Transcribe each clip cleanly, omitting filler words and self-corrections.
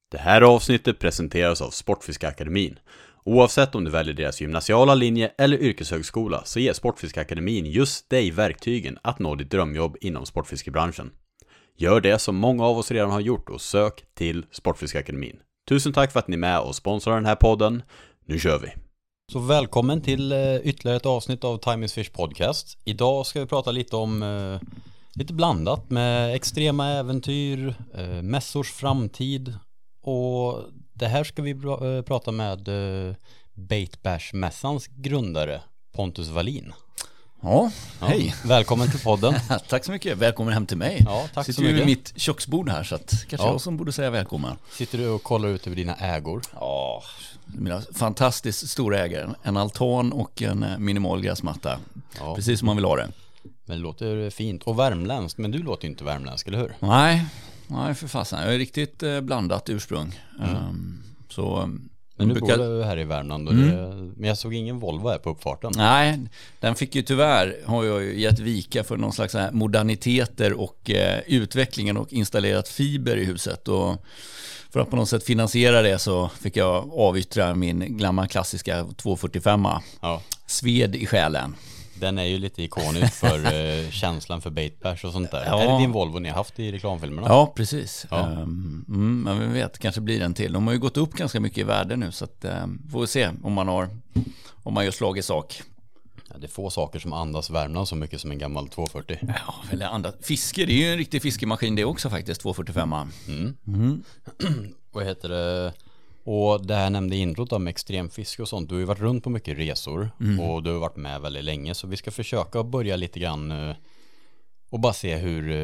Det här avsnittet presenteras av Sportfiskeakademin. Oavsett om du väljer deras gymnasiala linje eller yrkeshögskola så ger Sportfiskeakademin just dig verktygen att nå ditt drömjobb inom sportfiskebranschen. Gör det som många av oss redan har gjort och sök till Sportfiskeakademin. Tusen tack för att ni är med och sponsrar den här podden. Nu kör vi! Så välkommen till ytterligare ett avsnitt av Time is Fish podcast. Idag ska vi prata lite om lite blandat med extrema äventyr, mässors framtid. Och det här ska vi prata med Bait Bash-mässans grundare Pontus Wallin. Ja, hej. Välkommen till podden. Tack så mycket, välkommen hem till mig. Ja, tack så mycket. Sitter ju vid mitt köksbord här så att kanske jag som borde säga välkommen. Sitter du och kollar ut över dina ägor? Ja, mina fantastiskt stora ägor. En altan och en minimal gräsmatta. Ja. Precis som man vill ha det. Men det låter fint. Och värmländskt, men du låter ju inte värmländsk, eller hur? Nej för fasen. Jag är riktigt blandat ursprung. Men nu bor du här i Värmland och men jag såg ingen Volvo här på uppfarten. Nej, den fick ju tyvärr, har jag ju gett vika för någon slags moderniteter och utvecklingen och installerat fiber i huset. Och för att på något sätt finansiera det så fick jag avyttra min gamla klassiska 245. Ja. Sved i själen. Den är ju lite ikonisk för känslan för Bait Bash och sånt där. Ja. Är det din Volvo ni har haft i reklamfilmerna? Ja, precis. Ja. Men vi vet, kanske blir den till. De har ju gått upp ganska mycket i värde nu så att får vi se om man gör slag i sak. Ja, det är få saker som andas Värmland så mycket som en gammal 240. Ja, eller andas. Fiske, det är ju en riktig fiskemaskin det också faktiskt, 245. Vad heter det? Och det här nämnde introt om extremfiske och sånt. Du har ju varit runt på mycket resor och du har varit med väldigt länge. Så vi ska försöka börja lite grann och bara se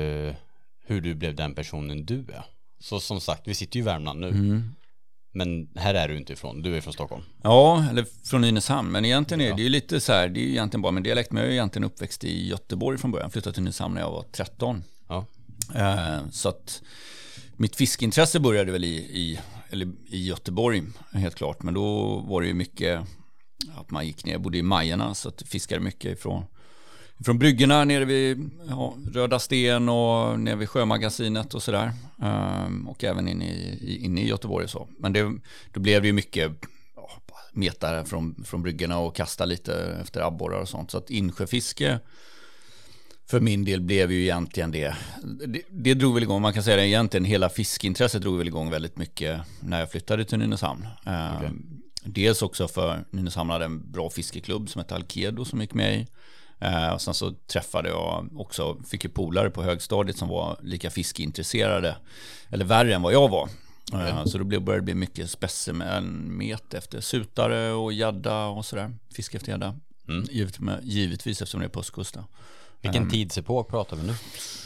hur du blev den personen du är. Så som sagt, vi sitter ju i Värmland nu. Men här är du inte ifrån, du är från Stockholm. Ja, eller från Nynäshamn. Men egentligen är det ju lite så här, det är ju egentligen bara med dialekt. Men jag är egentligen uppväxt i Göteborg från början. Flyttade till Nynäshamn när jag var 13. Ja. Så att mitt fiskeintresse började väl i Göteborg helt klart, men då var det ju mycket att man gick ner, bodde i Majerna så att fiskade mycket ifrån bryggorna nere vid Röda Sten och nere vid Sjömagasinet och sådär, och även inne i Göteborg och så. Men då blev det ju mycket metar från bryggorna och kasta lite efter abborrar och sånt, så att insjöfiske för min del blev ju egentligen det drog väl igång, man kan säga det egentligen, hela fiskintresset drog väl igång väldigt mycket när jag flyttade till Nynäshamn. Okay. Dels också för Nynäshamn hade en bra fiskeklubb som hette Alkedo som gick med i. Och sen så träffade jag också, fick ju polare på högstadiet som var lika fiskeintresserade, eller värre än vad jag var. Så då började det bli mycket specimenmet efter sutare och gädda och sådär, fisk efter gädda. Givetvis eftersom det är på östkusten. Vilken tidsepok pratar vi nu?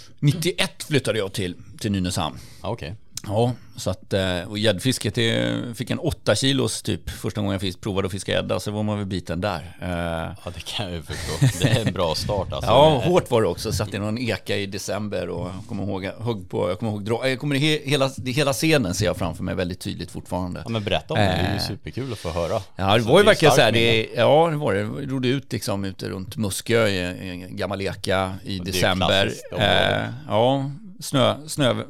91 flyttade jag till Nynäshamn. Okej. Ja, så att och gäddfisket fick en 8 kilos typ första gången jag provade att fiska gädda, så var man väl biten där. Ja, det kan jag ju förstå. Det är en bra start alltså. Ja, hårt var det också. Satt i någon eka i december och jag kommer hela scenen ser jag framför mig väldigt tydligt fortfarande. Ja, men berätta om det. Det är ju superkul att få höra. Ja, det var ju verkligen så här, det var det. Vi rodde ut liksom ute runt Muskö i en gammal eka i december. Ja, snö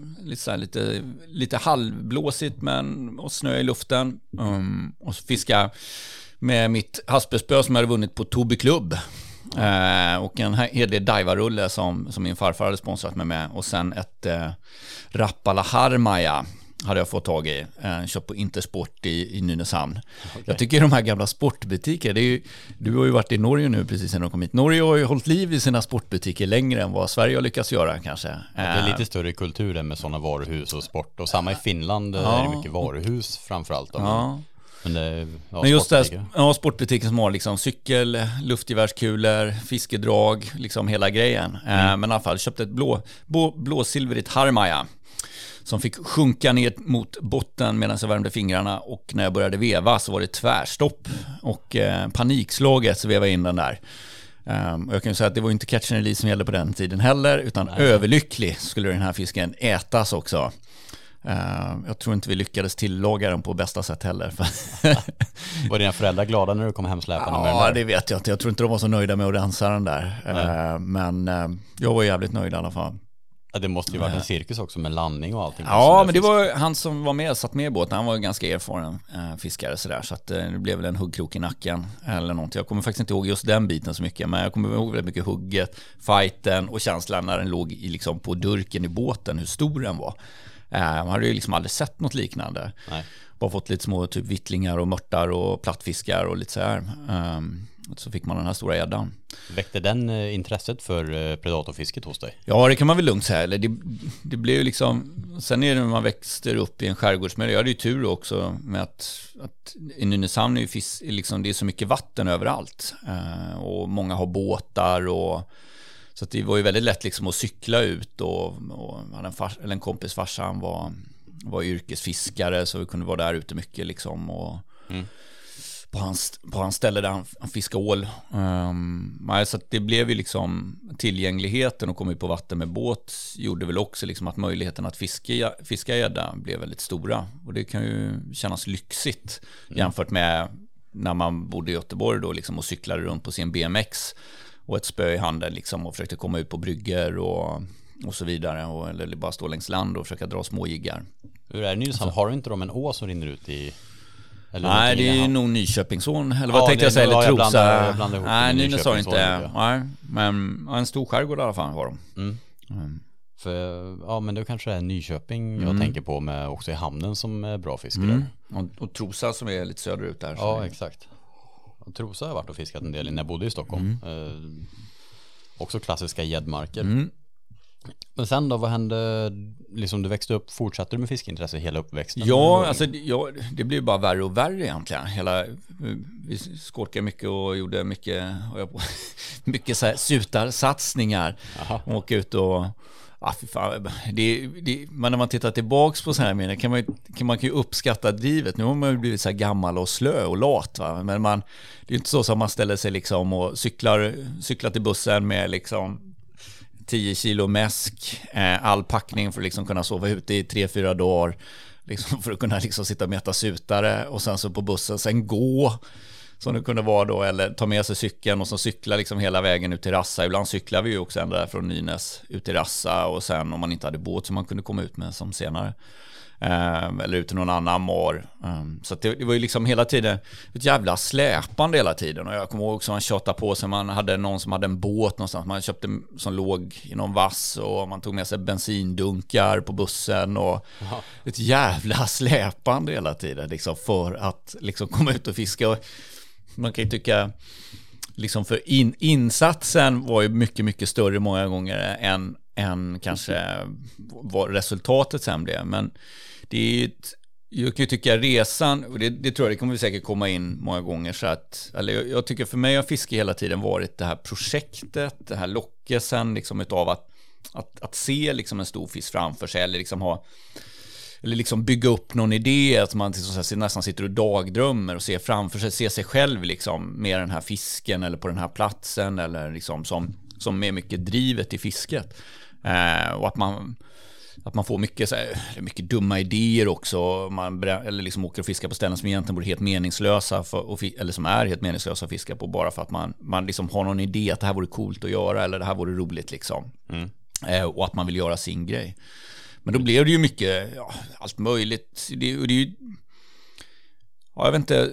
lite halvblåsigt och snö i luften, och så fiska med mitt haspelspö som jag hade vunnit på Toby Club, och en hederlig divarulle som min farfar hade sponsrat mig med, och sen ett Rappala Harmaja hade jag fått tag i, köpt på Intersport i Nynäshamn. Okay. Jag tycker de här gamla sportbutiker, du har ju varit i Norge nu precis när de kom hit. Norge har ju hållit liv i sina sportbutiker längre än vad Sverige har lyckats göra kanske. Ja, det är lite större kultur än med sådana varuhus och sport. Och samma i Finland är det mycket varuhus framförallt. Men just det, sportbutiker som har liksom cykel, luftgevärskulor, fiskedrag, liksom hela grejen. Men i alla fall köpte ett blåsilverigt Harmaja som fick sjunka ner mot botten medan jag värmde fingrarna, och när jag började veva så var det tvärstopp och panikslaget så vevade jag in den där. Och jag kan ju säga att det var inte catch and release som gällde på den tiden heller, utan överlycklig skulle den här fisken ätas också. Jag tror inte vi lyckades tillaga den på bästa sätt heller. Var dina föräldrar glada när du kom hem släpande med den där? Ja, det vet jag inte. Jag tror inte de var så nöjda med att rensa den där. Men jag var jävligt nöjd i alla fall. Ja, det måste ju varit en cirkus också med landning och allting. Ja, men det var han som var med, satt med i båten. Han var ganska erfaren fiskare sådär. Så att det blev väl en huggkrok i nacken eller någonting. Jag kommer faktiskt inte ihåg just den biten så mycket. Men jag kommer ihåg väldigt mycket hugget, fighten och känslan när den låg liksom på durken i båten, hur stor den var. Man hade ju liksom aldrig sett något liknande. Nej. Bara fått lite små typ vittlingar och mörtar och plattfiskar och lite så här. Så fick man den här stora gäddan. Väckte den intresset för predatorfisket hos dig? Ja, det kan man väl lugnt säga. Eller det blev ju liksom... Sen är det när man växter upp i en skärgårdsmiljö. Jag hade ju tur också med att i Nynäshamn är ju liksom, det är så mycket vatten överallt. Och många har båtar och... Så att det var ju väldigt lätt liksom att cykla ut och en kompis farsan var yrkesfiskare, så vi kunde vara där ute mycket liksom och på hans ställe där han fiskade ål. Så att det blev ju liksom tillgängligheten och komma ut på vatten med båt gjorde väl också liksom att möjligheten att fiska gädda blev väldigt stora, och det kan ju kännas lyxigt jämfört med när man bodde i Göteborg då liksom och cyklade runt på sin BMX och ett spö i handen liksom och försökte komma ut på brygger och så vidare, eller bara stå längs land och försöka dra små jiggar. Hur är det Nynäshamn? Har du inte de en å som rinner ut i... Eller nej, det är nog Nyköpingsån. Eller vad tänkte jag säga? Eller Trosa. Nej, Nynäs har inte. Nej, men en stor skärgård i alla fall var de. För, men då kanske det är Nyköping jag tänker på, med också i hamnen som är bra fiskare. Och Trosa som är lite söderut där. Ja, exakt. Trosa har jag varit och fiskat en del när jag bodde i Stockholm. Också klassiska gäddmarker. Men sen då, vad hände? Liksom du växte upp, fortsatte du med fiskeintresse hela uppväxten? Ja, alltså det blev bara värre och värre egentligen. Vi skårkade mycket och gjorde mycket så här sutarsatsningar. Åka ut och... fy fan. Men när man tittar tillbaks på så här minnen kan man ju uppskatta drivet. Nu har man ju blivit så här gammal och slö och lat, va? Men det är ju inte så som man ställer sig liksom och cyklar till bussen med liksom 10 kilo mäsk, all packning för att liksom kunna sova ute i 3-4 dagar liksom för att kunna liksom sitta och mäta sutare, och sen så på bussen sen gå som det kunde vara då, eller ta med sig cykeln och så cykla liksom hela vägen ut till Rassa. Ibland cyklar vi ju också ända där från Nynäs ut till Rassa, och sen om man inte hade båt som man kunde komma ut med som senare, eller ut till någon annan mar. Så att det var ju liksom hela tiden ett jävla släpande hela tiden, och jag kommer ihåg också man tjatade på sig, man hade någon som hade en båt någonstans, man köpte som låg i någon vass, och man tog med sig bensindunkar på bussen och ett jävla släpande hela tiden liksom för att liksom komma ut och fiska. Och man kan ju tycka liksom för insatsen var ju mycket, mycket större många gånger än kanske vad resultatet sen blev. Men det är ju jag kan ju tycka resan, och det tror jag det kommer vi säkert komma in många gånger, så att, eller jag tycker för mig har fiske hela tiden varit det här projektet, det här lockelsen liksom utav att se liksom en stor fisk framför sig, eller liksom bygga upp någon idé, att man nästan sitter och dagdrömmer och ser framför sig, ser sig själv liksom med den här fisken eller på den här platsen, eller liksom som är mycket drivet i fisket, och att man får mycket dumma idéer också, eller liksom åker och fiskar på ställen som egentligen borde helt meningslösa eller som är helt meningslösa att fiska på, bara för att man liksom har någon idé att det här vore coolt att göra, eller det här vore roligt liksom, och att man vill göra sin grej. Men då blev det ju mycket allt möjligt. Det är ju, jag vet inte,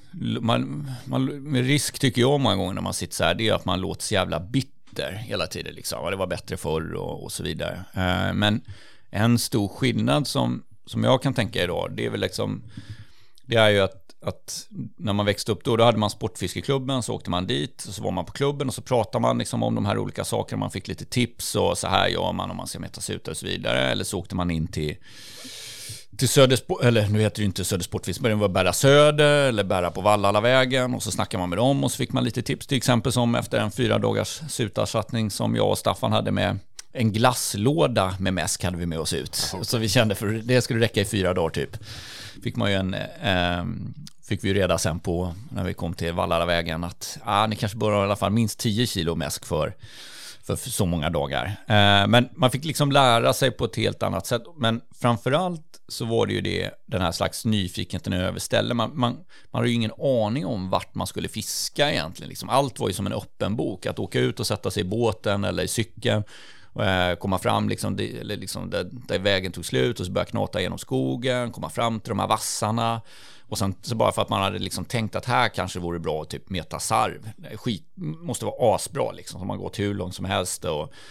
med risk tycker jag många gånger när man sitter så här, det är att man låter så jävla bitter hela tiden liksom. Det var bättre förr och så vidare. Men en stor skillnad som jag kan tänka idag, det är väl liksom, det är ju att när man växte upp då hade man sportfiskeklubben, så åkte man dit och så var man på klubben och så pratade man liksom om de här olika sakerna, man fick lite tips och så här gör man om man ska mäta sig ut och så vidare, eller så åkte man in till Södersport, eller nu heter det ju inte Södersportfisk, men det var Bära Söder eller Bära på Vallalavägen, och så snackade man med dem och så fick man lite tips, till exempel som efter en 4 dagars sutarsatsning som jag och Staffan hade med en glasslåda med mäsk hade vi med oss ut. Så vi kände för det skulle räcka i 4 dagar typ. Fick man ju fick vi reda sen på när vi kom till Vallalavägen att ni kanske bör ha i alla fall minst 10 kilo mäsk för så många dagar. Men man fick liksom lära sig på ett helt annat sätt. Men framförallt så var det ju den här slags nyfikenheten över ställen. Man hade ju ingen aning om vart man skulle fiska egentligen. Liksom. Allt var ju som en öppen bok. Att åka ut och sätta sig i båten eller i cykeln komma fram liksom, eller liksom där vägen tog slut och så började knata genom skogen, komma fram till de här vassarna. Och sen så bara för att man hade liksom tänkt att här kanske vore bra att typ meta sarv. Skit måste vara asbra liksom, så man går hur långt som helst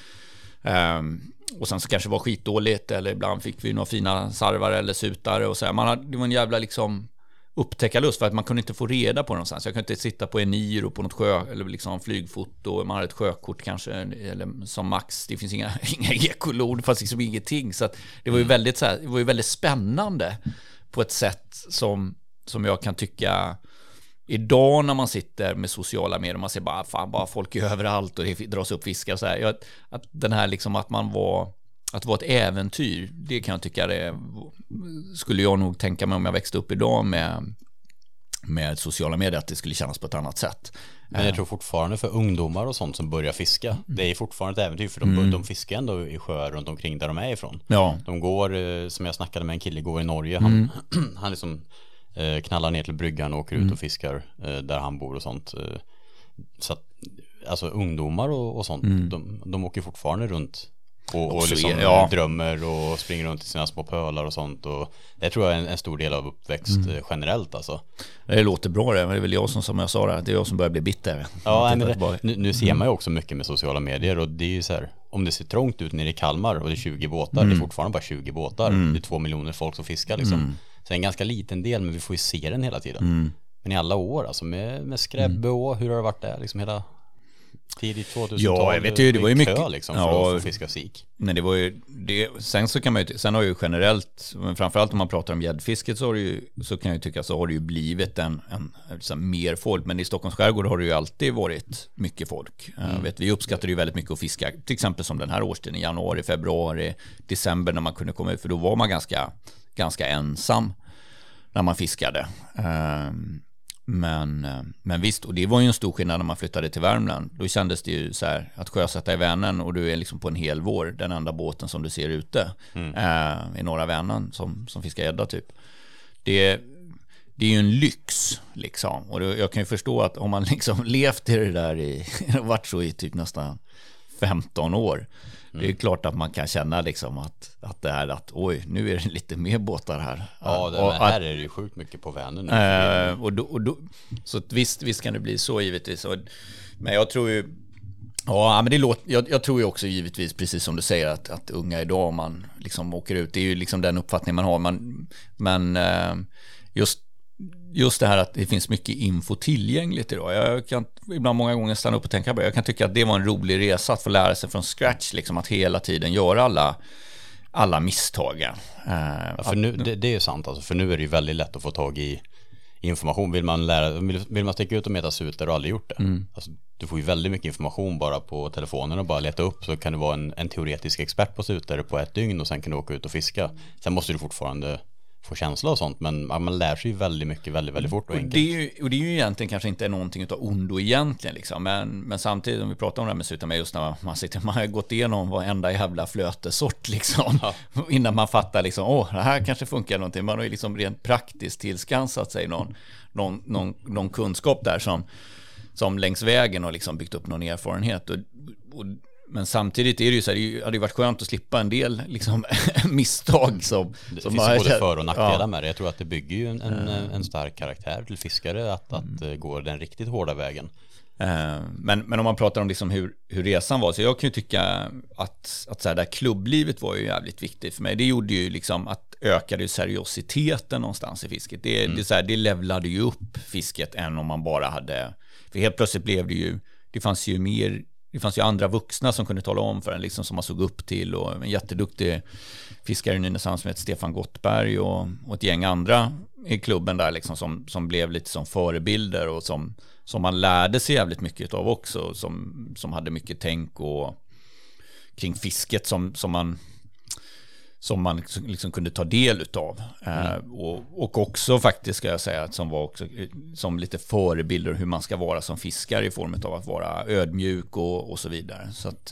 och sen så kanske det var skitdåligt, eller ibland fick vi några fina sarvar eller sutare och så här. Det var en jävla liksom upptäckarlust, för att man kunde inte få reda på någonstans. Jag kunde inte sitta på Eniro på något eller liksom flygfoto, man hade ett sjökort kanske, eller som max, det finns inga ekolod, det fanns liksom ingenting, så att det var ju väldigt så här, det var ju väldigt spännande på ett sätt som jag kan tycka idag när man sitter med sociala medier och man ser bara folk är överallt och det dras upp fiskar och så här. Att den här liksom att det var ett äventyr, det kan jag tycka skulle jag nog tänka mig om jag växte upp idag med sociala medier, att det skulle kännas på ett annat sätt. Men jag tror fortfarande för ungdomar och sånt som börjar fiska, det är fortfarande ett äventyr, för de fiskar ändå i sjöar runt omkring där de är ifrån. Ja. De går, som jag snackade med en kille igår i Norge, han liksom knallar ner till bryggan och åker ut och fiskar där han bor och sånt. Så att, alltså ungdomar och sånt, de åker fortfarande runt och liksom drömmer och springer runt i sina små pölar och sånt, och det tror jag är en stor del av uppväxt generellt alltså. Det låter bra det, men det är väl jag som jag sa det är jag som börjar bli bitter. Ja, nu ser man ju också mycket med sociala medier, och det är ju så här, om det ser trångt ut nere i Kalmar och det är 20 båtar, det är fortfarande bara 20 båtar, det är 2 miljoner folk som fiskar liksom. Så det är en ganska liten del, men vi får ju se den hela tiden. Men i alla år alltså, med Skräbbe och hur har det varit där liksom hela tidigt 2000-tal? Ja, jag vet ju, det var ju mycket liksom, för att få fiska sik. Men det var ju det, sen har ju generellt, men framförallt om man pratar om gäddfisket, så kan jag tycka så har det ju blivit en mer folk, men i Stockholms skärgård har det ju alltid varit mycket folk. Vi uppskattar ju väldigt mycket att fiska, till exempel som den här årstiden, i januari, februari, december, när man kunde komma ut, för då var man ganska ensam när man fiskade. Men visst, och det var ju en stor skillnad när man flyttade till Värmland. Då kändes det ju så här att sjösätta i Vänern, och du är liksom på en hel vår den enda båten som du ser ute i norra Vänern som fiskar gädda typ. Det är ju en lyx liksom, och jag kan ju förstå att om man liksom levt i det där varit så i typ nästan 15 år, det är klart att man kan känna liksom att det är att oj, nu är det lite mer båtar här. Ja, här är det ju sjukt mycket på Vänern nu. Så visst kan det bli så givetvis. Men jag tror ju, ja, men det låter, jag tror ju också givetvis, precis som du säger, att unga idag, om man liksom åker ut, det är ju liksom den uppfattning man har. Men just det här att det finns mycket info tillgängligt idag. Jag kan ibland många gånger stanna upp och tänka på det. Jag kan tycka att det var en rolig resa att få lära sig från scratch, liksom, att hela tiden göra alla misstagen. För nu, det är ju sant alltså, för nu är det ju väldigt lätt att få tag i information. Vill man sticka ut och meta suter och aldrig gjort det. Alltså, du får ju väldigt mycket information bara på telefonen, och bara leta upp, så kan du vara en teoretisk expert på suter på ett dygn, och sen kan du åka ut och fiska. Sen måste du fortfarande få känsla och sånt, men man lär sig ju väldigt mycket väldigt fort och enkelt. Det är ju egentligen kanske inte någonting utav ondo egentligen liksom, men samtidigt, om vi pratar om det här med sutar, med just när man har gått igenom varenda jävla flötesort liksom, innan man fattar liksom, det här kanske funkar någonting. Man har ju liksom rent praktiskt tillskansat sig någon kunskap där som längs vägen har liksom byggt upp någon erfarenhet, men samtidigt är det ju så här, det hade ju varit skönt att slippa en del liksom misstag som det finns både för- och nackdelar med det. Jag tror att det bygger ju en stark karaktär till fiskare att gå den riktigt hårda vägen. Men om man pratar om liksom hur resan var, så jag kan ju tycka att så här, där klubblivet var ju jävligt viktigt för mig. Det gjorde ju liksom att ökade ju seriositeten någonstans i fisket. Det levlade ju upp fisket än om man bara hade, för helt plötsligt blev det ju, det fanns ju andra vuxna som kunde tala om för en, liksom, som man såg upp till, och en jätteduktig fiskare i Nynäshamn som heter Stefan Gottberg och ett gäng andra i klubben där liksom, som blev lite som förebilder, och som man lärde sig jävligt mycket av också, som hade mycket tänk och kring fisket som man liksom kunde ta del utav. Och också faktiskt, ska jag säga, att som var också som lite förebilder hur man ska vara som fiskare, i form av att vara ödmjuk och så vidare. Så att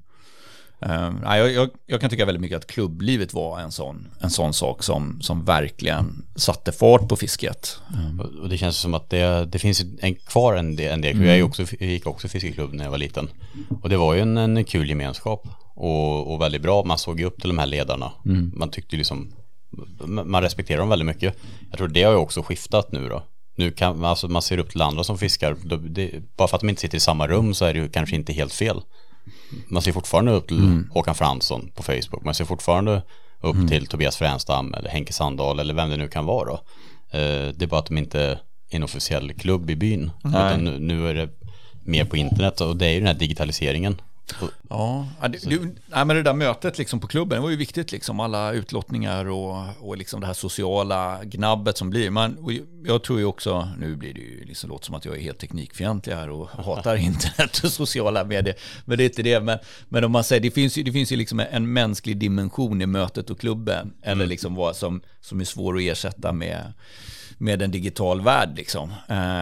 jag kan tycka väldigt mycket att klubblivet var en sån sak som verkligen satte fart på fisket. Och det känns som att det finns en del. Jag gick också fiskeklubb när jag var liten, och det var ju en kul gemenskap. och väldigt bra. Man såg ju upp till de här ledarna. Man tyckte liksom, man respekterar dem väldigt mycket. Jag tror det har ju också skiftat nu då. Nu kan alltså man ser upp till andra som fiskar. Bara för att de inte sitter i samma rum så är det ju kanske inte helt fel. Man ser fortfarande upp till Håkan Fransson på Facebook. Man ser fortfarande upp till Tobias Fränstam eller Henke Sandahl eller vem det nu kan vara då. Det är bara att de inte är en officiell klubb i byn. Utan nu är det mer på internet, och det är ju den här digitaliseringen. Ja, men det där mötet liksom på klubben, det var ju viktigt liksom, alla utlottningar och liksom det här sociala gnabbet som blir. Och jag tror ju också, nu blir det ju liksom, låter som att jag är helt teknikfientlig här och hatar internet och sociala medier, men det är inte det. Men om man säger, det finns ju liksom en mänsklig dimension i mötet och klubben, eller liksom vad som är svår att ersätta med en digital värld liksom.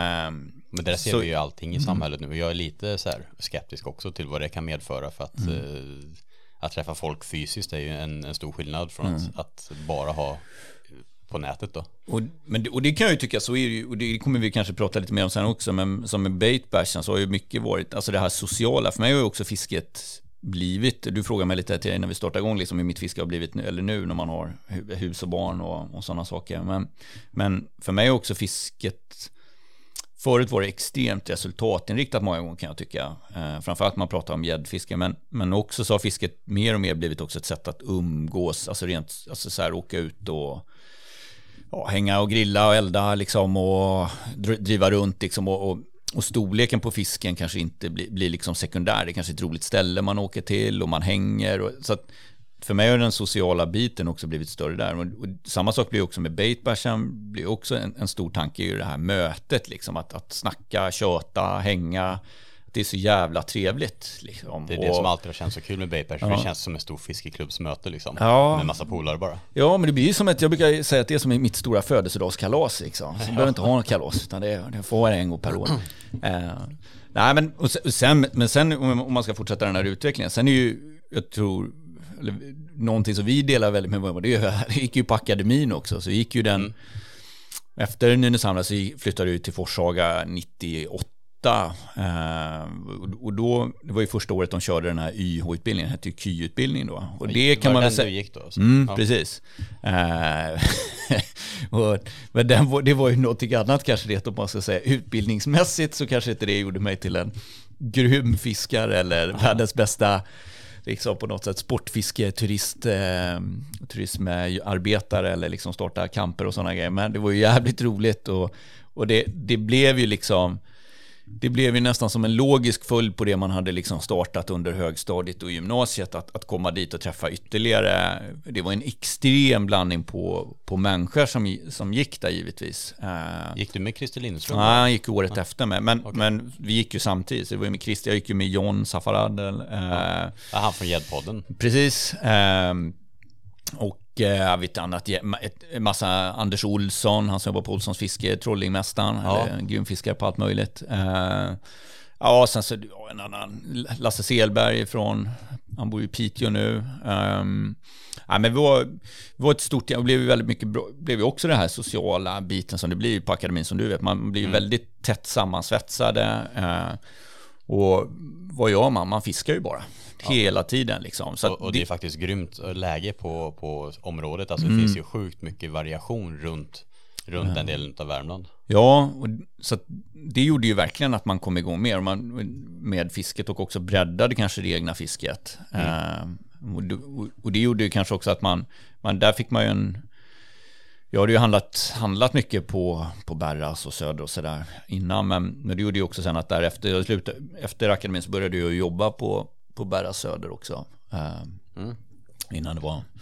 Men där ser vi ju allting i samhället nu, och jag är lite så här skeptisk också till vad det kan medföra, för att träffa folk fysiskt är ju en stor skillnad från att bara ha på nätet då. Och det kan jag ju tycka, så är det ju, och det kommer vi kanske prata lite mer om sen också, men som med baitbashen så har ju mycket varit, alltså det här sociala, för mig har ju också fisket blivit, du frågar mig lite till när vi startar igång liksom hur mitt fiske har blivit nu, eller nu när man har hus och barn och sådana saker, men för mig har också fisket förut var det extremt resultatinriktat många gånger, kan jag tycka. Framförallt man pratar om gäddfiske, men också så har fisket mer och mer blivit också ett sätt att umgås, alltså rent, alltså så här, åka ut och hänga och grilla och elda liksom, och driva runt liksom, och storleken på fisken kanske inte blir liksom sekundär. Det är kanske ett roligt ställe man åker till och man hänger, så att för mig har den sociala biten också blivit större där. Och samma sak blir också med baitbashen, blir också en stor tanke i det här mötet liksom, att snacka, köta, hänga. Det är så jävla trevligt liksom. Det är det som alltid har känts så kul med baitbashen, för det känns som en stor fiskeklubbsmöte liksom, med massa polare bara. Ja, men det blir ju som jag brukar säga att det är som mitt stora födelsedagskalas liksom. Så jag behöver inte ha något kalas, utan det får vara en gång per år. Nej, men sen om man ska fortsätta den här utvecklingen, sen är ju, jag tror, eller någonting som vi delar väldigt med, det gick ju på akademin också, så gick ju den efter Nynäshamn, så flyttade ut till Forshaga 98, och då, det var ju första året de körde den här YH-utbildningen, den hette ju KY-utbildningen då, och det kan man väl säga, gick då, precis. Men det var ju något annat kanske, det om man ska säga utbildningsmässigt, så kanske inte det gjorde mig till en grym fiskare eller världens bästa liksom på något sätt turismarbetare, eller liksom starta camper och sådana grejer, men det var ju jävligt roligt, och det blev ju liksom, det blev ju nästan som en logisk följd på det man hade liksom startat under högstadiet och gymnasiet, att komma dit och träffa ytterligare. Det var en extrem blandning på människor som gick där givetvis. Gick du med Christer Lindström? Nej, han gick året efter med. Men vi gick ju samtidigt. Så det var ju med Christer, jag gick ju med John Safarad. Han från Gäddpodden. Precis. Och jag vet annat, en massa Anders Olsson, han som jobbar på Olssons fiske, trollingmästaren, eller grymfiskare på allt möjligt. Sen så en annan, Lasse Selberg han bor i Piteå nu. Men vi var ett stort, och blev väldigt mycket, blev också det här sociala biten som det blir på akademin, som du vet, man blir väldigt tätt sammansvetsade, och vad gör man? Man fiskar ju bara hela tiden liksom. Så och det är faktiskt grymt läge på området, alltså det finns ju sjukt mycket variation runt den delen av Värmland. Ja, så det gjorde ju verkligen att man kom igång mer med fisket, och också breddade kanske det egna fisket. Och det gjorde ju kanske också att man där fick man ju jag hade ju handlat mycket på Berras och Söder och sådär innan, men det gjorde ju också sen att därefter, efter akademin, så började jag jobba på Berras Söder också. Innan det var...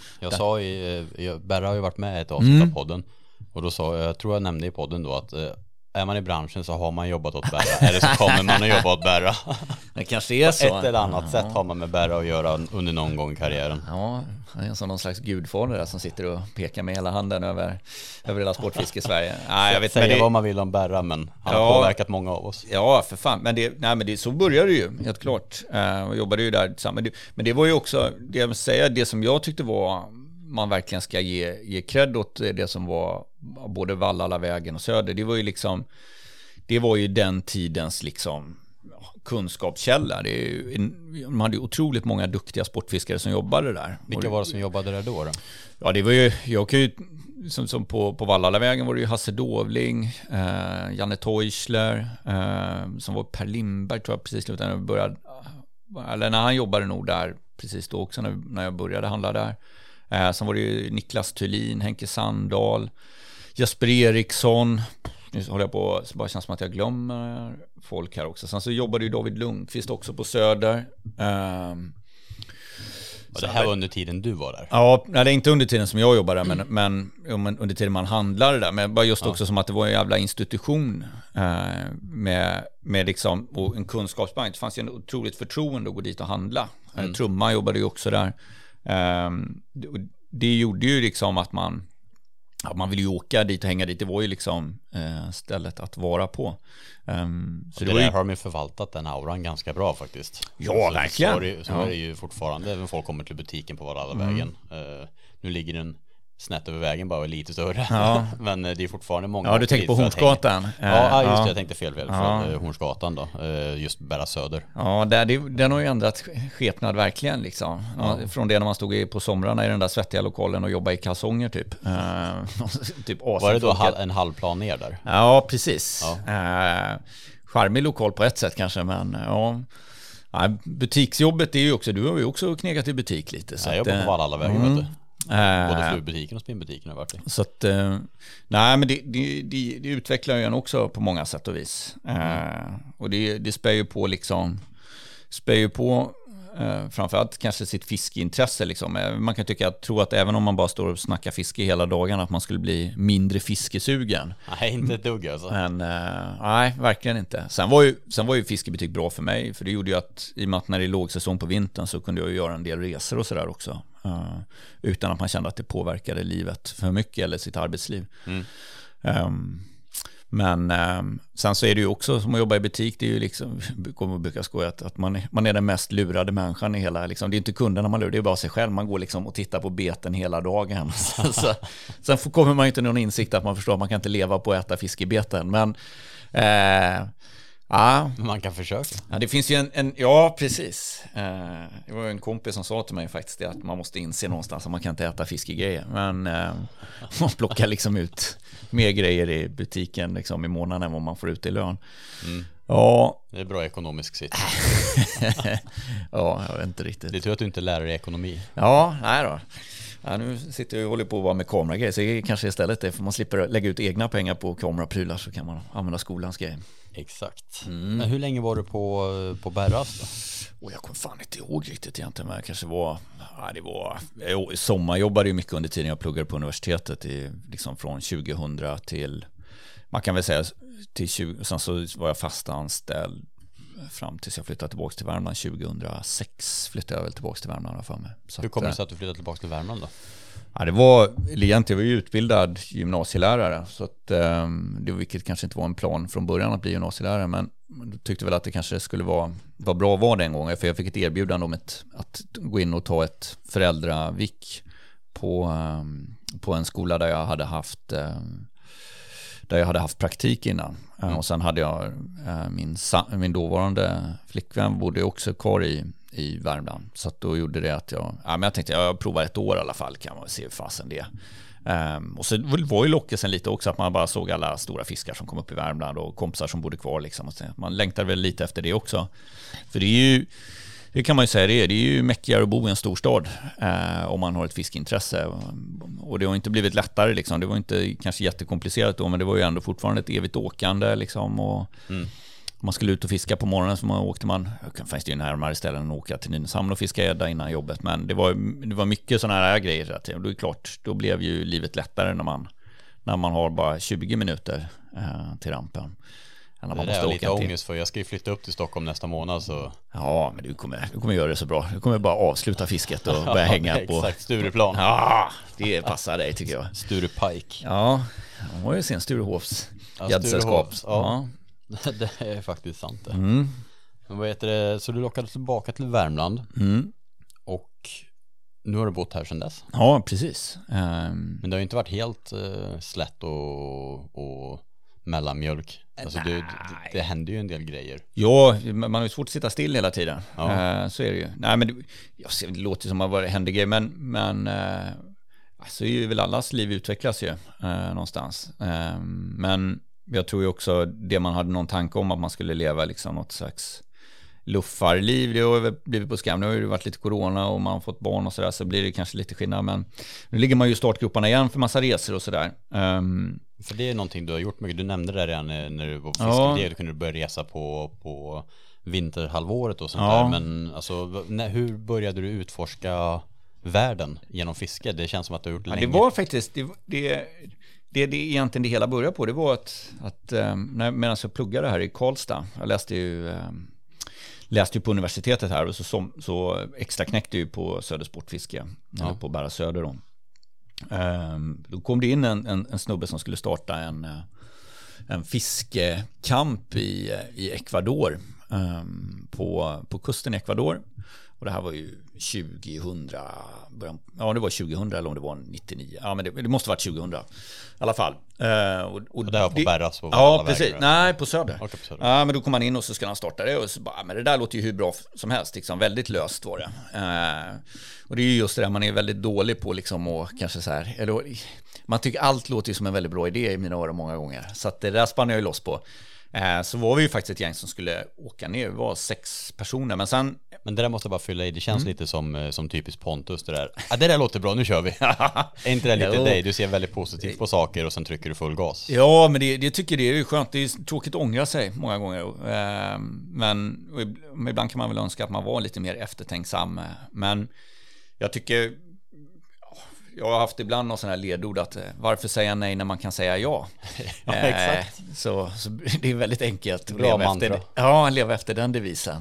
Berra har ju varit med i ett avsnitt av podden, och då jag tror jag nämnde i podden då att är man i branschen så har man jobbat åt Berra, eller så kommer man att jobba åt Berra. Det kanske är så. På ett eller annat sätt har man med Berra att göra under någon gång i karriären. Ja, det är som någon slags gudfader där som sitter och pekar med hela handen över hela sportfiske i Sverige. Nej, jag vet säga vad man vill om Berra, men han har påverkat många av oss. Ja, för fan. Men så började det ju, helt klart. Jag jobbade ju där tillsammans. Men det var ju också, det som jag tyckte var, man verkligen ska ge cred åt det som var både Vallala vägen och Söder. Det var ju den tidens liksom, kunskapskälla. Man hade otroligt många duktiga sportfiskare som jobbade där. Vilka var det som jobbade där då? Ja, det var ju, jag kan ju, som på Vallalavägen var det ju Hasse Dovling, Janne Teuchler, som var Per Lindberg tror jag precis slutet när jag började, eller när han jobbade nog där precis då också när jag började handla där. Sen var det ju Niklas Thulin, Henke Sandahl, Jesper Eriksson. Nu håller jag på, så bara känns som att jag glömmer folk här också. Sen så jobbade ju David Lundqvist också på Söder. Och det här var under tiden du var där? Ja, det är inte under tiden som jag jobbade men under tiden man handlade där. Men bara just också som att det var en jävla institution med liksom, och en kunskapsbank. Det fanns ju en otroligt förtroende att gå dit och handla. Trumma jobbade ju också där. Det gjorde ju liksom att man ville ju åka dit och hänga dit. Det var ju liksom stället att vara på. Så det där har de ju förvaltat den auran ganska bra faktiskt. Ja, så verkligen. Så är det ju fortfarande, även folk kommer till butiken på Vallalavägen. Nu ligger den snett över vägen, bara lite större. Ja. Men det är fortfarande många. Ja, du tänker på Hornsgatan. Ja, just det, jag tänkte fel. Hornsgatan då, just Berra Söder. Ja, den har ju ändrat skepnad verkligen liksom. Ja. Från det när man stod på somrarna i den där svettiga lokalen och jobbade i kalsonger typ. Typ var det då en halvplan ner där? Ja, precis. Ja. Charmig lokal på ett sätt kanske, men ja. Ja, butiksjobbet är ju också, du har ju också knegat i butik lite. Så jag jobbar på Vallalavägen, vet du. Både flugbutiken och spinnbutiken har varit det. Så att, nej men det utvecklar ju en också på många sätt och vis. Och det spär ju på liksom, framförallt kanske sitt fiskeintresse liksom. Man kan tro att även om man bara står och snackar fiske hela dagen att man skulle bli mindre fiskesugen. Nej, inte ett dugg alltså. Men nej, verkligen inte. Sen var ju fiskebutik bra för mig, för det gjorde ju att i och med att när det är lågsäsong på vintern så kunde jag ju göra en del resor och sådär också. Utan att man kände att det påverkade livet för mycket eller sitt arbetsliv. Men sen så är det ju också som att jobba i butik, det är ju liksom, jag brukar skoja att man är den mest lurade människan i hela liksom, det är inte kunderna man lurar, det är bara sig själv, man går liksom och tittar på beten hela dagen. Sen kommer man ju inte någon insikt att man förstår att man kan inte leva på att äta fiskebeten, men ja, man kan försöka. Ja, det finns ju ja, precis. Det var en kompis som sa till mig faktiskt att man måste inse någonstans att man kan inte äta fiskegrejer. Men man plockar liksom ut mer grejer i butiken liksom i månaden än vad man får ut i lön. Ja. Det är bra ekonomisk sitt. Ja, jag vet inte riktigt. Det är tur att du inte lär dig ekonomi. Ja, nej då. Ja, nu sitter jag och håller på att vara med kameragrejer, så det kanske istället är för man slipper lägga ut egna pengar på kameraprylar, så kan man använda skolans grejer. Exakt. Men hur länge var du på Berras då? Jag kommer fan inte ihåg riktigt egentligen, men kanske jag sommarjobbade ju mycket under tiden jag pluggade på universitetet liksom från 2000 till, man kan väl säga till 20, sen så var jag fast anställd fram tills jag flyttade tillbaka till Värmland 2006 flyttade jag väl tillbaka till Värmland för mig. Så hur kommer det sig att du flyttade tillbaka till Värmland då? Ja, jag var ju utbildad gymnasielärare, så att det, vilket kanske inte var en plan från början att bli gymnasielärare, men jag tyckte väl att det kanske skulle vara bra att vara det en gång, för jag fick ett erbjudande om att gå in och ta ett föräldravik på en skola där jag hade haft praktik innan. Och sen hade jag min dåvarande flickvän bodde också kvar i Värmland. Så att då gjorde det att jag tänkte jag provar ett år i alla fall, kan man se hur fasen det är. Och så var ju lockelsen lite också att man bara såg alla stora fiskar som kom upp i Värmland och kompisar som bodde kvar liksom. Och man längtar väl lite efter det också. För det kan man ju säga, det är ju mäckigare att bo i en storstad om man har ett fiskintresse. Och det har inte blivit lättare liksom. Det var inte kanske jättekomplicerat då, men det var ju ändå fortfarande ett evigt åkande liksom. Och man skulle ut och fiska på morgonen, så fanns det ju närmare ställen att åka till Nynäshamn och fiska gädda innan jobbet. Men det var mycket sådana här grejer. Och då är klart, då blev ju livet lättare när man har bara 20 minuter till rampen. Det är lite ångest för jag ska ju flytta upp till Stockholm nästa månad så. Ja, men du kommer göra det så bra. Du kommer bara avsluta fisket och börja hänga på. Exakt, Stureplan. Ja, det passar dig tycker jag. Sturepike. Ja, de har ju sin Sturehofs gäddsällskap. Ja. Det är faktiskt sant det. Men vad heter det? Så du lockade tillbaka till Värmland. Och nu har du bott här sedan dess. Ja, precis. Men det har ju inte varit helt slätt och mellanmjölk? Alltså det händer ju en del grejer. Ja, man har ju svårt att sitta still hela tiden. Ja. Så är det ju. Nej, men det låter som att det händer grejer, men så är ju väl allas liv utvecklas ju någonstans. Men jag tror ju också det man hade någon tanke om att man skulle leva liksom något slags luffarliv, det har blivit på skam. Nu har det varit lite corona och man har fått barn och sådär, så blir det kanske lite skillnad, men nu ligger man ju i startgroparna igen för massa resor och sådär. För det är någonting du har gjort mycket. Du nämnde det redan när du var på fiskidé, du kunde börja resa på vinterhalvåret och sånt där. Men alltså, hur började du utforska världen genom fiske? Det känns som att du har gjort det länge. Det var faktiskt det egentligen det hela började på. Det var att medan jag pluggade här i Karlstad, jag läste ju på universitetet här, och så extra knäckte ju på Södersportfiske, eller på Bära Söder då. Då kom det in en snubbe som skulle starta en fiskekamp i Ecuador, på kusten i Ecuador. Och det här var ju 2000, det var 2000 eller om det var 99. Ja, men det måste varit 2000 i alla fall. Och det var på Berras? Ja, precis. Nej, på Söder. Okay, på Söder. Ja, men då kom man in och så ska han starta det, och så bara, men det där låter ju hur bra som helst, liksom, väldigt löst var det. Och det är ju just det där, man är väldigt dålig på liksom, och kanske så här, eller, man tycker allt låter ju som en väldigt bra idé i mina öron många gånger. Så att det där spann jag ju loss på. Så var vi ju faktiskt ett gäng som skulle åka ner. Vi var 6 personer. Men det där måste jag bara fylla i. Det känns lite som typiskt Pontus det där. Det där låter bra, nu kör vi. Är inte det lite dig? Du ser väldigt positivt på saker och sen trycker du full gas. Ja, men det tycker det är ju skönt. Det är tråkigt att ångra sig många gånger. Men ibland kan man väl önska att man var lite mer eftertänksam. Men jag tycker... Jag har haft ibland någon sån här ledord att varför säga nej när man kan säga ja? Ja, exakt. Så det är väldigt enkelt att leva efter den devisen.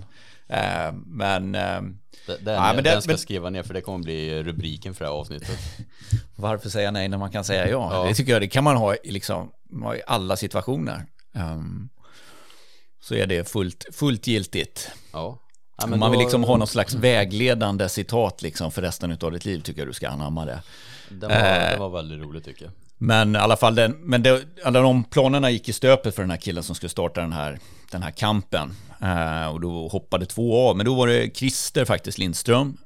Den ska skriva ner, för det kommer bli rubriken för det här avsnittet. Varför säga nej när man kan säga ja? Det tycker jag, det kan man ha i alla situationer. Så är det fullt giltigt. Ja. Ja, men man vill liksom ha någon slags vägledande citat liksom för resten av ditt liv, tycker jag du ska anamma det. Det var väldigt roligt, tycker jag. Men i alla fall alla de planerna gick i stöpet för den här killen som skulle starta den här kampen. Och då hoppade 2 av, men då var det Christer faktiskt Lindström.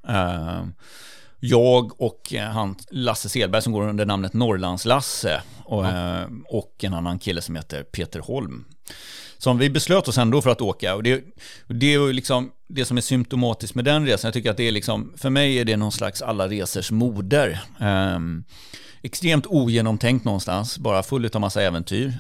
Jag och Lasse Selberg som går under namnet Norrlands-Lasse och en annan kille som heter Peter Holm. Som vi beslöt oss ändå för att åka, och det är liksom det som är symptomatiskt med den resan. Jag tycker att det är liksom, för mig är det någon slags alla resers moder. Extremt ogenomtänkt någonstans, bara full av massa äventyr.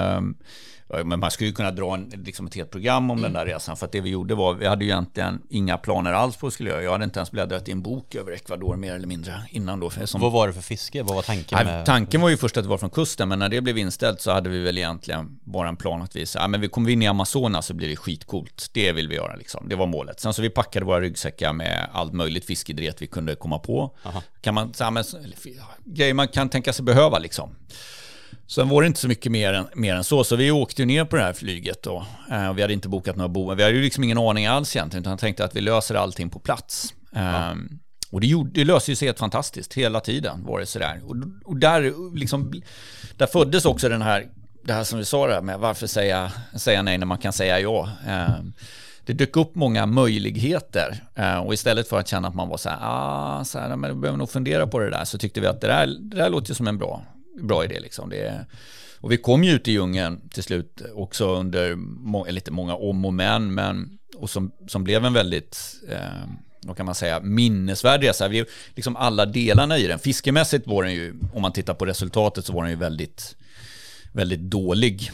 Men man skulle ju kunna dra ett helt program om den där resan, för att det vi gjorde var, vi hade ju egentligen inga planer alls på att skulle göra. Jag hade inte ens bläddrat i en bok över Ecuador mer eller mindre innan då. Vad var det för fiske? Vad var tanken? Tanken var ju först att det var från kusten, men när det blev inställt så hade vi väl egentligen bara en plan att visa, men vi kommer in i Amazonas så blir det skitcoolt. Det vill vi göra liksom. Det var målet. Sen så vi packade våra ryggsäckar med allt möjligt fiskedret vi kunde komma på. Kan man, grejer man kan tänka sig behöva liksom. Sen var det inte så mycket mer än så vi åkte ner på det här flyget då. Vi hade inte bokat några boenden. Vi hade ju liksom ingen aning alls egentligen, utan tänkte att vi löser allting på plats. Och det löser ju sig helt fantastiskt hela tiden, var det sådär. Och där föddes också det här som vi sa där med varför säga nej när man kan säga ja. Det dök upp många möjligheter, och istället för att känna att man var så här, men vi behöver nog fundera på det där, så tyckte vi att det där låter som en bra idé liksom. Och vi kom ju ut i djungeln till slut också under lite många om och men och som blev en väldigt vad kan man säga, minnesvärd resa. Vi liksom alla delarna i den. Fiskemässigt var den ju, om man tittar på resultatet, så var den ju väldigt väldigt dålig.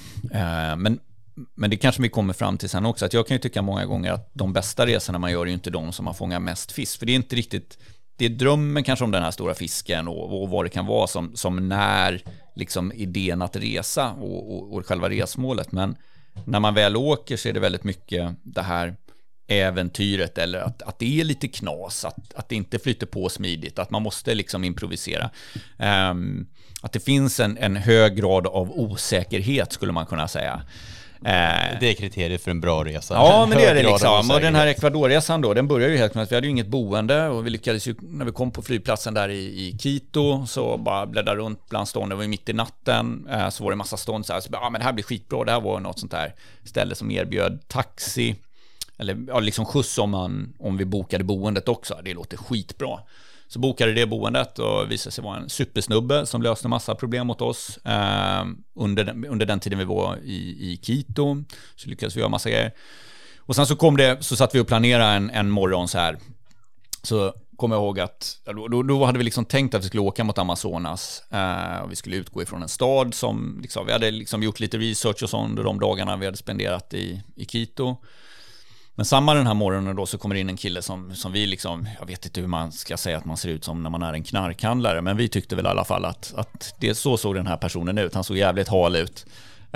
Men det kanske vi kommer fram till sen också, att jag kan ju tycka många gånger att de bästa resorna man gör är ju inte de som man fångar mest fisk, för det är inte riktigt, det är drömmen kanske om den här stora fisken och vad det kan vara som när liksom idén att resa och själva resmålet. Men när man väl åker så är det väldigt mycket det här äventyret, eller att det är lite knas, att det inte flyter på smidigt, att man måste liksom improvisera. Att det finns en hög grad av osäkerhet, skulle man kunna säga. Det är kriteriet för en bra resa. Ja, men det är det liksom. Och den här Ecuadorresan då, den började ju helt med att vi hade ju inget boende och vi lyckades ju, när vi kom på flygplatsen där i Quito, så bara bläddra runt bland stånd. Det var ju mitt i natten, så var det en massa stånd så bara, men det här blir skitbra. Det här var något sånt där ställe som erbjöd taxi eller liksom skjuts om vi bokade boendet också. Det låter skitbra. Så bokade det boendet och visade sig vara en supersnubbe som löste massa problem åt oss under den tiden vi var i Quito. Så lyckades vi göra massa grejer. Och sen så satt vi och planerade en morgon så här. Så kom jag ihåg att då hade vi liksom tänkt att vi skulle åka mot Amazonas. Och vi skulle utgå ifrån en stad som liksom, vi hade liksom gjort lite research och så under de dagarna vi hade spenderat i Quito. Men samma den här morgonen då så kommer in en kille som vi liksom, jag vet inte hur man ska säga att man ser ut som när man är en knarkhandlare, men vi tyckte väl i alla fall att det så såg den här personen ut. Han såg jävligt hal ut.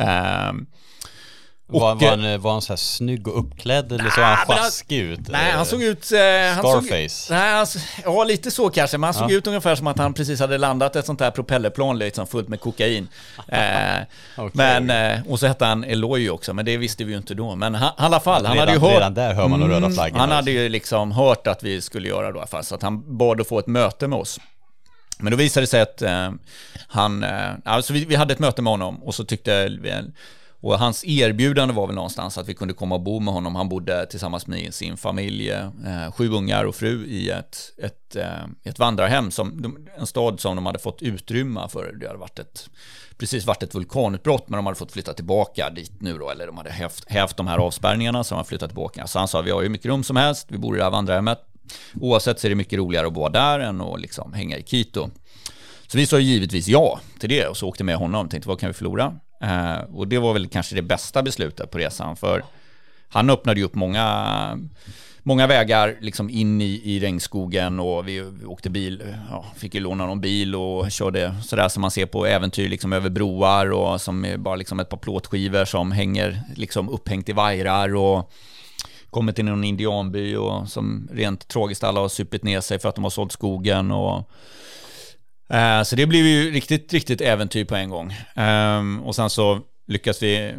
Var han så här snygg och uppklädd eller så han sjaskig ut? Nej, han såg ut... Scarface? Lite så kanske. Men han såg ut ungefär som att han precis hade landat ett sånt här propellerplan liksom, fullt med kokain. Okay. Men, och så hette han Eloy också, men det visste vi ju inte då. Men i alla fall, han hade ju hört... Redan där hör man de röda flaggen. Han hade ju liksom hört att vi skulle göra då i alla fall, så att han bad att få ett möte med oss. Men då visade det sig att alltså vi hade ett möte med honom och så tyckte vi... Och hans erbjudande var väl någonstans att vi kunde komma och bo med honom. Han bodde tillsammans med sin familj, 7 ungar och fru i ett vandrarhem, en stad som de hade fått utrymma för. Det hade precis varit ett vulkanutbrott, men de hade fått flytta tillbaka dit nu då, eller de hade hävt de här avspärrningarna, så de hade flyttat tillbaka. Så han sa, vi har ju mycket rum som helst, vi bor i det här vandrarhemmet. Oavsett så är det mycket roligare att bo där än att liksom hänga i Quito. Så vi sa givetvis ja till det och så åkte med honom. Tänkte, vad kan vi förlora? Och det var väl kanske det bästa beslutet på resan, för han öppnade ju upp många vägar liksom in i regnskogen, och vi åkte bil, fick ju låna någon bil och körde sådär som man ser på äventyr liksom över broar, och som är bara liksom ett par plåtskivor som hänger liksom upphängt i vajrar, och kommer till någon indianby och som rent tragiskt alla har supit ner sig för att de har sålt skogen. Och så det blev ju riktigt, riktigt äventyr på en gång. Och sen så lyckades vi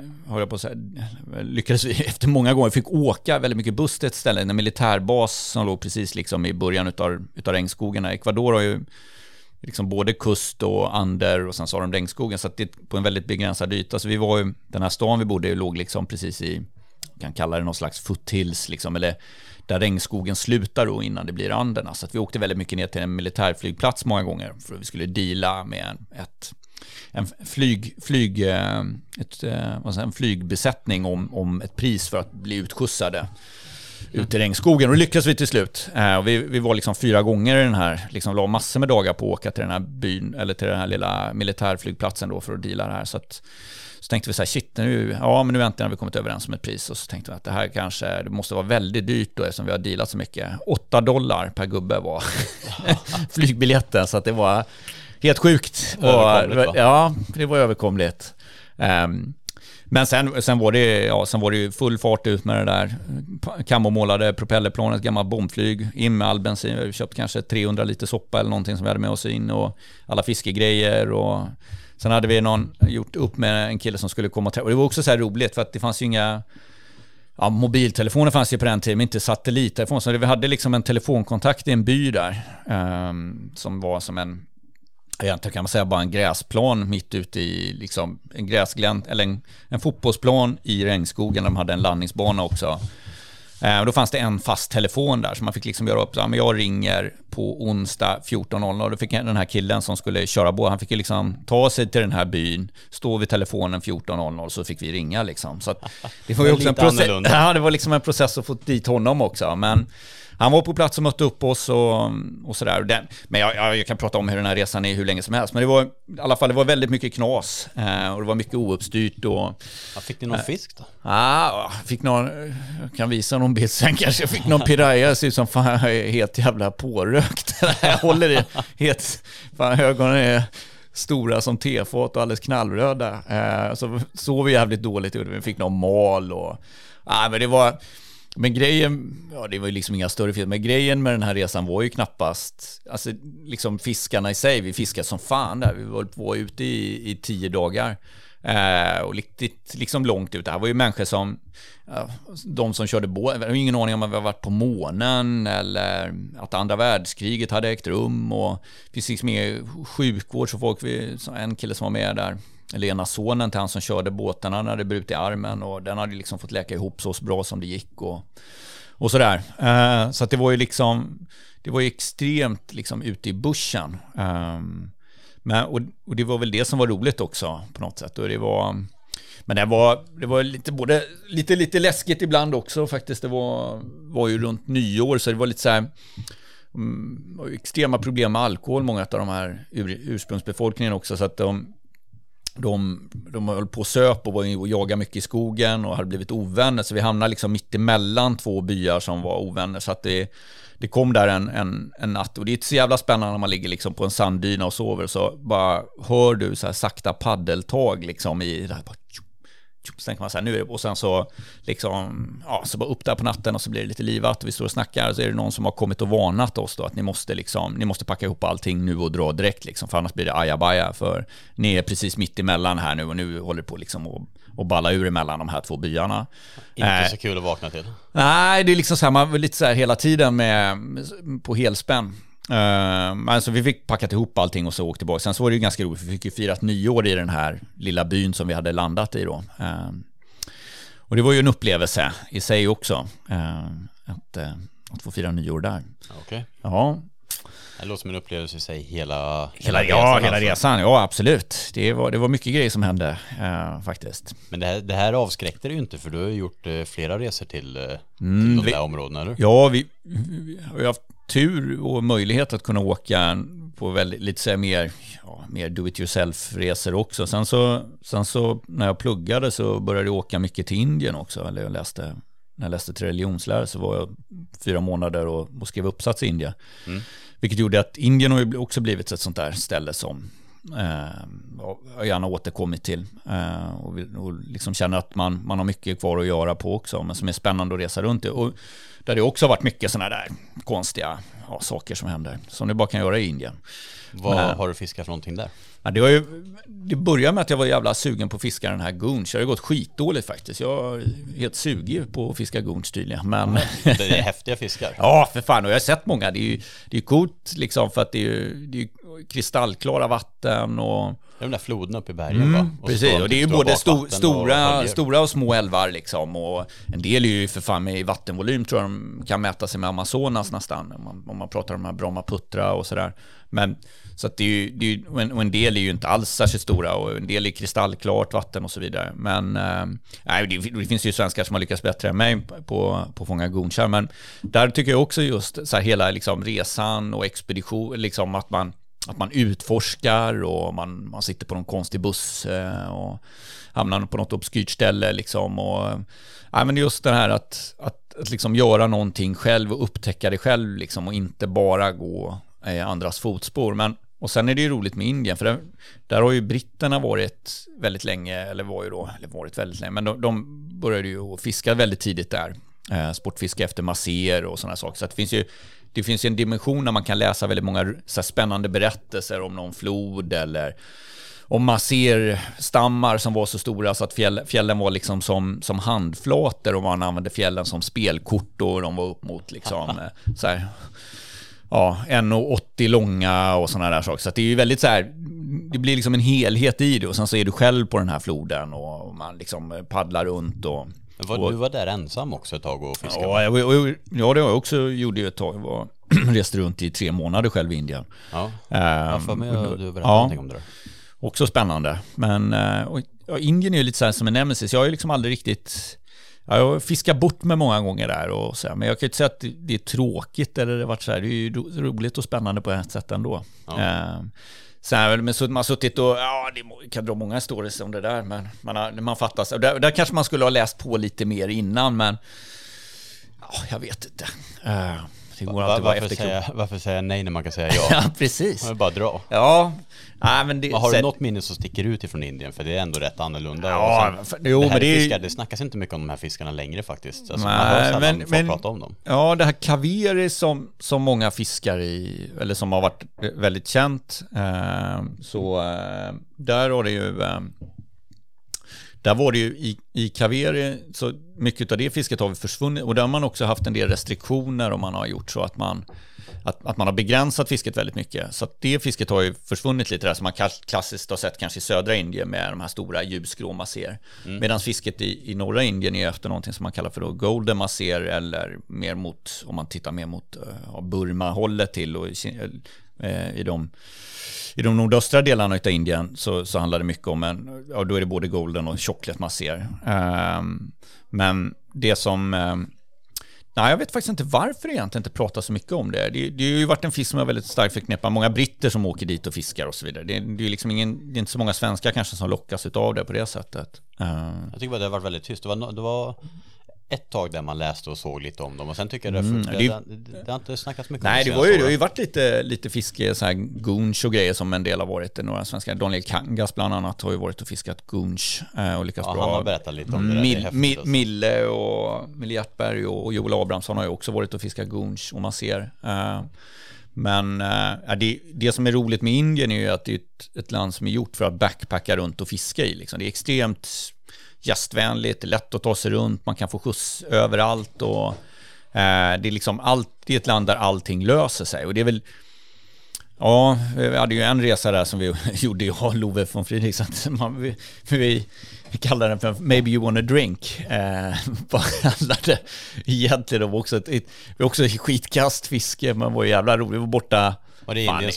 efter många gånger, fick åka väldigt mycket buss till ett ställe, en militärbas som låg precis liksom i början utav regnskogarna. Ecuador har ju liksom både kust och ander, och sen så har de regnskogen, så att det är på en väldigt begränsad yta. Så vi var ju, den här stan vi bodde i låg liksom precis i, kan kalla det någon slags foothills liksom, eller där regnskogen slutar då innan det blir Anderna. Så att vi åkte väldigt mycket ner till en militärflygplats många gånger för att vi skulle deala med en flygbesättning om ett pris för att bli utskjutsade ut i regnskogen. Och det lyckades vi till slut. Och vi var liksom 4 gånger i den här, liksom la massor med dagar på att åka till den här byn, eller till den här lilla militärflygplatsen då, för att deala det här. Så tänkte vi så här, shit, nu äntligen har vi kommit överens om ett pris. Och så tänkte vi att det måste vara väldigt dyrt då, eftersom vi har dealat så mycket. $8 per gubbe var flygbiljetten, så att det var helt sjukt. Ja, det var överkomligt. Men sen var det ju full fart ut med det där kamomålade propellerplanet, gammalt bombflyg, in med all bensin. Vi köpt kanske 300 liter soppa eller någonting som vi hade med oss in, och alla fiskegrejer, och sen hade vi gjort upp med en kille som skulle komma och det var också så här roligt, för att det fanns ju inga mobiltelefoner fanns ju på den tiden, inte satellittelefon, så vi hade liksom en telefonkontakt i en by där som var som egentligen kan man säga bara en gräsplan mitt ute i liksom en gräsglänt, eller en fotbollsplan i regnskogen. De hade en landningsbana också. Och då fanns det en fast telefon där, så man fick liksom göra upp så, men jag ringer på onsdag 14.00, och då fick den här killen som skulle köra båt, han fick ju liksom ta sig till den här byn, stå vid telefonen 14.00, så fick vi ringa liksom. Så att det var ju också en process. Ja, det var liksom en process att få dit honom också, men han var på plats och mötte upp oss och sådär. Men jag kan prata om hur den här resan är hur länge som helst. Men det var i alla fall, det var väldigt mycket knas. Och det var mycket ouppstyrt. Fick ni någon fisk då? Fick någon, jag kan visa någon bild sen kanske. Jag fick någon piraya, ser ut som fan, jag är helt jävla pårökt. Jag håller i helt, fan, ögonen är stora som tefat och alldeles knallröda. Så sov vi jävligt dåligt. Vi fick någon mal men det var... Men grejen, det var ju liksom inga större fel, men grejen med den här resan var ju knappast, alltså liksom fiskarna i sig, vi fiskade som fan där, vi var ute i 10 dagar. Och riktigt liksom långt ut. Det här var ju människor som de som körde båt, jag har ingen aning om att vi har varit på månen eller att andra världskriget hade ägt rum, och det finns liksom ingen sjukvård, så folk, en kille som var med där, Lena, sonen till han som körde båtarna, han hade brutit armen och den hade liksom fått läka ihop så bra som det gick och sådär. Så att det var ju liksom, det var ju extremt liksom ute i bushen. Men, och det var väl det som var roligt också på något sätt. Och det var, men det var lite både lite läskigt ibland också faktiskt. Det var ju runt nyår, så det var lite så här extrema problem med alkohol, många av de här ursprungsbefolkningen också, så att de höll på söp och var och jagade mycket i skogen och hade blivit ovänner, så vi hamnade liksom mitt emellan 2 byar som var ovänner, så att det kom där en natt, och det är så jävla spännande när man ligger liksom på en sanddyna och sover, så bara hör du så här sakta paddeltag liksom i det här, bara så tänker man så här, nu är det, och sen så liksom, så bara upp där på natten och så blir det lite livat och vi står och snackar, och så är det någon som har kommit och varnat oss då att ni måste packa ihop allting nu och dra direkt liksom, för annars blir det ajabaja, för ni är precis mitt emellan här nu, och nu håller det på liksom och balla ur emellan de här 2 byarna. Inte så kul att vakna till. Nej, det är liksom så här, man var lite så här hela tiden på helspänn. Alltså vi fick packat ihop allting och så åkte tillbaka. Sen så var det ju ganska roligt, vi fick ju fira ett nyår i den här lilla byn som vi hade landat i då. Och det var ju en upplevelse i sig också, att få fira nyår där. Okej. Ja. Det låter som en upplevelse i sig hela resan. Ja, absolut. Det var mycket grejer som hände faktiskt. Men det här avskräckte det ju inte, för du har gjort flera resor till de där områdena, eller? Ja, vi har haft tur och möjlighet att kunna åka på väldigt lite så här mer do-it-yourself-resor också. Sen så när jag pluggade så började jag åka mycket till Indien också. Eller när jag läste till religionslära så var jag 4 månader och skrev uppsats i Indien. Vilket gjorde att Indien har ju också blivit ett sånt där ställe som jag gärna återkommit till och liksom känner att man har mycket kvar att göra på också, men som är spännande att resa runt i. Och där det också har varit mycket sådana där konstiga saker som händer, som du bara kan göra i Indien. Vad har du fiskat för någonting där? Ja, det började med att jag var jävla sugen på att fiska den här gunch. Det har gått skitdåligt faktiskt. Jag är helt sugig på att fiska gunch tydligen. Men det är häftiga fiskar. Ja, för fan. Och jag har sett många. Det är coolt liksom, för att det är kristallklara vatten och de där floderna uppe i bergen, va? Och precis, och det är ju både stora och små älvar liksom, och en del är ju för fan med i vattenvolym, tror jag de kan mäta sig med Amazonas nästan, om man pratar om de här Brahmaputra och sådär. Men så att och en del är ju inte alls särskilt stora, och en del är kristallklart vatten och så vidare. Men det finns ju svenskar som har lyckats bättre än mig på att fånga gunchar, men där tycker jag också just så här, hela liksom resan och expedition, liksom att man utforskar, och man sitter på någon konstig buss och hamnar på något obskyrt ställe liksom, och men just det här att liksom göra någonting själv och upptäcka det själv liksom, och inte bara gå andras fotspår. Men och sen är det ju roligt med Indien, för där har ju britterna varit väldigt länge, men de började ju fiska väldigt tidigt där, sportfiska efter maser och sådana saker, så att det finns ju en dimension när man kan läsa väldigt många så här spännande berättelser om någon flod, eller om maserstammar som var så stora så att fjällen var liksom som handflator, och man använde fjällen som spelkort, och de var upp mot liksom så här, 1,80 långa och sådana där saker. Så att det är ju väldigt så här, det blir liksom en helhet i det, och sen så är du själv på den här floden och man liksom paddlar runt och du var där ensam också ett tag och fiskade? Ja, det var jag också, gjorde ju ett tag. Jag reste runt i 3 månader själv i Indien. Ja, jag får med du berättade någonting om det där. Också spännande. Men Indien är ju lite så här som en nemesis. Jag har ju liksom aldrig riktigt... Jag fiskar bort mig många gånger där och så här, men jag kan ju inte säga att det är tråkigt eller det har varit så här. Det är ju roligt och spännande på ett sätt ändå. Ja. Så här, men man har suttit och det kan dra många stories om det där, men man fattas. Där kanske man skulle ha läst på lite mer innan, men jag vet inte. det går alltid vara efterklok. Varför säga nej när man kan säga ja? Ja, precis. Man vill bara dra. Ja. Nej, men har du något minne som sticker ut ifrån Indien? För det är ändå rätt annorlunda. Ja, det snackas inte mycket om de här fiskarna längre faktiskt. Alltså, man hör prata om dem. Ja, det här kaviar som många fiskar i, eller som har varit väldigt känt. Där var det ju... Där var det ju i kaviar, så mycket av det fisket har försvunnit, och där har man också haft en del restriktioner, och man har gjort så att man har begränsat fisket väldigt mycket. Så att det fisket har ju försvunnit lite där, som man klassiskt har sett kanske i södra Indien med de här stora ljusgrå maser. Medan fisket i norra Indien är efter någonting som man kallar för då golden maser, eller mer mot, om man tittar mer mot Burma-hållet till, och i de nordöstra delarna av Indien så handlar det mycket om då är det både golden och chocolate maser. Men det som... jag vet faktiskt inte varför det egentligen inte pratar så mycket om det. Det har ju varit en fisk som är väldigt starkt förknippad. Många britter som åker dit och fiskar och så vidare. Det är liksom det är inte så många svenskar kanske som lockas av det på det sättet. Jag tycker bara det har varit väldigt tyst. Det var ett tag där man läste och såg lite om dem, och sen tycker jag det har inte snackats mycket om det. Nej, det har ju varit lite fiske, så här goonch och grejer som en del har varit. Några svenskar, Daniel Kangas bland annat har ju varit och fiskat goonch och lyckats bra. Han har berättat lite om det. Mille Hjertberg och Joel Abrahamsson har ju också varit och fiskat goonch, och man ser. Men det som är roligt med Indien är ju att det är ett land som är gjort för att backpacka runt och fiska i. Liksom. Det är extremt gästvänligt, lätt att ta sig runt, man kan få skjuts överallt, och det är liksom det är ett land där allting löser sig. Och det är väl, vi hade ju en resa där som vi gjorde, jag och Love von Friedrich, så att vi kallar den för Maybe You Wanna Drink. Vad handlade egentligen om också ett skitkastfiske, men var ju jävla roligt. Vi var borta. Var det Indien?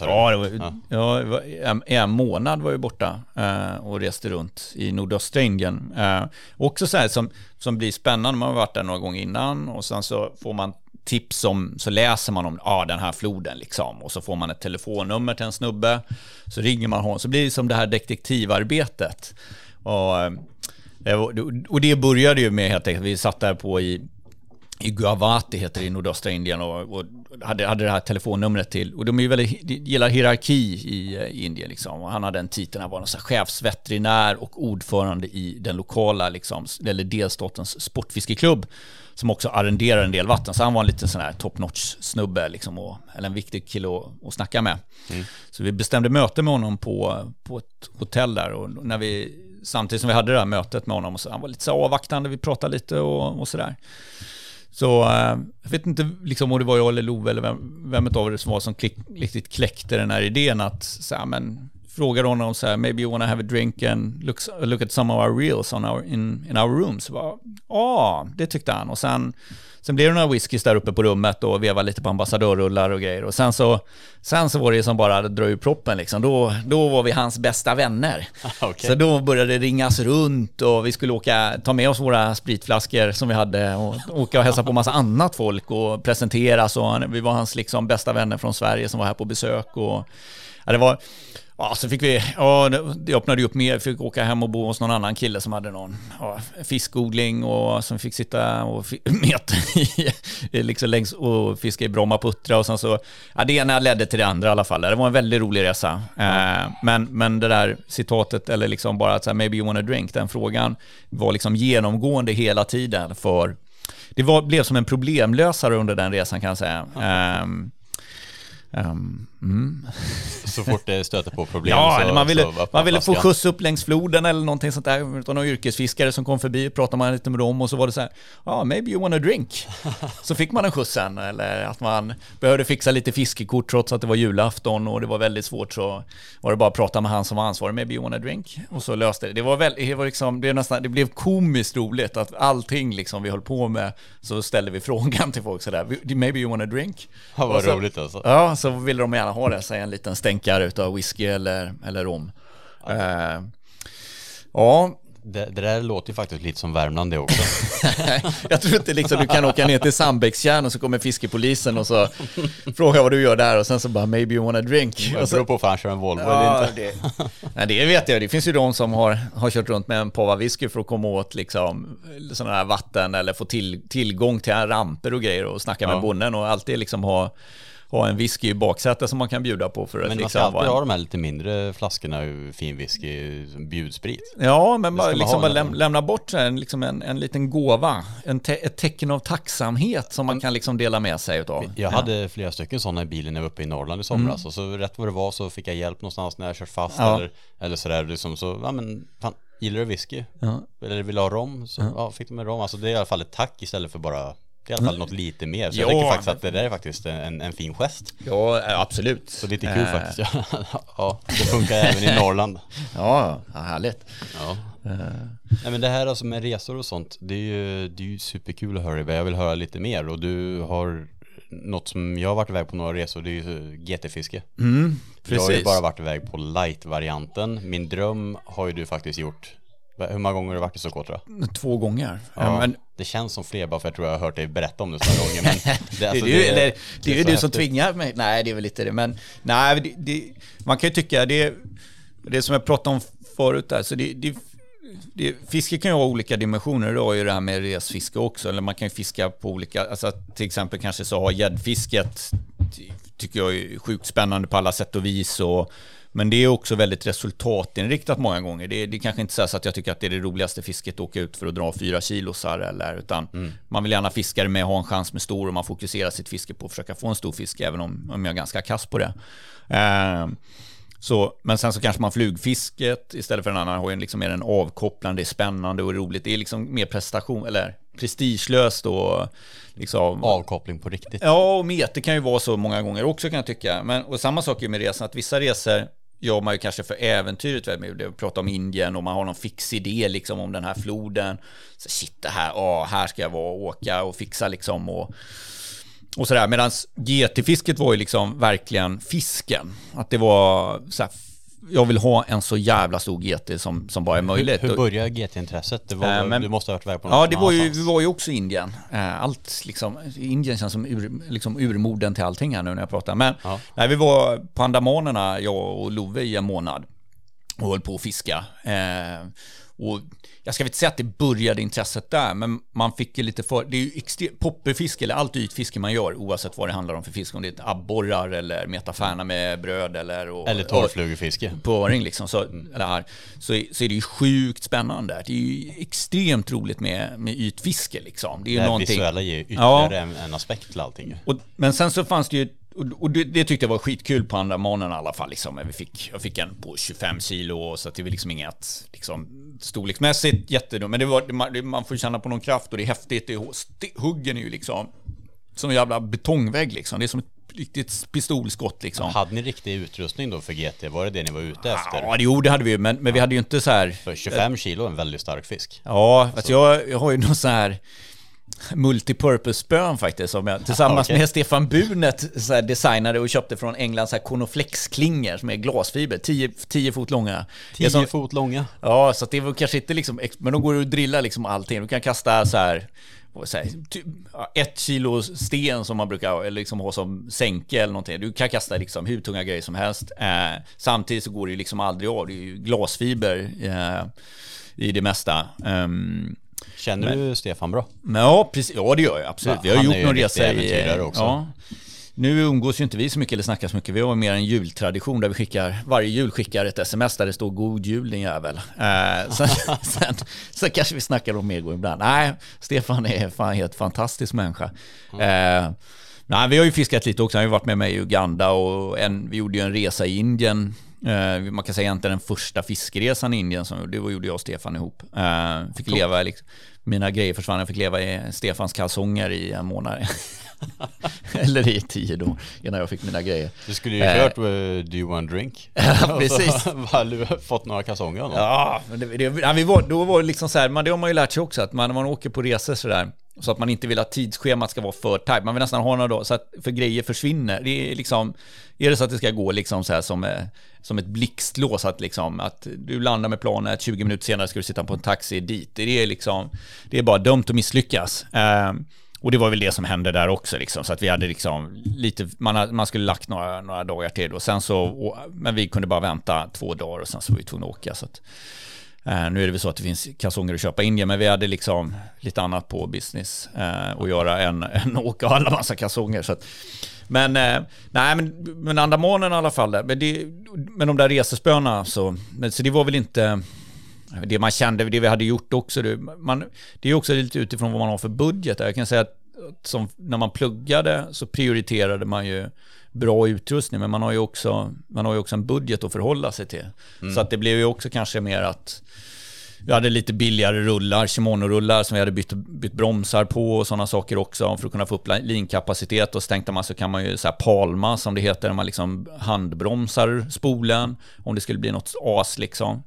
En månad var jag borta och reste runt i nordöstra Indien. Också så här som blir spännande. Man har varit där några gånger innan, och sen så får man tips så läser man om den här floden liksom, och så får man ett telefonnummer till en snubbe, så ringer man honom, så blir det som det här detektivarbetet. Och det började ju med helt enkelt, vi satt där på i Guwahati heter det i nordöstra Indien, och hade det här telefonnumret till, och de är ju väldigt, gillar hierarki i Indien liksom, och han hade en titel, han var någon sån här chefsveterinär och ordförande i den lokala liksom, eller delstatens sportfiskeklubb, som också arrenderar en del vatten, så han var en liten sån här top-notch snubbe liksom, eller en viktig kille att snacka med. Så vi bestämde möte med honom på ett hotell där, och samtidigt som vi hade det här mötet med honom, så han var lite så avvaktande, vi pratade lite och sådär. Så jag vet inte liksom om det var jag eller Love eller vem av det som var som riktigt kläckte den här idén att så här, men frågade honom så här, maybe you wanna have a drink and look at some of our reels in our rooms. Det tyckte han, och sen blev det några whiskys där uppe på rummet och veva lite på ambassadörrullar och grejer, och sen så var det som bara att dra ur proppen liksom. Då var vi hans bästa vänner. Okay. Så då började det ringas runt, och vi skulle ta med oss våra spritflaskor som vi hade och åka och hälsa på massa annat folk och presentera, så vi var hans liksom bästa vänner från Sverige som var här på besök, och det var... Ja, så fick vi, det öppnade ju upp mer, vi fick åka hem och bo hos någon annan kille som hade någon fiskodling, och som fick sitta och meta liksom längs och fiska i Brahmaputra, och sen så, det ena ledde till det andra i alla fall. Det var en väldigt rolig resa. Men det där citatet, eller liksom bara att så här, maybe you wanna drink, den frågan var liksom genomgående hela tiden, för det blev som en problemlösare under den resan, kan jag säga. Så fort det stöter på problem, man ville få skjuts upp längs floden eller någonting sånt där, utan några yrkesfiskare som kom förbi, pratade man lite med dem, och så var det så här, maybe you wanna drink. Så fick man en skjuts sen, eller att man behövde fixa lite fiskekort trots att det var julafton och det var väldigt svårt, så var det bara att prata med han som var ansvarig, maybe you wanna drink, och så löste det. Det blev komiskt roligt att allting liksom vi höll på med, så ställde vi frågan till folk sådär, maybe you wanna drink. Ja, vad roligt alltså. Ja, så ville de gärna ha det, så en liten stänkare utav whisky eller rom. Det där låter ju faktiskt lite som Värmland det också. Jag tror inte liksom du kan åka ner till Sandbäckstjärn och så kommer fiskepolisen och så frågar vad du gör där och sen så bara maybe you wanna drink. Jag beror på om han kör en Volvo eller inte. Nej, det vet jag. Det finns ju de som har kört runt med en påva whisky för att komma åt liksom sådana här vatten eller få tillgång till ramper och grejer och snacka med bonden och alltid liksom ha en whisky i baksätet som man kan bjuda på för att men man ska alltid ha de här lite mindre flaskorna fin whisky som bjudsprit. Ja, men bara lämna bort liksom en liten gåva, ett tecken av tacksamhet som man kan liksom dela med sig utav. Jag hade flera stycken sådana i bilen när jag var uppe i Norrland i somras och så rätt vad det var så fick jag hjälp någonstans när jag kört fast eller sådär liksom, så ja men fan, gillar du whisky? Eller vill du ha rom? Så fick de med rom. Alltså det är i alla fall ett tack istället för bara. Det är i alla fall något lite mer. Så jag tycker faktiskt att det där är faktiskt en fin gest. Ja, absolut. Så lite kul faktiskt. Ja, det funkar även i Norrland. Ja, härligt. Ja. Nej, men det här alltså med resor och sånt, det är ju superkul att höra. Jag vill höra lite mer. Och du har något som jag har varit iväg på några resor, det är ju GT-fiske. Precis. Jag har ju bara varit iväg på light-varianten. Min dröm har ju du faktiskt gjort. Hur många gånger har du varit i Socotra? 2 gånger. Ja, men det känns som fler bara för jag tror jag har hört dig berätta om det så gånger. Men det är ju du som tvingar mig. Nej, det är väl lite det. Men nej, man kan ju tycka det som jag pratade om förut där. Så fiske kan ju ha olika dimensioner. Det har ju det här med resfiske också. Eller man kan ju fiska på olika, alltså till exempel kanske så har gäddfisket, tycker jag är sjukt spännande på alla sätt och vis men det är också väldigt resultatinriktat många gånger. Det är kanske inte så att jag tycker att det är det roligaste fisket att åka ut för att dra 4 kilosar utan man vill gärna fiska det med, ha en chans med stor och man fokuserar sitt fiske på att försöka få en stor fisk även om jag är ganska kass på det. Men sen så kanske man flugfisket istället för en annan har liksom mer en avkopplande, det är spännande och roligt. Det är liksom mer prestation eller prestigelöst och liksom avkoppling på riktigt. Ja, och meter kan ju vara så många gånger också kan jag tycka. Och samma sak är med resan, att vissa resor gör man ju kanske för äventyret. Vi pratar om Indien och man har någon fix idé liksom om den här floden. Så shit, här ska jag vara och åka och fixa liksom och sådär. Medan GT-fisket var ju liksom verkligen fisken. Att det var så här, jag vill ha en så jävla stor GT som bara är möjligt. Hur började GT-intresset? Du måste ha varit iväg på något. Ja, vi var ju också i Indien. Allt liksom, Indien känns som urmoden till allting här nu när jag pratar. Men nej, vi var på Andamanerna, jag och Love, i en månad och höll på att fiska. Och jag ska inte säga att det började intresset där, men man fick ju lite det är ju popperfiske eller allt ytfiske man gör oavsett vad det handlar om för fisk, om det är ett abborrar eller metafärna med bröd eller torrflugefiske på öring liksom, så är det ju sjukt spännande. Det är ju extremt roligt med ytfiske liksom. Det är ju någonting visuella ger ytterligare en aspekt till allting. Men sen så fanns det ju och det tyckte jag var skitkul på Andamanerna i alla fall liksom. Jag fick en på 25 kilo så att det var liksom inget liksom storleksmässigt jättedumt, men man får känna på någon kraft och det är häftigt. Huggen är ju liksom som en jävla betongvägg liksom. Det är som ett riktigt pistolskott liksom. Hade ni riktig utrustning då för GT? Var det ni var ute efter? Ja, det hade vi ju, men vi hade ju inte så här. För 25 kilo är en väldigt stark fisk. Ja, alltså jag har ju någon så här multipurpose-spön faktiskt som jag tillsammans med Stefan Bunet så här designade och köpte från England, så här Konoflex-klingor som är glasfiber, 10 fot långa. 10 fot långa? Ja, så att det var kanske inte liksom, men de går att drilla liksom allting. Du kan kasta så här 1 kilo sten som man brukar liksom ha som sänke eller någonting. Du kan kasta liksom hur tunga grejer som helst. Samtidigt så går det ju liksom aldrig av. Det är ju glasfiber i det mesta. Känner du Stefan bra? Ja, precis. Ja, det gör jag absolut. Vi har gjort någon resa i också. Ja. Nu umgås ju inte vi så mycket eller snackar så mycket. Vi har mer en jultradition där vi varje jul skickar ett sms där det står god jul din jävel. Sen kanske vi snackar om mer ibland. Nej, Stefan är fan helt fantastisk människa. Nej, vi har ju fiskat lite också. Han har ju varit med mig i Uganda och vi gjorde ju en resa i Indien. Man kan säga inte den första fiskeresan i Indien som det gjorde jag och Stefan ihop. Fick leva liksom, mina grejer försvann. Jag fick leva i Stefans kalsonger i en månad. Eller i 10 då innan jag fick mina grejer. Du skulle ju hört Do you want a drink? Precis. Har du fått några kalsonger? Ja, då var det liksom så här, det har man ju lärt sig också att när man åker på resor så där så att man inte vill att tidsschemat ska vara för tajt. Man vill nästan ha några dagar så att för grejer försvinner. Det är liksom, är det så att det ska gå liksom så här som ett blixtlås, att liksom att du landar med planet 20 minuter senare ska du sitta på en taxi dit. Det är liksom, det är bara dömt att misslyckas. Och det var väl det som hände där också liksom, så att vi hade liksom lite, man skulle lagt några dagar till och sen så, men vi kunde bara vänta 2 dagar och sen så var vi tvungna att åka, så att nu är det väl så att det finns kalsonger att köpa in, men vi hade liksom lite annat på business att göra än åka och alla massa kalsonger, så att, men Andamanen i alla fall där, men de där resespöna så det var väl inte det man kände, det vi hade gjort också. Det är också lite utifrån vad man har för budget. Jag kan säga att när man pluggade så prioriterade man ju bra utrustning, men man har ju också en budget att förhålla sig till. Så att det blev ju också kanske mer att vi hade lite billigare rullar, Shimano-rullar som vi hade bytt bromsar på och sådana saker också för att kunna få upp linkapacitet. Och så tänkte man så kan man ju så här palma som det heter, när man liksom handbromsar spolen om det skulle bli något as liksom.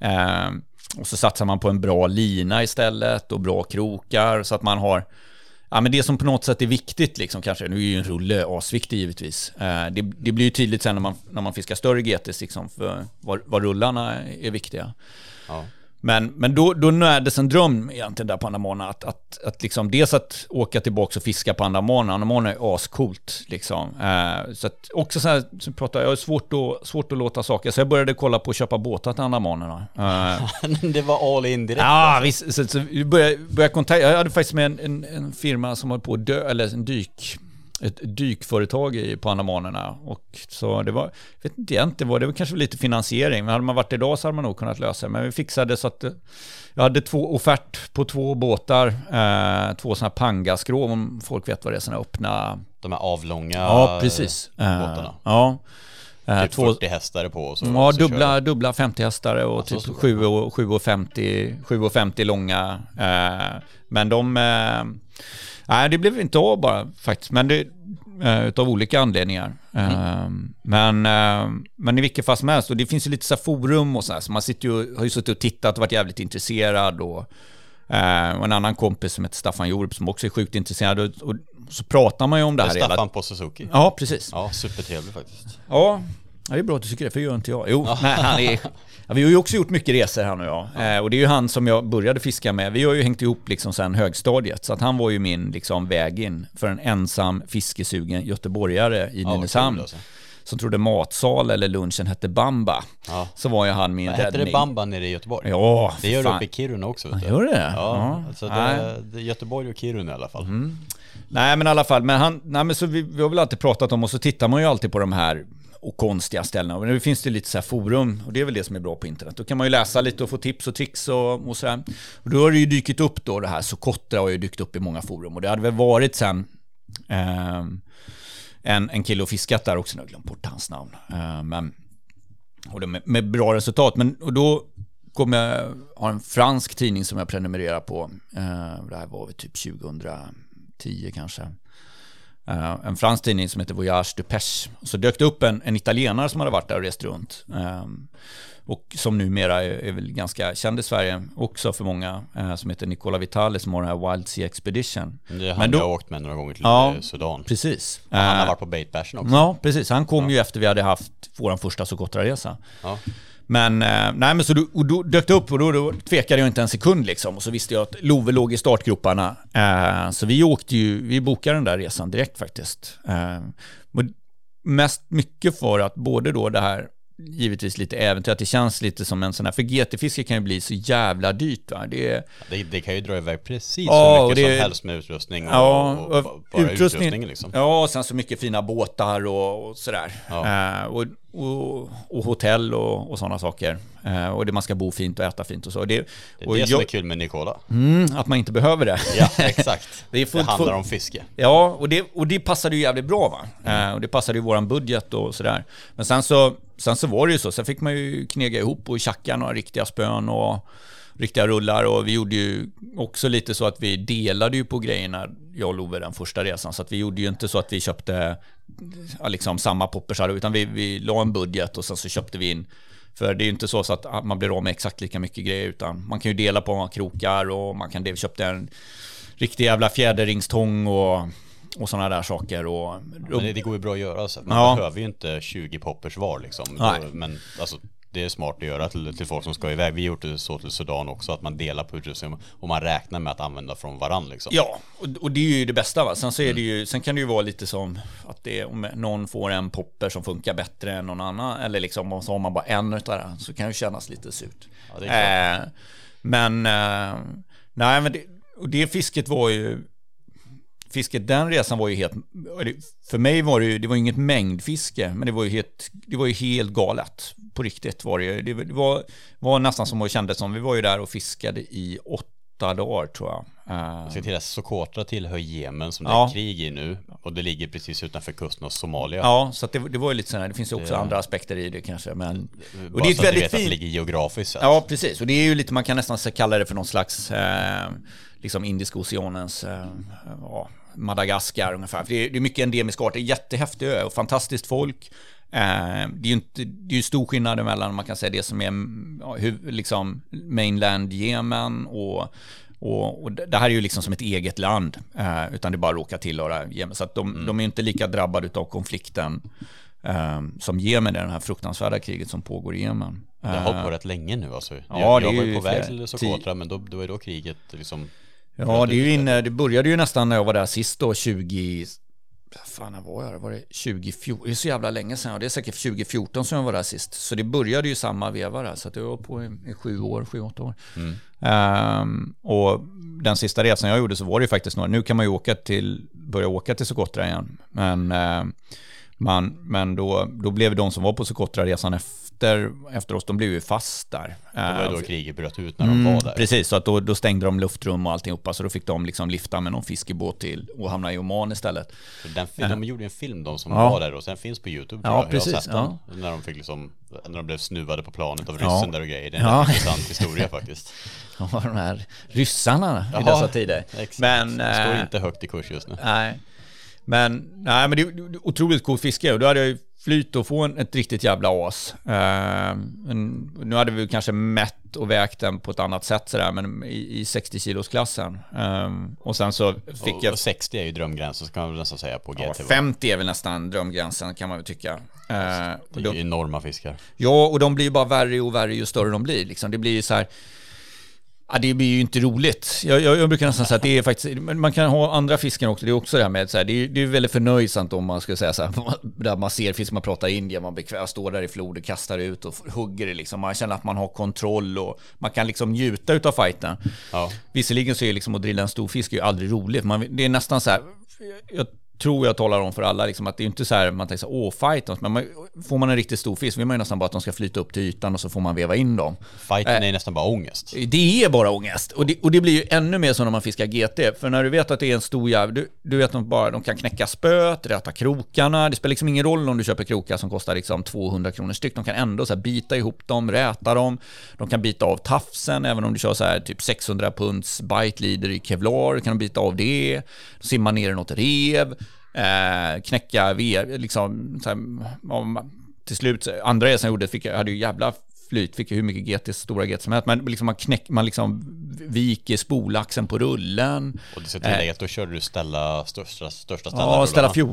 Och så satsar man på en bra lina istället och bra krokar så att man har men det som på något sätt är viktigt liksom, kanske, nu är ju en rulle asviktig givetvis. Det blir ju tydligt sen när man fiskar större GTs liksom, för vad rullarna är viktiga. Ja. Men då nöddes en dröm egentligen där på Andamanen att liksom dels att åka tillbaka och fiska på Andamanen. Andamanen är ascoolt liksom. Så att också så här, så pratar jag är svårt att låta saker. Så jag började kolla på att köpa båtar till Andamanen. Det var all in direkt. Ja, visst, så vi började kontakta. Jag hade faktiskt med en firma som höll på att dö, eller ett dykföretag på Andamanerna, och så det var, vet inte egentligen, det var kanske lite finansiering, men hade man varit idag så hade man nog kunnat lösa det, men vi fixade så att jag hade 2 offert på 2 båtar, 2 sådana här pangaskrov, om folk vet vad det är, sådana öppna, de här avlånga, ja precis, båtarna. Ja. Typ 40 hästar på och så. Ja, dubbla 50 hästar och typ 7,50 långa, men nej, det blev inte av bara faktiskt, men det utav olika anledningar. Men i vilket fall som helst, och det finns ju lite så här forum och så här, så man har ju suttit och tittat och varit jävligt intresserad, och en annan kompis som heter Staffan Jorup som också är sjukt intresserad, och så pratar man ju om det här. Staffan på Suzuki. Ja, precis. Ja, supertrevlig faktiskt. Ja, det är bra att du tycker det, för gör inte jag. Jo, nej, han är... Ja, vi har ju också gjort mycket resor, han och jag. Och det är ju han som jag började fiska med. Vi har ju hängt ihop liksom sen högstadiet. Så att han var ju min liksom väg in för en ensam fiskesugen göteborgare i Nynäshamn. Alltså. Som trodde matsal eller lunchen hette Bamba. Ja. Så var ju han min räddning. Hette det Bamba nere i Göteborg? Ja, det gör det uppe i Kiruna också. Vet du? Gör det? Ja. Alltså det är Göteborg och Kiruna i alla fall. Nej, men i alla fall. Men så vi har väl alltid pratat om, och så tittar man ju alltid på de här och konstiga ställena. Och nu finns det lite så här forum, och det är väl det som är bra på internet. Då kan man ju läsa lite och få tips och tricks och så här. Och då har det ju dykt upp då, det här Socotra har ju dykt upp i många forum, och det hade väl varit sen en kille och fiskat där också, nu har jag glömt bort hans namn. Och det med bra resultat, men och då kommer jag ha en fransk tidning som jag prenumererar på. Det här var väl typ 2010 kanske. En fransk tidning som heter Voyage de Pêche. Så dök det upp en italienare som hade varit där och rest runt. Och som numera är väl ganska känd i Sverige också för många, som heter Nicola Vitali, som har den här Wild Sea Expedition. Det har jag åkt med några gånger till Sudan. Precis. Han har varit på Bait Bashen också. Ja, precis. Han kom ju efter vi hade haft vår första Socotra-resa. Ja. Men så då dök det upp, och då tvekade jag inte en sekund liksom, och så visste jag att Love låg i startgroparna, så vi bokade den där resan direkt faktiskt, mest mycket för att både då det här givetvis lite äventyr, att det känns lite som en sån här, för GT-fiske kan ju bli så jävla dyrt, va? Det kan ju dra iväg precis så mycket som helst med utrustning och bara utrustning liksom. Ja, och sen så mycket fina båtar och sådär. Ja. Och hotell och sådana saker. Och det man ska bo fint och äta fint och så. Det är som är kul med Nicola. Att man inte behöver det. Ja, exakt. Det handlar om fiske. Ja, och det passade ju jävligt bra, va? Och det passade ju våran budget och sådär. Men sen så var det ju så. Sen fick man ju knega ihop och tjacka några riktiga spön och riktiga rullar, och vi gjorde ju också lite så att vi delade ju på grejerna, jag och Love, den första resan, så att vi gjorde ju inte så att vi köpte liksom samma poppersar, utan vi la en budget och sen så köpte vi in, för det är ju inte så att man blir av med exakt lika mycket grejer, utan man kan ju dela på krokar, och man kan köpte riktig jävla fjäderringstång och sådana där saker. Men det går ju bra att göra. Så. Man behöver ju inte 20 poppers var liksom. Men alltså, det är smart att göra till folk som ska iväg. Vi har gjort det så till Sudan också, att man delar på utrustning och man räknar med att använda från varann liksom. Ja, och det är ju det bästa, va? Sen så är det ju, sen kan det ju vara lite som att om någon får en popper som funkar bättre än någon annan, eller liksom, och så har man bara en utav det, så kan det kännas lite surt. Ja, det är klart. Men det fisket var ju, den resan var ju helt, för mig var det var inget mängdfiske, men det var ju helt galet. På riktigt var det. Det var nästan som att kändes som vi var ju där och fiskade i 8 dagar, tror jag. Jag ska till att Socotra tillhör Jemen som det är krig i nu, och det ligger precis utanför kusten av Somalia. Ja, så att det var ju lite sådär. Det finns ju också andra aspekter i det kanske, men och det är väldigt fint att det ligger geografiskt. Ja, precis. Och det är ju lite, man kan nästan kalla det för någon slags liksom Indiska oceanens Madagaskar ungefär. För det är mycket endemisk art. Det är jättehäftig ö och fantastiskt folk. Det är ju stor skillnad mellan, man kan säga, det som är liksom mainland Jemen och det här är ju liksom som ett eget land, utan det bara råkar tillhöra Jemen, så att de är inte lika drabbade av konflikten som Jemen, är det här fruktansvärda kriget som pågår i Jemen. Det har hållit på rätt länge nu alltså. Jag var ju på väg till Socotra, men då är kriget liksom. Ja, det började ju nästan när jag var där sist då, 2014? Det är så jävla länge sedan, och det är säkert 2014 som jag var där sist. Så det började ju samma veva där, så att jag var på i 7-8 år. Och den sista resan jag gjorde, så var det ju faktiskt nu kan man ju börja åka till Socotra igen. Men då blev de som var på Socotra-resan efter oss, de blev ju fast där. Det var då kriget bröt ut när de var där. Precis, så att då stängde de luftrum och alltihopa, så då fick de liksom lifta med någon fiskebåt till och hamna i Oman istället. De gjorde en film, de som var där, och sen finns på YouTube. Ja, precis. Jag har sett när de fick liksom, när de blev snuvade på planet av ryssen där och grejer. Det är en intressant historia faktiskt. Ja, de här ryssarna i dessa tider. Exakt. Men det står inte högt i kurs just nu. Nej. Men det är otroligt coolt fiske, och då hade jag ju flyt och få ett riktigt jävla as. Nu hade vi kanske mätt och vägt den på ett annat sätt sådär, men i 60-kilosklassen. Och sen så fick jag... Och 60 är ju drömgränsen, så kan man väl nästan säga på GT. Ja, 50 är väl nästan drömgränsen, kan man väl tycka. Det är ju enorma fiskar. Ja, och de blir bara värre och värre ju större de blir. Liksom. Det blir ju så här... Ja, det blir ju inte roligt. Jag brukar nästan säga att det är faktiskt, man kan ha andra fiskar också. Det är också det här med så här, det är väldigt förnöjsamt om man ska säga så här, där man ser fisk, man pratar Indien, man står där i floden, kastar ut och hugger det liksom. Man känner att man har kontroll och man kan liksom njuta utav fighten. Ja. Visserligen så är liksom att drilla en stor fisk är ju aldrig roligt. Det är nästan så här, jag tror jag talar om för alla liksom, att det är inte så här man tänker så fight, men får man en riktigt stor fisk vill man ju nästan bara att de ska flyta upp till ytan och så får man veva in dem. Fighten är nästan bara ångest. Det är bara ångest, och det blir ju ännu mer så när man fiskar GT, för när du vet att det är en stor jävel, du vet att de kan knäcka spöt, räta krokarna, det spelar liksom ingen roll om du köper krokar som kostar liksom 200 kronor styck, de kan ändå så här bita ihop dem, räta dem, de kan bita av tafsen, även om du kör så här typ 600 punds bite leader i kevlar, kan de bita av det, simma ner i något rev, knäcka liksom så här, till slut andra resan jag gjorde hade ju jävla flyt, fick hur mycket stora GT som helst, men liksom man liksom viker spolaxen på rullen. Och det ska tillägga att då kör du största ställarna. Ja,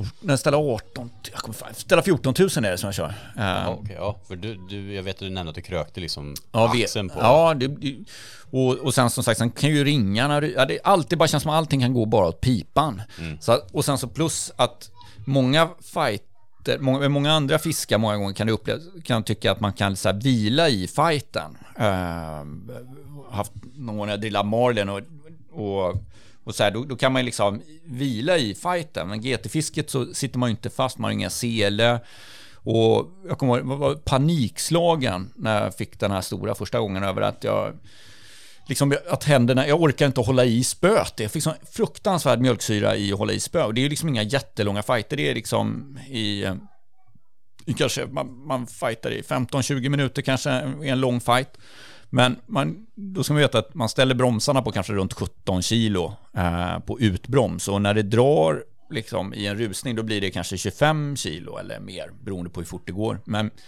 ställa 14 000 är det som jag kör. Okej, för jag vet att du nämnde att du krökte liksom axeln på. Ja, och sen som sagt, sen kan ju ringarna, det alltid bara känns som att allting kan gå bara åt pipan. Så, och sen så plus att många många andra fiskar många gånger kan tycka att man kan så här vila i fighten. Haft någon jag drillar marlin och så här, då kan man liksom vila i fighten, men GT-fisket så sitter man ju inte fast, man har inga sele. Och jag kommer ihåg, var panikslagen när jag fick den här stora första gången över att att händerna, jag orkar inte hålla i spöet. Jag fick sån fruktansvärd mjölksyra i att hålla i spö. Och det är ju liksom inga jättelånga fighter. Det är liksom i kanske man fightar i 15-20 minuter kanske i en lång fight. Men då ska man veta att man ställer bromsarna på kanske runt 17 kilo på utbroms. Och när det drar liksom i en rusning, då blir det kanske 25 kilo eller mer, beroende på hur fort det går.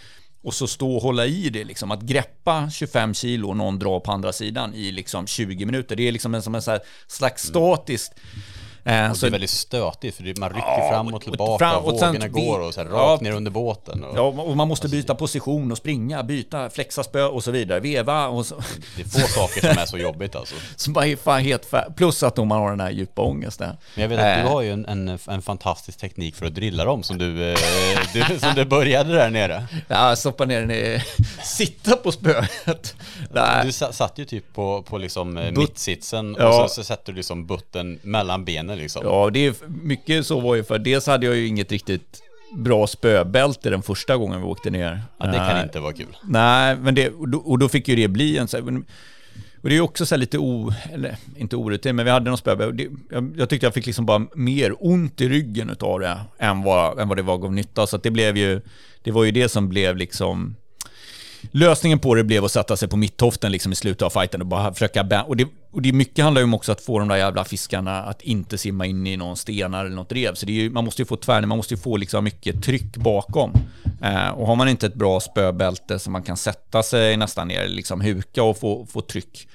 och så stå och hålla i det liksom, att greppa 25 kilo och någon drar på andra sidan i liksom 20 minuter, det är liksom som en så här slags statiskt. Och det är väldigt stötigt, för man rycker fram och tillbaka, och vågorna går och så här, rakt ner under båten. Och man måste byta position och springa, byta, flexa spö och så vidare, veva och så. Det är få saker som är så jobbigt alltså. Som bara är fan helt plus att man har den här djupa ångesten. Men jag vet att du har ju en fantastisk teknik för att drilla dem som som du började där nere. Ja, stoppa ner den sitta på spöet. Du satt ju typ på liksom mittsitsen, och så sätter du liksom butten mellan benen liksom. Ja, det är mycket så var ju, för dels hade jag ju inget riktigt bra spöbälte den första gången vi åkte ner. Ja, det kan inte vara kul. Nej, men då fick ju det bli en så här, och det är också så här lite eller inte orutin, men vi hade någon spöbälte. Jag tyckte jag fick liksom bara mer ont i ryggen utav det än vad det var gav nytta, så att det var ju det som blev liksom lösningen på det, blev att sätta sig på mitthoften liksom i slutet av fighten och bara försöka och det mycket handlar ju om också att få de där jävla fiskarna att inte simma in i någon stenar eller något rev, så det är ju, man måste ju få tvärning, man måste ju få liksom mycket tryck bakom, och har man inte ett bra spöbälte så man kan sätta sig nästan ner, liksom huka och få tryck,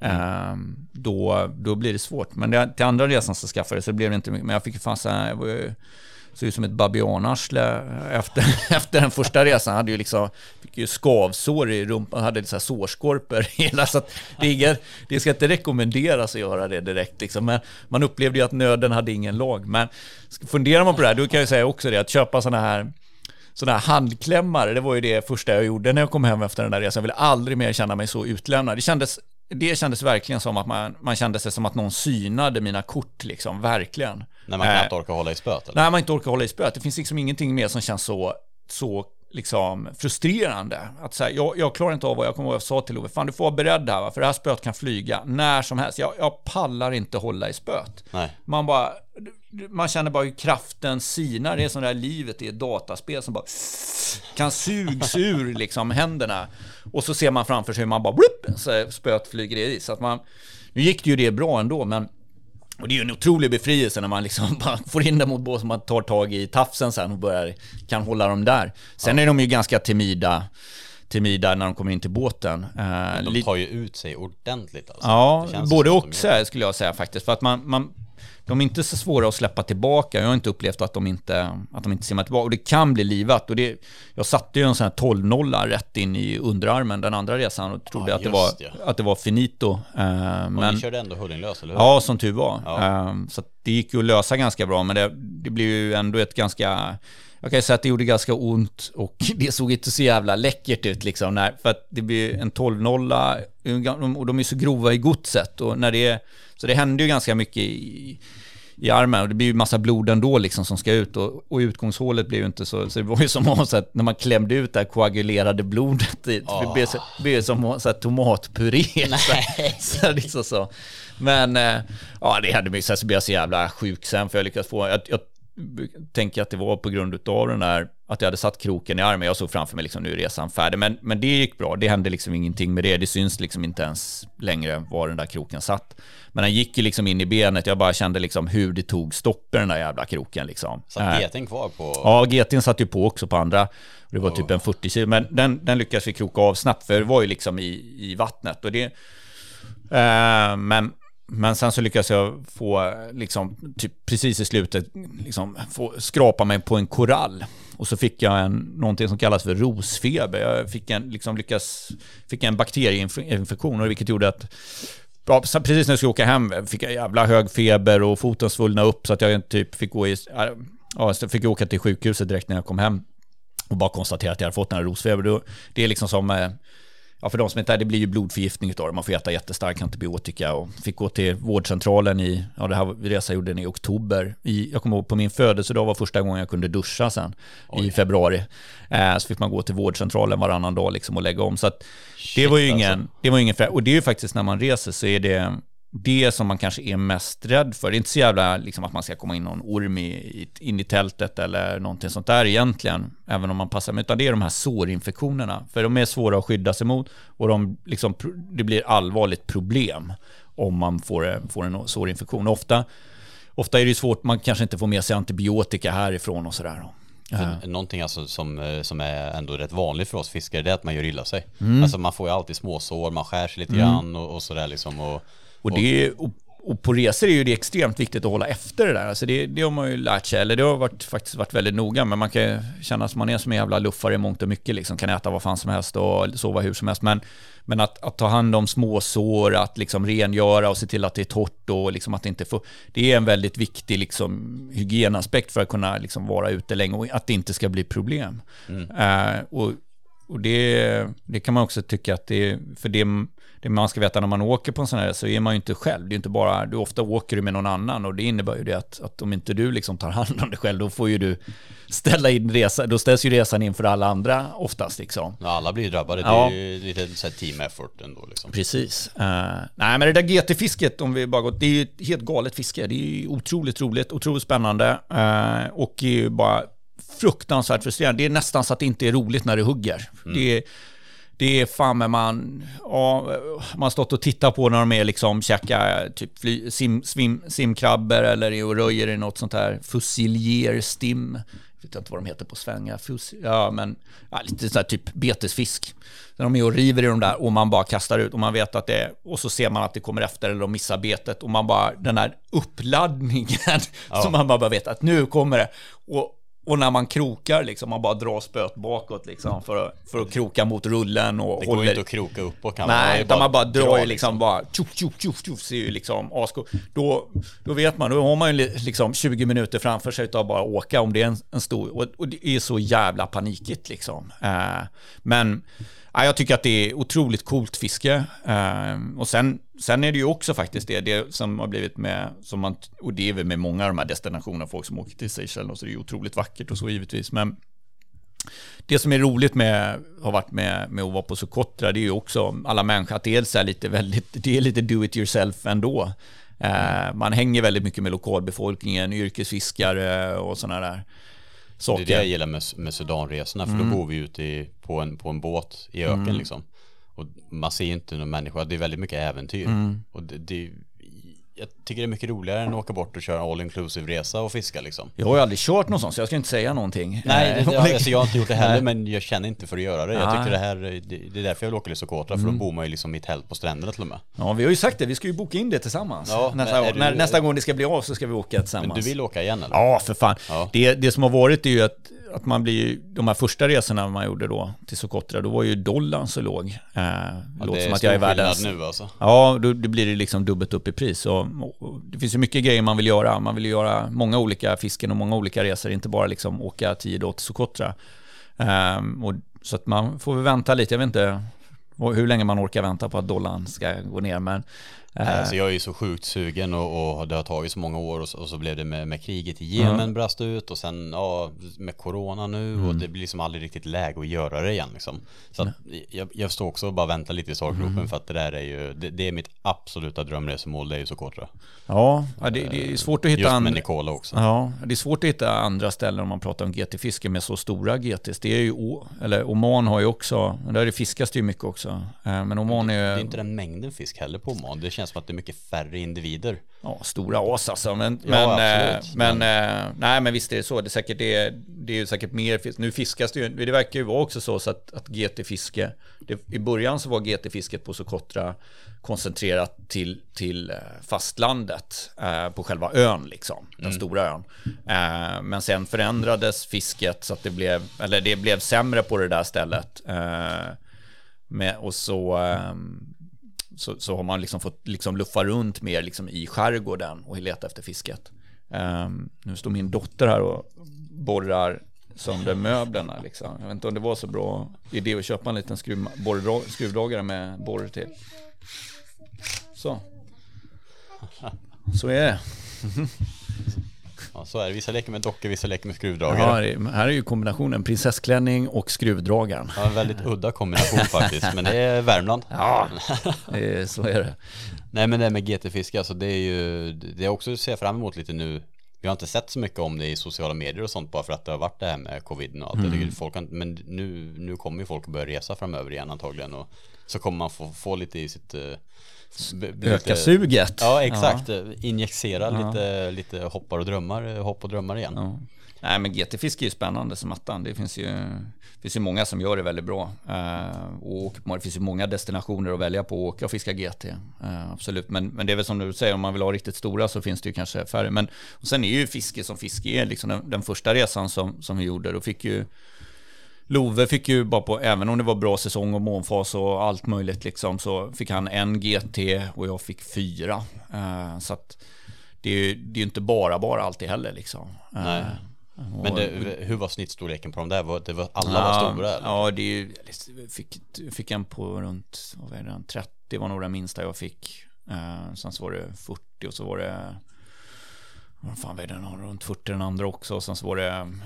då blir det svårt. Men till andra resan så skaffade det, så det blev det inte mycket, men jag fick ju fan så ut som ett babianarsle efter den första resan. Hade ju liksom, fick ju skavsår i rumpan, hade så här sårskorpor hela, så att det ska inte rekommenderas att göra det direkt liksom. Men man upplevde ju att nöden hade ingen lag. Men funderar man på det här, då kan jag säga också det, att köpa såna här handklämmare, det var ju det första jag gjorde när jag kom hem efter den där resan. Jag ville aldrig mer känna mig så utlämnad. Det kändes verkligen som att man kände sig som att någon synade mina kort liksom, verkligen. När man knappt orkar hålla i spöet, eller? Nej, man inte orkar hålla i spöet. Det finns liksom ingenting mer som känns så liksom frustrerande. Att säga, jag klarar inte av vad jag sa till Ove. Fan, du får vara beredd här, va? För det här spöet kan flyga när som helst. Jag pallar inte hålla i spöet. Nej. Man känner bara hur kraften sinar. Det är som det här livet i ett dataspel som bara kan sugs ur liksom händerna. Och så ser man framför sig hur man bara så spöet flyger i. Så att nu gick det ju det bra ändå, men och det är ju en otrolig befrielse när man liksom bara får in dem mot båt, som man tar tag i tafsen sen och kan hålla dem där. Sen är de ju ganska timida när de kommer in till båten. De tar ju ut sig ordentligt alltså. Ja, både och skulle jag säga faktiskt. För att de är inte så svåra att släppa tillbaka. Jag har inte upplevt att de inte simmar tillbaka. Och det kan bli livat. Och jag satte ju en sån här 12-0 rätt in i underarmen den andra resan och trodde att det var finito. Men ni körde ändå hullinglös, eller hur? Ja, som tur var. Ja. Så det gick ju att lösa ganska bra. Men det blev ju ändå ett ganska... Jag kan säga att det gjorde ganska ont och det såg inte så jävla läckert ut liksom, för att det blir en 12-0 och de är så grova i godset, och så det hände ju ganska mycket i armen, och det blir ju massa blod ändå liksom som ska ut, och utgångshålet blev ju inte så det var ju som så att när man klämde ut det här koagulerade blodet, det blev som så här tomatpuré. Så liksom så. Men det hände mycket, så blev jag så jävla sjuk sen, för jag lyckades få jag tänker att det var på grund av den där, att jag hade satt kroken i armen. Jag såg framför mig liksom, nu är resan färdig, men det gick bra. Det hände liksom ingenting med det syns liksom inte ens längre var den där kroken satt. Men den gick ju liksom in i benet. Jag bara kände liksom hur det tog stopp i den där jävla kroken liksom. Satt GT:n kvar på? Ja, GT:n satt ju på också på andra. Det var typ en 40 kilo, men den lyckades vi kroka av snabbt, för det var ju liksom i vattnet, och det men sen så lyckades jag få liksom typ precis i slutet liksom få skrapa mig på en korall, och så fick jag någonting som kallas för rosfeber. Jag fick en bakterieinfektion, och vilket gjorde att precis när jag skulle åka hem fick jag jävla hög feber och foten svullna upp, så att jag typ fick fick åka till sjukhuset direkt när jag kom hem och bara konstatera att jag hade fått den här rosfeber. Det är liksom som för de som inte är, det blir ju blodförgiftning utav det. Man får äta jättestark antibiotika, och fick gå till vårdcentralen det här resan gjorde den i oktober. Jag kommer ihåg på min födelsedag var första gången jag kunde duscha sen. Oj. I februari. Så fick man gå till vårdcentralen varannan dag liksom och lägga om. Så att det var ju ingen och det är ju faktiskt när man reser så är det som man kanske är mest rädd för. Det är inte så jävla liksom att man ska komma in någon orm in i tältet eller någonting sånt där egentligen, även om man passar med, utan det är de här sårinfektionerna, för de är svåra att skydda sig mot, och det blir allvarligt problem om man får en sårinfektion. Ofta är det svårt, man kanske inte får med sig antibiotika härifrån och sådär. För någonting alltså som är ändå rätt vanligt för oss fiskare, det är att man gör illa sig. Alltså man får ju alltid småsår, man skär sig lite grann och sådär liksom. Och på resor är ju det extremt viktigt att hålla efter det där. Alltså det har man ju lärt sig, eller det har faktiskt varit väldigt noga, men man kan känna att man är som en jävla luffare i mångt och mycket, liksom, kan äta vad fan som helst och sova hur som helst. Men att ta hand om småsår, att liksom rengöra och se till att det är torrt och liksom att det inte får... Det är en väldigt viktig liksom hygienaspekt för att kunna liksom vara ute länge och att det inte ska bli problem. Och det kan man också tycka att det man ska veta när man åker på en sån här, så är man ju inte själv. Det är inte bara, du ofta åker du med någon annan, och det innebär ju det att om inte du liksom tar hand om dig själv, då får ju du ställa in resa, då ställs ju resan in för alla andra oftast liksom. Ja, alla blir drabbade, det är ju lite så här team effort ändå liksom. Precis. Nej, men det där GT-fisket, om vi bara går, det är ju ett helt galet fiske. Det är ju otroligt roligt, otroligt spännande och är ju bara fruktansvärt frustrerande. Det är nästan så att det inte är roligt när det hugger. Det är fan med man har stått och tittat på när de är liksom käka typ simkrabbor eller och röjer i något sånt här fusilierstim. Jag vet inte vad de heter på svenska. Lite så här typ betesfisk. När de är och river i de där och man bara kastar ut och man vet att det, och så ser man att det kommer efter eller de missar betet och man bara, den här uppladdningen som man bara vet att nu kommer det. Och när man krokar liksom, man bara drar spöt bakåt liksom, för att kroka mot rullen och det går inte att kroka upp och kan man bara drar ju liksom bara tjoff ser ju liksom asko. Då vet man, då har man ju liksom 20 minuter framför sig att bara åka om det är en stor, och det är så jävla panikigt liksom. Men jag tycker att det är otroligt coolt fiske. Och sen är det ju också faktiskt det som har blivit med, och det är väl med många av de här destinationerna, folk som åker till Seychelles, och så är det ju otroligt vackert och så givetvis. Men det som är roligt har varit med att vara på Socotra, det är ju också alla människor, att det är så här det är lite do it yourself ändå. Man hänger väldigt mycket med lokalbefolkningen, yrkesfiskare och sådana där saker. Det är det jag gillar med Sudanresorna, för då bor vi ute på en båt i öken liksom. Och man ser ju inte någon människa, det är väldigt mycket äventyr. Och jag tycker det är mycket roligare än att åka bort och köra all inclusive resa och fiska liksom. Jag har ju aldrig kört någon sån, så jag ska inte säga någonting. Nej, jag har inte gjort det heller, men jag känner inte för att göra det. Jag tycker det är därför jag vill åka till Socotra, för då bor man ju liksom i tält på stränderna till och med. Ja, vi har ju sagt det, vi ska ju boka in det tillsammans. Nästa gång det ska bli av så ska vi åka tillsammans. Men du vill åka igen eller? Ja, för fan. Ja. Det som har varit är ju att man blir, de här första resorna man gjorde då till Socotra, då var ju dollarn så låg. Låter som att jag är världens nu alltså. Ja, då blir det liksom dubbelt upp i pris, och det finns ju mycket grejer man vill göra. Man vill göra många olika fisken och många olika resor, inte bara liksom åka 10 dagar till Socotra. Och så att man får väl vänta lite. Jag vet inte hur länge man orkar vänta på att dollarn ska gå ner, men alltså jag är ju så sjukt sugen och det har tagit så många år och så blev det med kriget i Jemen brast ut, och sen med corona nu och det blir liksom aldrig riktigt läge att göra det igen liksom. Så att jag står också och bara väntar lite i startgropen, för att det där är ju det är mitt absoluta drömresemål, det är ju Socotra. Ja, det är svårt att hitta just med Nicola också. Ja, det är svårt att hitta andra ställen om man pratar om GT-fiske med så stora GTs. Det är ju Oman har ju också, där det fiskas det ju mycket också. Men Oman det är inte den mängden fisk heller på Oman. Det känns som att det är mycket färre individer. Ja, stora as alltså. Men visst är det så. Det är ju säkert mer fisk. Nu fiskas det ju. Det verkar ju vara också så att GT-fiske, i början så var GT-fisket på Socotra koncentrerat till fastlandet på själva ön liksom, den stora ön. Men sen förändrades fisket så att det blev sämre på det där stället. Och så har man liksom fått liksom luffa runt mer liksom i skärgården och leta efter fisket. Nu står min dotter här och borrar sönder möblerna liksom. Jag vet inte om det var så bra idé att köpa en liten skruvdragare med borr till. Så är det. Ja, så är det. Vissa leker med dockor, vissa leker med skruvdragare. Ja, här är ju kombinationen prinsessklänning och skruvdragaren. Ja, en väldigt udda kombination faktiskt, men det är Värmland. Ja, så är det. Nej, men det med GT-fiske, alltså det är ju det är också att se fram emot lite nu. Vi har inte sett så mycket om det i sociala medier och sånt, bara för att det har varit det här med covid och allt. Jag tycker men nu kommer ju folk att börja resa framöver igen antagligen, och så kommer man få lite i sitt öka suget. Ja, exakt. Ja. Injicera lite hopp och drömmar igen. Ja. Nej, men GT-fiske är ju spännande som attan. Det finns ju många som gör det väldigt bra. Och det finns ju många destinationer att välja på att åka och fiska GT. Absolut. Men det är väl som du säger, om man vill ha riktigt stora så finns det ju kanske färre. Men och sen är ju fiske som fiske är liksom den första resan som vi gjorde. Då fick ju Love fick ju bara på, även om det var bra säsong och månfas och allt möjligt liksom, så fick han en GT och jag fick 4. Så att det är ju inte bara alltid heller liksom. Nej. Men hur var snittstorleken på dem där? Alla var stora? Eller? Ja, fick en på runt 30 var nog den minsta jag fick. Sen så var det 40 och så var det runt 40 den andra också. Och sen så var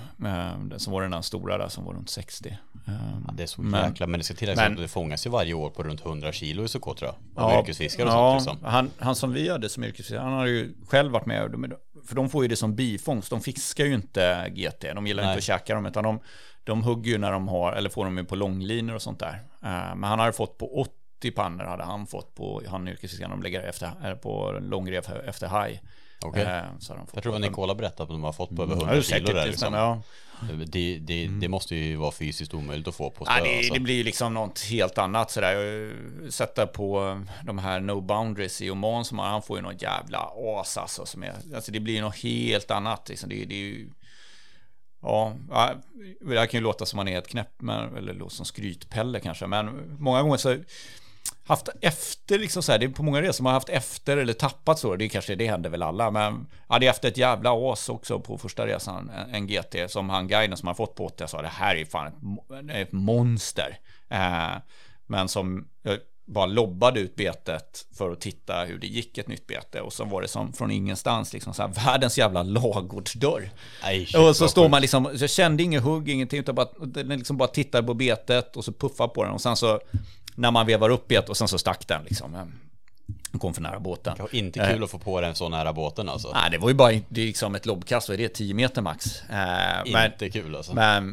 det den stora där som var runt 60. Ja, det är så jäkla, men det ska tilläggas att det fångas ju varje år på runt 100 kilo i Sokotra, tror jag. Yrkesfiskare och sånt liksom. Han som vi hade som yrkesfiskare, han har ju själv varit med, för de får ju det som bifångst. De fiskar ju inte GT, de gillar inte att käka dem, utan de hugger ju när de har, eller får dem ju på långlinor och sånt där. Men han har fått på 80 pannor hade han fått på, han yrkesfiskare, de lägger på långrev efter haj. Okay. Jag tror att Nicola berättade att de har fått på över 100 kilo där liksom. Ja. Det måste ju vara fysiskt omöjligt att få på spö. Det blir liksom något helt annat sådär. Jag sätter på de här No Boundaries i Oman som han får ju någon jävla as alltså, som är, alltså det blir ju något helt annat liksom. Det är ju, ja, det här kan ju låta som man är ett knäpp eller låta som skrytpelle kanske, men många gånger så haft efter liksom så här, det är på många resor man har haft efter eller tappat så, det händer väl alla, men ja, det är efter ett jävla as också på första resan, en GT som han guiden som har fått på 80 sa, det här är fan ett monster, men som jag bara lobbade ut betet för att titta hur det gick ett nytt bete, och så var det som från ingenstans liksom så här, världens jävla lagårdsdörr. Och så står man liksom, jag kände ingen hugg, ingenting, utan bara tittade på betet och så puffade på den, och sen så när man vevar upp betet och sen så stack den liksom. Kom för nära båten. Det var inte kul att få på den så nära båten alltså. Nej, det var ju bara liksom ett lobbkast, och det är 10 meter max. Inte kul alltså.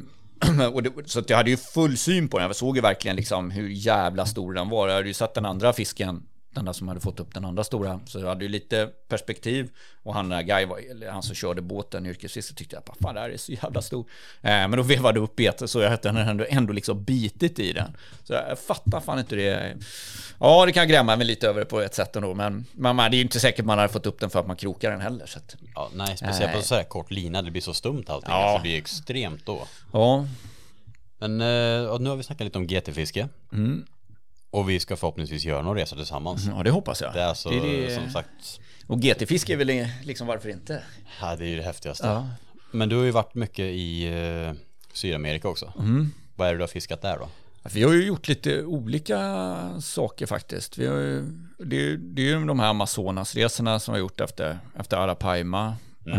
Så att jag hade ju full syn på den. Jag såg ju verkligen liksom hur jävla stor den var. Jag hade ju sett den andra fisken, den där som hade fått upp den andra stora, så jag hade ju lite perspektiv, och han där guy han som körde båten yrkesfiskare, tyckte jag, fan, det här är så jävla stor, men då vevade upp betet så jag hette den ändå liksom bitit i den, så jag fattar fan inte det. Ja, det kan grämma mig lite över det på ett sätt ändå, men det är ju inte säkert man hade fått upp den för att man krokar den heller, så att, ja, nej, speciellt på så här kort lina, det blir så stumt allting, alltså, det blir extremt då. Ja. Men nu har vi snackat lite om GT-fiske. Och vi ska förhoppningsvis göra någon resa tillsammans. Ja, det hoppas jag. Det är alltså, som sagt. Och GT-fiske är väl liksom, varför inte? Ja, det är ju det häftigaste. Ja. Men du har ju varit mycket i Sydamerika också. Vad är det du har fiskat där då? Vi har ju gjort lite olika saker faktiskt. Det är ju de här Amazonasresorna som vi har gjort efter Arapaima.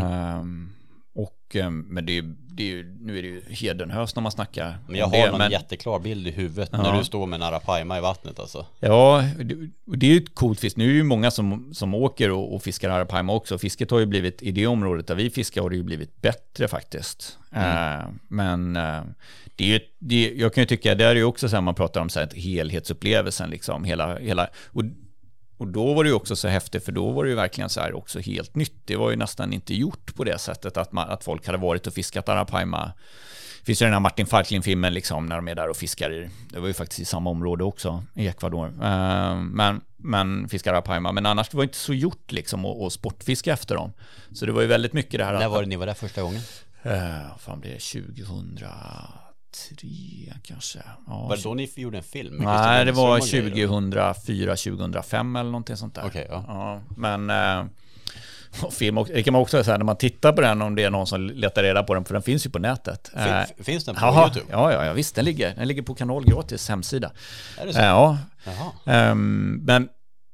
Men nu är det ju hedenhöst när man snackar. Men jag har en jätteklar bild i huvudet när du står med en Arapaima i vattnet alltså. Ja, det är ju ett coolt fisk. Nu är det ju många som åker och fiskar Arapaima också. Fisket har ju blivit, i det området där vi fiskar har det ju blivit bättre faktiskt. Men det är ju, jag kan ju tycka, det är ju också så här, man pratar om så här, helhetsupplevelsen liksom, hela och då var det ju också så häftigt, för då var det ju verkligen så här också helt nytt. Det var ju nästan inte gjort på det sättet att folk hade varit och fiskat Arapaima. Finns ju den här Martin Falklin-filmen liksom, när de är där och fiskar det var ju faktiskt i samma område också i Ecuador. Men fiskar Arapaima, men annars det var inte så gjort liksom och sportfiska efter dem. Så det var ju väldigt mycket det här. När var det ni var där första gången? Fan, det är 2003 kanske. Ja, var det då ni gjorde en film? Nej, det var 2004-2005 eller någonting sånt där. Okay, ja. Men film, det kan man också säga när man tittar på den, om det är någon som letar reda på den, för den finns ju på nätet. Finns den på YouTube? Ja, visst, den ligger på Kanal Gratis hemsida. Är det så? Ja. Men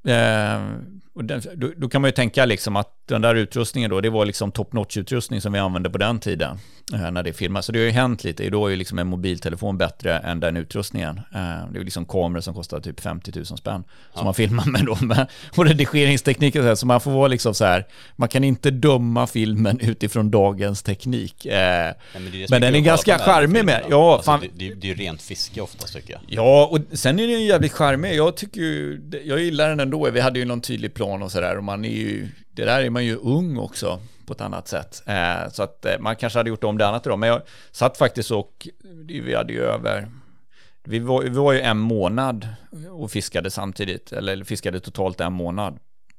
då kan man ju tänka liksom att den där utrustningen då, det var liksom top notch utrustning som vi använde på den tiden när det filmas. Så det har ju hänt lite. Idag är ju liksom en mobiltelefon bättre än den utrustningen. Det är ju liksom kameror som kostar typ 50 000 spänn som man filmar med då. Och redigeringstekniken så man får vara liksom så här, man kan inte döma filmen utifrån dagens teknik. Men den är ganska charmig med. Ja, alltså, det är ju rent fiske oftast tycker jag. Ja, och sen är det ju jävligt charmig. Jag gillar den ändå. Vi hade ju någon tydlig plan och sådär. Och det där är man ju ung också på ett annat sätt. Så att man kanske hade gjort om det annat då. Men jag satt faktiskt och vi hade ju vi var ju en månad och fiskade samtidigt. Eller fiskade totalt en månad.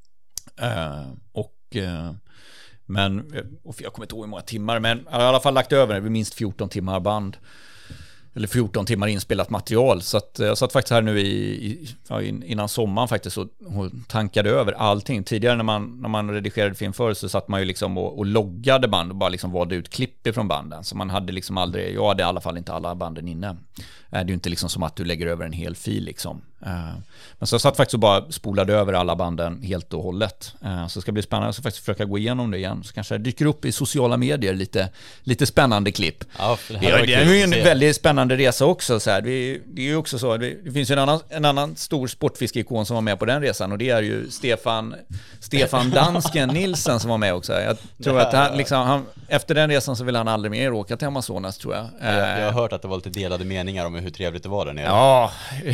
Men jag kommer inte ihåg hur många timmar, men jag har i alla fall lagt över minst 14 timmar band. Eller 14 timmar inspelat material. Så att jag satt faktiskt här nu innan sommaren faktiskt och tankade över allting. Tidigare när man redigerade film förr så satt man ju liksom och loggade band och bara liksom valde ut klipp ifrån banden. Så man hade liksom aldrig, jag hade i alla fall inte alla banden inne. Det är ju inte liksom som att du lägger över en hel fil liksom. Men så jag satt faktiskt och bara spolade över alla banden helt och hållet. Så det ska bli spännande att faktiskt försöka gå igenom det igen. Så kanske det dyker upp i sociala medier lite spännande klipp. Ja, det är ju en väldigt spännande resa också. Så här. Det är ju också så, det finns ju en annan stor sportfiskeikon som var med på den resan. Och det är ju Stefan Dansken Nilsen som var med också. Jag tror att han, efter den resan så vill han aldrig mer åka till Amazonas, tror jag. Jag har hört att det var lite delade meningar om hur trevligt det var där nere. Ja,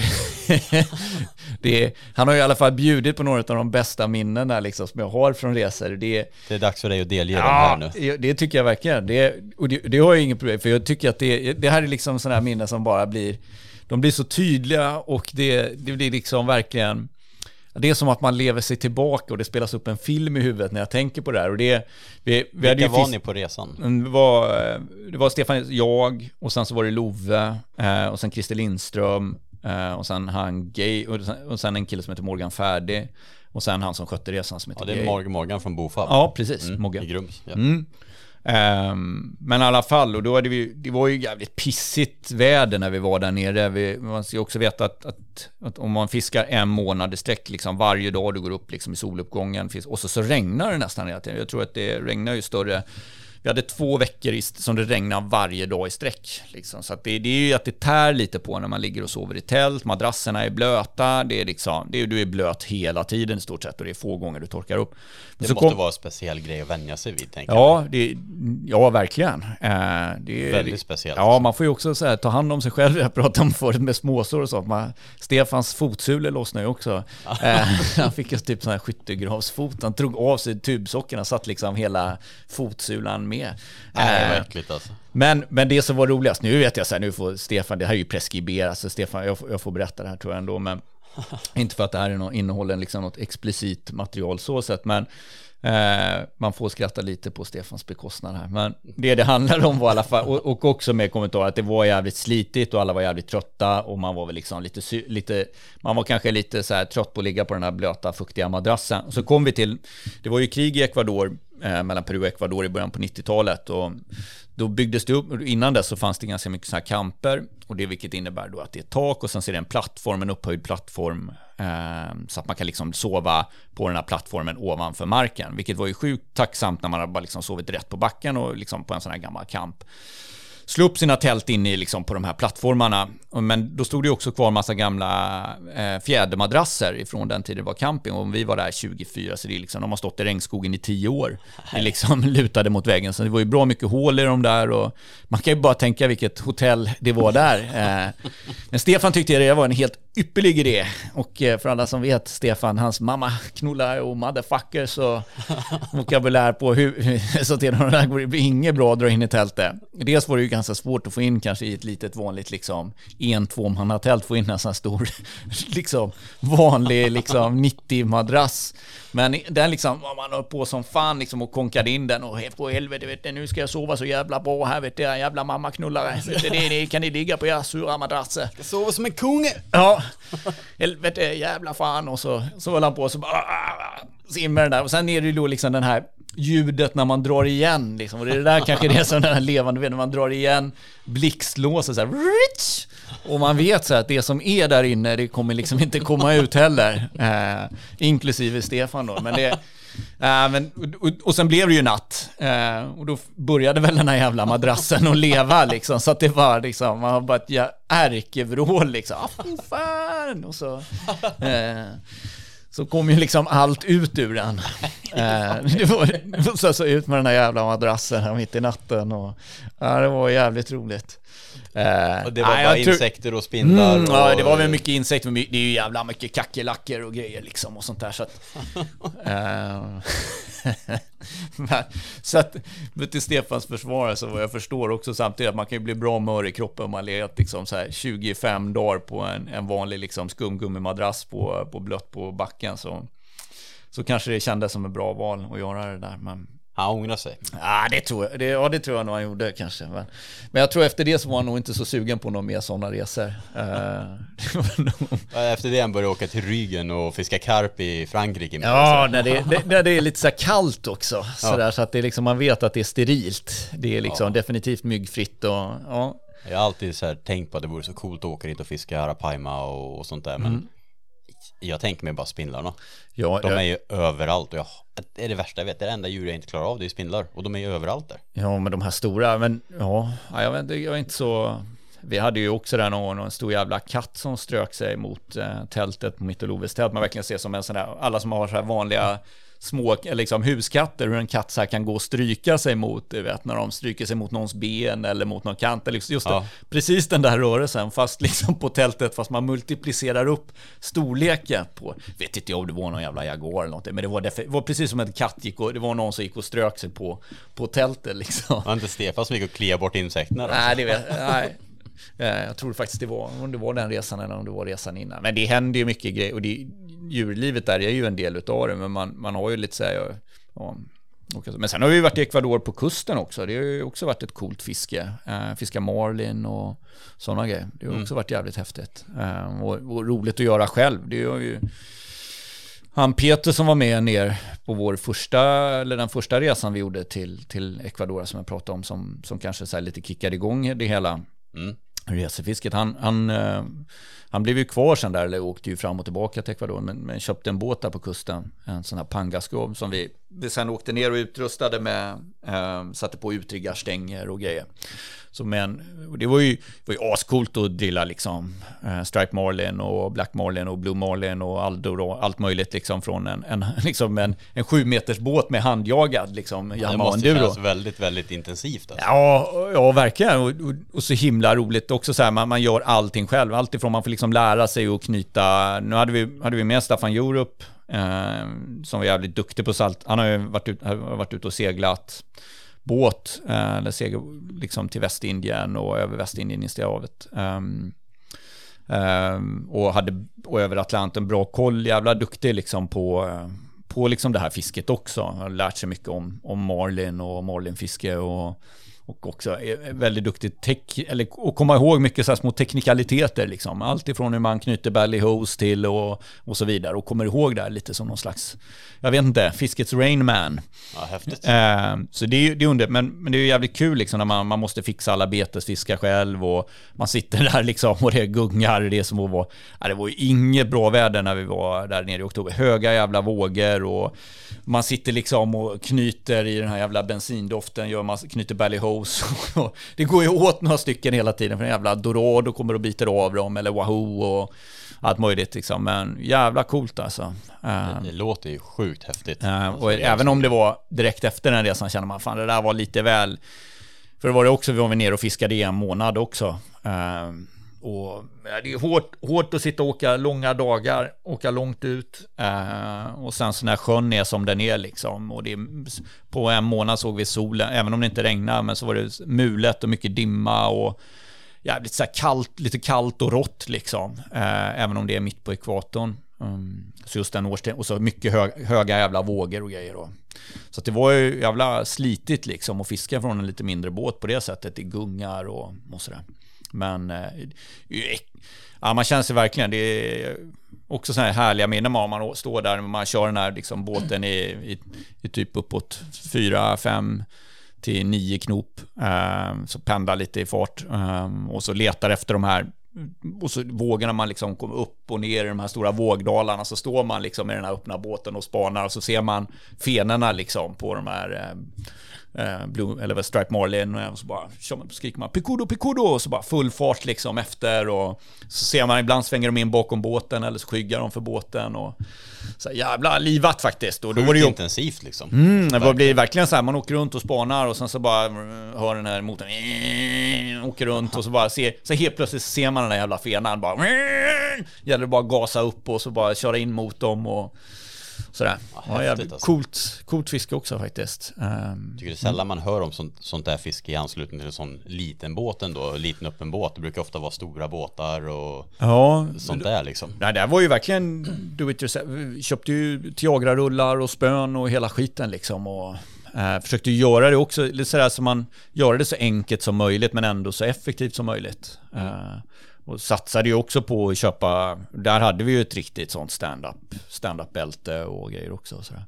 han har ju i alla fall bjudit på några av de bästa minnena liksom, som jag har från resor. Det är dags för dig att delge dem här nu. Det tycker jag verkligen. Det har jag inget problem, för jag tycker att det här är liksom sådana här minnen som bara blir så tydliga, och det blir liksom verkligen, det är som att man lever sig tillbaka och det spelas upp en film i huvudet när jag tänker på det här. Och Vilka var ni på resan? Det var Stefan, jag, och sen så var det Love, och sen Christer Lindström, och sen han Gay, och sen en kille som heter Morgan Färdig, och sen han som skötte resan som heter Gay. Ja, det är Morgan från Bofab. Ja, precis. Morgan. I Grums. Ja. Men i alla fall, och då hade det var ju jävligt pissigt väder när vi var där nere. Man ska ju också veta att om man fiskar en månad i sträck liksom, varje dag du går upp liksom, i soluppgången, och så regnar det nästan hela tiden. Jag tror att det regnar ju större. Vi hade 2 veckor som det regnar varje dag i sträck liksom. Så att det är ju att det tär lite på när man ligger och sover i tält. Madrasserna är blöta. Du är blöt hela tiden i stort sett, och det är få gånger du torkar upp. Det måste vara en speciell grej att vänja sig vid, tänker jag. Ja, verkligen. Det är väldigt speciellt. Ja, man får ju också så här, ta hand om sig själv. Jag pratade om förut med småsår och så. Stefans fotsulor lossnade ju också. Han fick ju typ sån här skyttegravsfot. Han drog av sig tubsockorna, satt liksom hela fotsulan med. Verkligt alltså. Men det som var roligast, nu vet jag så här, nu får Stefan, det här är ju preskriberat, så Stefan, jag får berätta det här tror jag ändå, men inte för att det här är innehåller liksom något explicit material så sett, men man får skratta lite på Stefans bekostnad här. Men det handlade om var i alla fall, och också med kommentar att det var jävligt slitigt och alla var jävligt trötta, och man var väl liksom lite man var kanske lite så här trött på att ligga på den här blöta, fuktiga madrassen. Och så kom vi till, det var ju krig i Ecuador, mellan Peru och Ecuador i början på 90-talet, och då byggdes det upp, innan dess så fanns det ganska mycket så här camper, och det vilket innebär då att det är ett tak och sen ser det en plattform, en upphöjd plattform, så att man kan liksom sova på den här plattformen ovanför marken, vilket var ju sjukt tacksamt när man hade bara liksom sovit rätt på backen och liksom på en sån här gammal camp. Slå upp sina tält in i liksom på de här plattformarna. Men då stod det också kvar massa gamla fjädermadrasser ifrån den tiden det var camping. Och vi var där 24, så det är liksom, de har stått i regnskogen i 10 år. Det liksom lutade mot väggen. Så det var ju bra mycket hål i de där. Och man kan ju bara tänka vilket hotell det var där. Men Stefan tyckte det var en helt ypperlig idé. Och för alla som vet, Stefan, hans mamma knullar och motherfucker, så vokabulär på hur så till de där går det inget bra att dra in i tältet. Dels var det ju ganska svårt att få in kanske i ett litet vanligt liksom 1-2 mannatält, få in en sån stor liksom vanlig liksom 90 madrass. Men den liksom man har på som fan liksom och konkade in den, och på helvete vet du, nu ska jag sova så jävla bra här, vet du, jävla mamma knullare. Det kan ni ligga på era sura madrasser. Jag sover som en kunge. Ja. Helvete jävla fan, och så höll han på och så bara simmar den där, och sen är det ju då liksom den här ljudet när man drar igen liksom, och det där kanske det är som den här levande, när man drar igen blixtlåser så här, och man vet så här att det som är där inne, det kommer liksom inte komma ut heller, inklusive Stefan då, men det och sen blev det ju natt, och då började väl den här jävla madrassen att leva liksom, så att det var liksom, man har bara ett ärkevrål liksom, fan, och så kom ju liksom allt ut ur den. Det var så ut med den här jävla madrassen här mitt i natten. Och, ja, det var jävligt roligt. Och det var bara insekter och spindlar. Ja, det var väl mycket insekter. Det är ju jävla mycket kackerlackor och grejer liksom och sånt där. Så att, så att till Stefans försvar så vad jag förstår också samtidigt att man kan ju bli bra mör i kroppen om man legat liksom så här 25 dagar på en vanlig liksom skumgummimadrass på blött på backen, så kanske det kändes som ett bra val att göra det där. Men han ångrar sig. Det tror jag nog han gjorde kanske. Men jag tror efter det så var han nog inte så sugen på några mer sådana resor. Efter det han började åka till Rügen och fiska karp i Frankrike. Ja, när det är lite så här kallt också. Så att det är liksom, man vet att det är sterilt. Det är liksom definitivt myggfritt. Och, ja. Jag har alltid så här tänkt på att det vore så coolt att åka dit och fiska arapaima och sånt där. Men jag tänker mig bara spindlarna. Ja, de är ju överallt. Och det är det värsta jag vet. Det är det enda djur jag inte klarar av, det är spindlar. Och de är ju överallt där. Ja, men de här stora. Men jag vet inte, jag är inte så... Vi hade ju också där någon stor jävla katt som strök sig mot tältet på mitt och Loves tält. Man verkligen ser som en sån där... Alla som har så här vanliga små liksom huskatter, hur en katt så här kan gå och stryka sig mot, du vet, när de stryker sig mot någons ben eller mot någon kant, eller just det, precis den där rörelsen, fast liksom på tältet, fast man multiplicerar upp storleken på, vet inte om det var någon jävla jaguar eller något, men det var precis som en katt gick och det var någon som gick och strök sig på tältet liksom. Var inte Stefan som gick och kliade bort insekterna då? Nej. Jag tror faktiskt om det var den resan eller om det var resan innan. Men det händer ju mycket grejer och djurlivet där är ju en del utav det, men man har ju lite så här, men sen har vi varit i Ecuador på kusten också. Det har ju också varit ett coolt fiske. Fiska marlin och sådana grejer. Det har också varit jävligt häftigt. Och roligt att göra själv. Det är ju han Peter som var med ner på den första resan vi gjorde till Ecuador som jag pratade om, som kanske så här lite kickade igång det hela. Resefisket. Han blev ju kvar sen där, eller åkte ju fram och tillbaka till Ecuador, men köpte en båt där på kusten, en sån här pangaskrov som vi sen åkte ner och utrustade med, satte på utriggarstänger och grejer. Så det var ju ascoolt att drilla liksom Stripe Marlin och Black Marlin och Blue Marlin och allt möjligt liksom från en 7 meters båt med handjagad liksom Yamaha Enduro. Det måste kännas väldigt, väldigt intensivt alltså. Ja, verkligen. Och så himla roligt också så här, man gör allting själv, allt ifrån man får liksom lära sig att knyta. Nu hade vi med Staffan Jorup som var jävligt duktig på salt. Han har ju varit ute och seglat båt eller segel liksom till Västindien och över Västindien i Stiavet. Och över Atlanten, bra koll, jävla duktig liksom på liksom det här fisket också. Har lärt sig mycket om marlin och marlinfiske och också är väldigt duktig och komma ihåg mycket så här små teknikaliteter liksom. Allt ifrån hur man knyter belly hose till och så vidare, och kommer ihåg där lite som någon slags, jag vet inte, fiskets Rain Man. Ja, häftigt. Så det är under, men det är ju jävligt kul liksom när man måste fixa alla betesfiskar själv och man sitter där liksom och det gungar, det som det var ju inget bra väder när vi var där nere i oktober, höga jävla vågor och man sitter liksom och knyter i den här jävla bensindoften, knyter belly hose. Det går ju åt några stycken hela tiden för en jävla dorado kommer och biter av dem, eller wahoo och allt möjligt liksom. Men jävla coolt alltså. Det låter ju sjukt häftigt. Och även om det var direkt efter den resan känner man fan det där var lite väl, för det var det också, vi var nere och fiskade i en månad också. Och det är hårt att sitta och åka långa dagar, åka långt ut och sen så när sjön är som den är liksom, och på en månad såg vi solen, även om det inte regnade, men så var det mulet och mycket dimma och jävligt så här kallt, lite kallt och rått liksom, även om det är mitt på ekvatorn. Så just den årstiden, och så mycket höga jävla vågor och grejer då. Så att det var ju jävla slitigt liksom att fiska från en lite mindre båt på det sättet, i gungar och sådär. Men man känner sig verkligen, det är också så här härliga minnen om man står där och man kör den här liksom båten i typ uppåt 4-5 till 9 knop, så pendlar lite i fart och så letar efter de här, och så vågorna man liksom kommer upp och ner i de här stora vågdalarna, så står man liksom i den här öppna båten och spanar, och så ser man fenorna liksom på de här Blue, eller Stripe Marlin, och så bara skriker man Picudo, och så bara full fart liksom efter, och så ser man ibland svänger de in bakom båten eller så skyggar de för båten, och så jävla livat faktiskt. Och då var det ju intensivt liksom. Det blir verkligen så här, man åker runt och spanar och sen så bara hör den här motorn åker runt och så bara så helt plötsligt ser man den där jävla fenan bara gäller det bara att gasa upp och så bara köra in mot dem och sådär. Häftigt, alltså. Coolt fiske också faktiskt. Tycker det är sällan man hör om sånt där fiske i anslutning till en sån liten båt ändå, liten öppen båt. Det brukar ofta vara stora båtar och sånt där liksom. Nej, det var ju verkligen do it yourself. Vi köpte ju Tiagra-rullar och spön och hela skiten liksom, och försökte göra det också lite sådär som man gör det så enkelt som möjligt men ändå så effektivt som möjligt. Och satsade ju också på att köpa, där hade vi ju ett riktigt sånt stand-up bälte och grejer också. Sådär.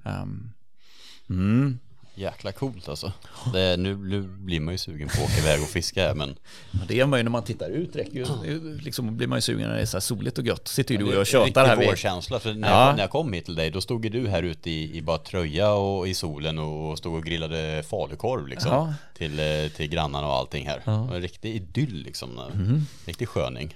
Jäkla coolt alltså. Nu blir man ju sugen på att åka iväg och fiska, men det är man ju när man tittar ut, liksom blir man ju sugen när det är så här soligt och gött. Sitter ju du och tjötar här. Det är vår känsla, för när jag kom hit till dig, då stod ju du här ute i bara tröja och i solen och stod och grillade falukorv liksom, till grannarna och allting här. En riktig idyll liksom, riktig sköning.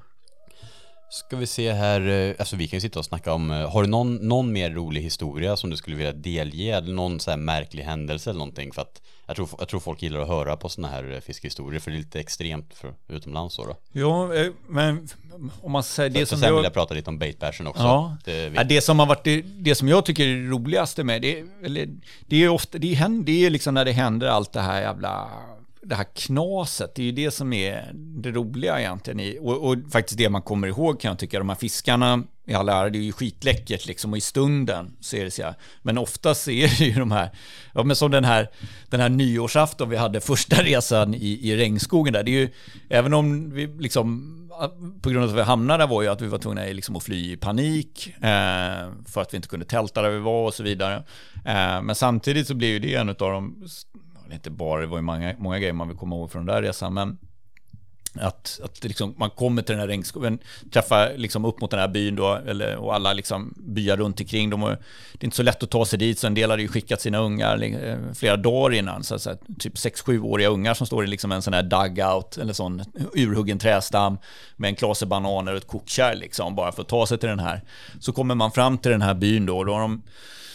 Ska vi se här, alltså vi kan ju sitta och snacka om, har du någon mer rolig historia som du skulle vilja delge, eller någon så här märklig händelse eller någonting, för att jag tror folk gillar att höra på såna här fiskehistorier, för det är lite extremt för utomlands då. Ja, men om man säger det som sen vill jag prata lite om baitbashen också. Ja. Det som har varit det som jag tycker är det roligaste med det är ofta det är liksom när det händer allt det här jävla det här knaset, det är ju det som är det roliga egentligen och faktiskt det man kommer ihåg, kan jag tycka. De här fiskarna i alla ära, det är ju skitläckert liksom, och i stunden ser det så här. Men oftast är det ju de här, men som den här nyårsafton vi hade första resan i regnskogen där, det är ju, även om vi liksom på grund av att vi hamnade där var ju att vi var tvungna liksom att fly i panik för att vi inte kunde tälta där vi var och så vidare. Men samtidigt så blev ju det en av de, inte bara, det var ju många grejer man vill komma ihåg från den där resan, men att liksom, man kommer till den här regnskogen, träffar liksom upp mot den här byn då, och alla liksom byar runt omkring dem, och det är inte så lätt att ta sig dit, så en del hade ju skickat sina ungar flera dagar innan, så här, typ 6-7-åriga ungar som står i liksom en sån här dugout eller sån urhuggen trästam med en klase bananer och ett kokkärr liksom, bara för att ta sig till den här. Så kommer man fram till den här byn då har de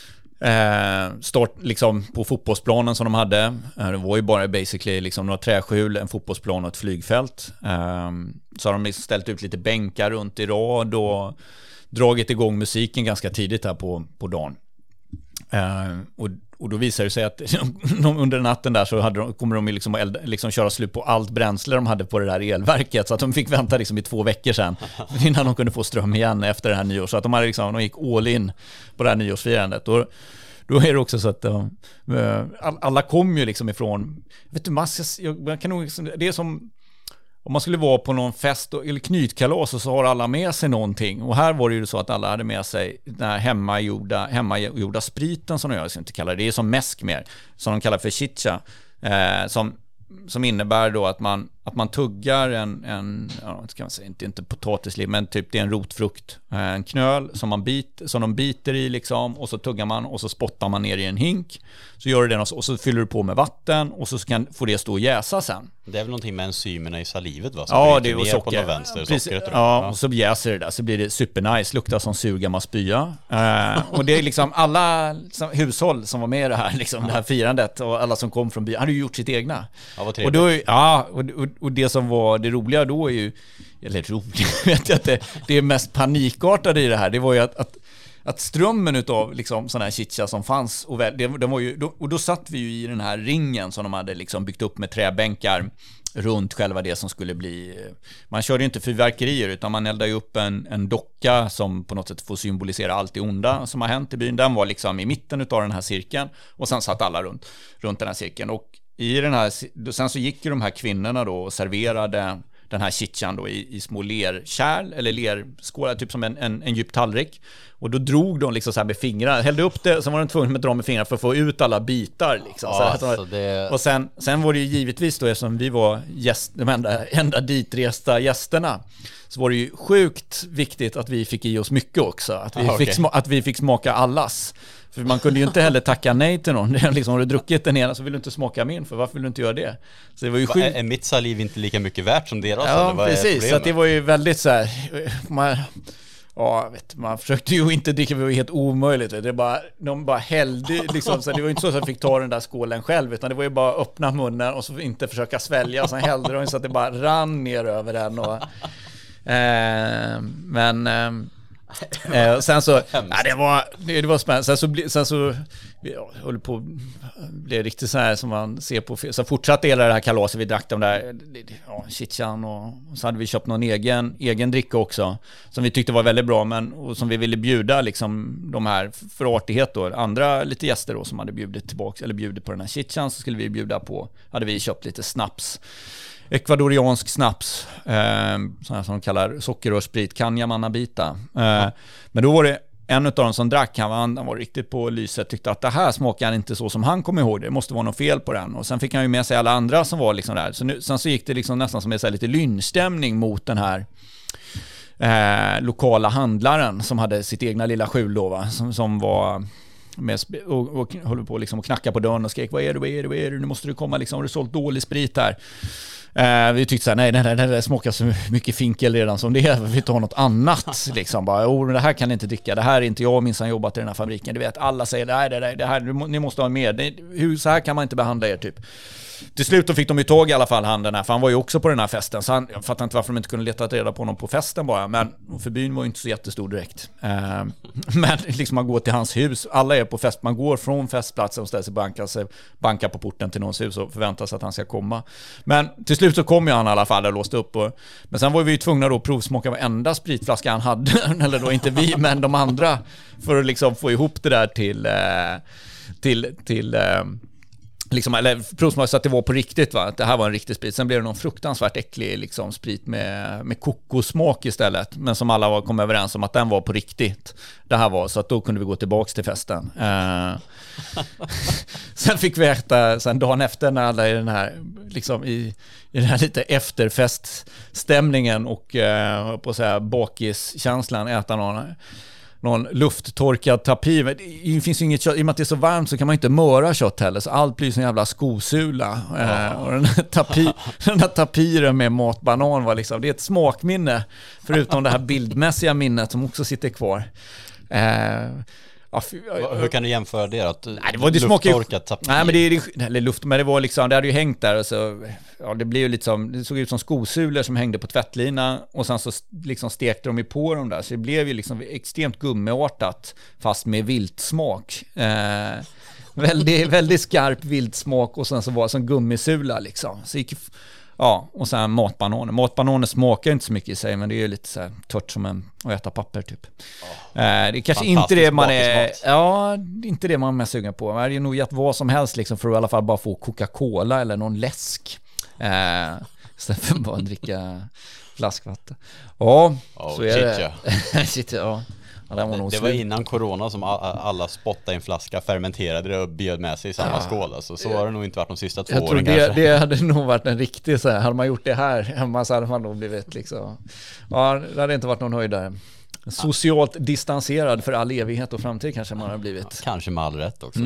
start liksom på fotbollsplanen som de hade. Det var ju bara basically liksom några träskjul, en fotbollsplan och ett flygfält. Så har de ställt ut lite bänkar runt i rad och dragit igång musiken ganska tidigt här på dagen. Och då visar det sig att under natten där så kommer de liksom köra slut på allt bränsle de hade på det där elverket, så att de fick vänta liksom i 2 veckor sedan innan de kunde få ström igen efter det här nyår. Så att de gick all in på det här nyårsfirandet. Och då är det också så att alla kom ju liksom ifrån, vet du, jag kan nog, det är som om man skulle vara på någon fest eller knytkalas och så har alla med sig någonting. Och här var det ju så att alla hade med sig den här hemmagjorda spriten som jag inte kallar det. Det är som mäsk mer, som de kallar för chicha. Som innebär då att man tuggar inte potatisliv, men typ det är en rotfrukt, en knöl som de biter i liksom, och så tuggar man och så spottar man ner i en hink, så gör du det och så fyller du på med vatten och så får det stå och jäsa sen. Det är väl någonting med enzymerna i salivet, va? Ja, det är och socker. På den vänster, sockret, och så jäser det där, så blir det supernice, luktar som surgammal spya. Och det är liksom alla hushåll som var med i det här, liksom, det här firandet, och alla som kom från byn hade ju gjort sitt egna. Ja, vad trevligt. Och det som var det roliga då är ju, eller roligt, vet jag att det mest panikartade i det här, det var ju att strömmen utav liksom sån här chicha som fanns, och då satt vi ju i den här ringen som de hade liksom byggt upp med träbänkar runt själva det som skulle bli, man körde ju inte fyrverkerier utan man eldade ju upp en docka som på något sätt får symbolisera allt det onda som har hänt i byn. Den var liksom i mitten utav den här cirkeln, och sen satt alla runt den här cirkeln, och i den här, sen så gick ju de här kvinnorna då och serverade den här chichan då i små lerkärl eller lerskålar, typ som en djup tallrik. Och då drog de liksom så här med fingrarna, hällde upp det, sen var de tvungna att dra med fingrarna för att få ut alla bitar liksom. Ja, och sen var det ju givetvis då, eftersom vi var de enda ditresta gästerna, så var det ju sjukt viktigt att vi fick i oss mycket också, att vi fick smaka allas. För man kunde ju inte heller tacka nej till någon. Liksom, har du druckit den ena så vill du inte smaka min, för varför vill du inte göra det? Så det var ju är mitt saliv inte lika mycket värt som deras? Ja, eller precis. Så att det var ju väldigt så här... man försökte ju inte dricka, det var helt omöjligt. De bara hällde liksom, så det var inte så att jag fick ta den där skålen själv, utan det var ju bara öppna munnen och så inte försöka svälja, och sen hällde de så att det bara rann ner över den. Och, sen så det var spännande. Sen så håller på blev riktigt så här som man ser på, så fortsatte hela det här kalaset. Vi drack de där chitchan, och så hade vi köpt någon egen dricka också som vi tyckte var väldigt bra, och som vi ville bjuda liksom de här för artighet då, andra lite gäster då som hade bjudit på den här chitchan, så skulle vi bjuda på, hade vi köpt lite snaps, ekvadoriansk snaps, sån här som de kallar sockerrörssprit, Kanya Manabita. Men då var det en av dem som drack, han var riktigt på lyset, tyckte att det här smakar inte så som han kom ihåg, det måste vara något fel på den. Och sen fick han ju med sig alla andra som var liksom där. Sen så gick det liksom nästan som lite lynchstämning mot den här lokala handlaren som hade sitt egna lilla skjul då, va? Som var med och höll på liksom att knacka på dörren och skrek, vad är det, nu måste du komma liksom, har du sålt dålig sprit här? Vi tyckte så här, nej, det smakar så mycket finkel redan som det är, vi vill ta något annat liksom, bara, det här kan ni inte dricka, det här är inte jag, minns han jobbat i den här fabriken, du vet, alla säger det här ni måste ha mer, så här kan man inte behandla er typ. Till slut då fick de ju tag i alla fall den här, för han var ju också på den här festen, så jag fattar inte varför de inte kunde leta reda på honom på festen bara, men för byn var ju inte så jättestor direkt. Men liksom man går till hans hus, alla är på fest, man går från festplatsen och ställer sig bankar på porten till någons hus och förväntar sig att han ska komma. Men till slut så kom ju han i alla fall och låste upp, men sen var vi ju tvungna då att provsmaka varenda spritflaska han hade, eller då inte vi, men de andra, för att liksom få ihop det där till liksom, eller provsmak så att det var på riktigt, va? Att det här var en riktig sprit. Sen blev det någon fruktansvärt äcklig liksom, sprit med kokossmak istället, men som alla kom överens om att den var på riktigt. Det här var, så att då kunde vi gå tillbaks till festen. Sen fick vi äta, sen dagen efter när alla i den här liksom i den här lite efterfeststämningen och på så här bakiskänslan, äta någon lufttorkad tapi. Det finns ju inget kött, i och med att det är så varmt så kan man inte möra kött heller, så allt blir så jävla skosula. Och den här tapiren med matbanan var liksom, det är ett smakminne, förutom det här bildmässiga minnet som också sitter kvar. Hur kan du jämföra det då? Det lufttorkat tapir? Nej, men det var liksom, det hade ju hängt där, och så det blev ju liksom, det såg ut som skosulor som hängde på tvättlina, och sen så liksom stekte de ju på dem där, så det blev ju liksom extremt gummiartat fast med viltsmak. Väldigt skarp viltsmak, och sen så var det som gummisula liksom. Så gick, och sen matbananer. Matbananer smakar inte så mycket i sig, men det är ju lite så här tört som att äta papper typ. Det är kanske inte det man är, inte det man är mest sugen på. Man hade ju nog gett vad som helst liksom, för att i alla fall bara få Coca-Cola eller någon läsk. Istället för bara dricka flaskvatten. Så är det. Shit, ja. Det var innan corona som alla spottade i en flaska, fermenterade det och bjöd med sig i samma skål. Alltså, så har det nog inte varit de sista 2 åren kanske. Det hade nog varit en riktig så här, hade man gjort det här hemma så hade man nog blivit liksom, det hade inte varit någon höjdare. Socialt distanserad för all evighet och framtid kanske man har blivit. Kanske med all rätt också.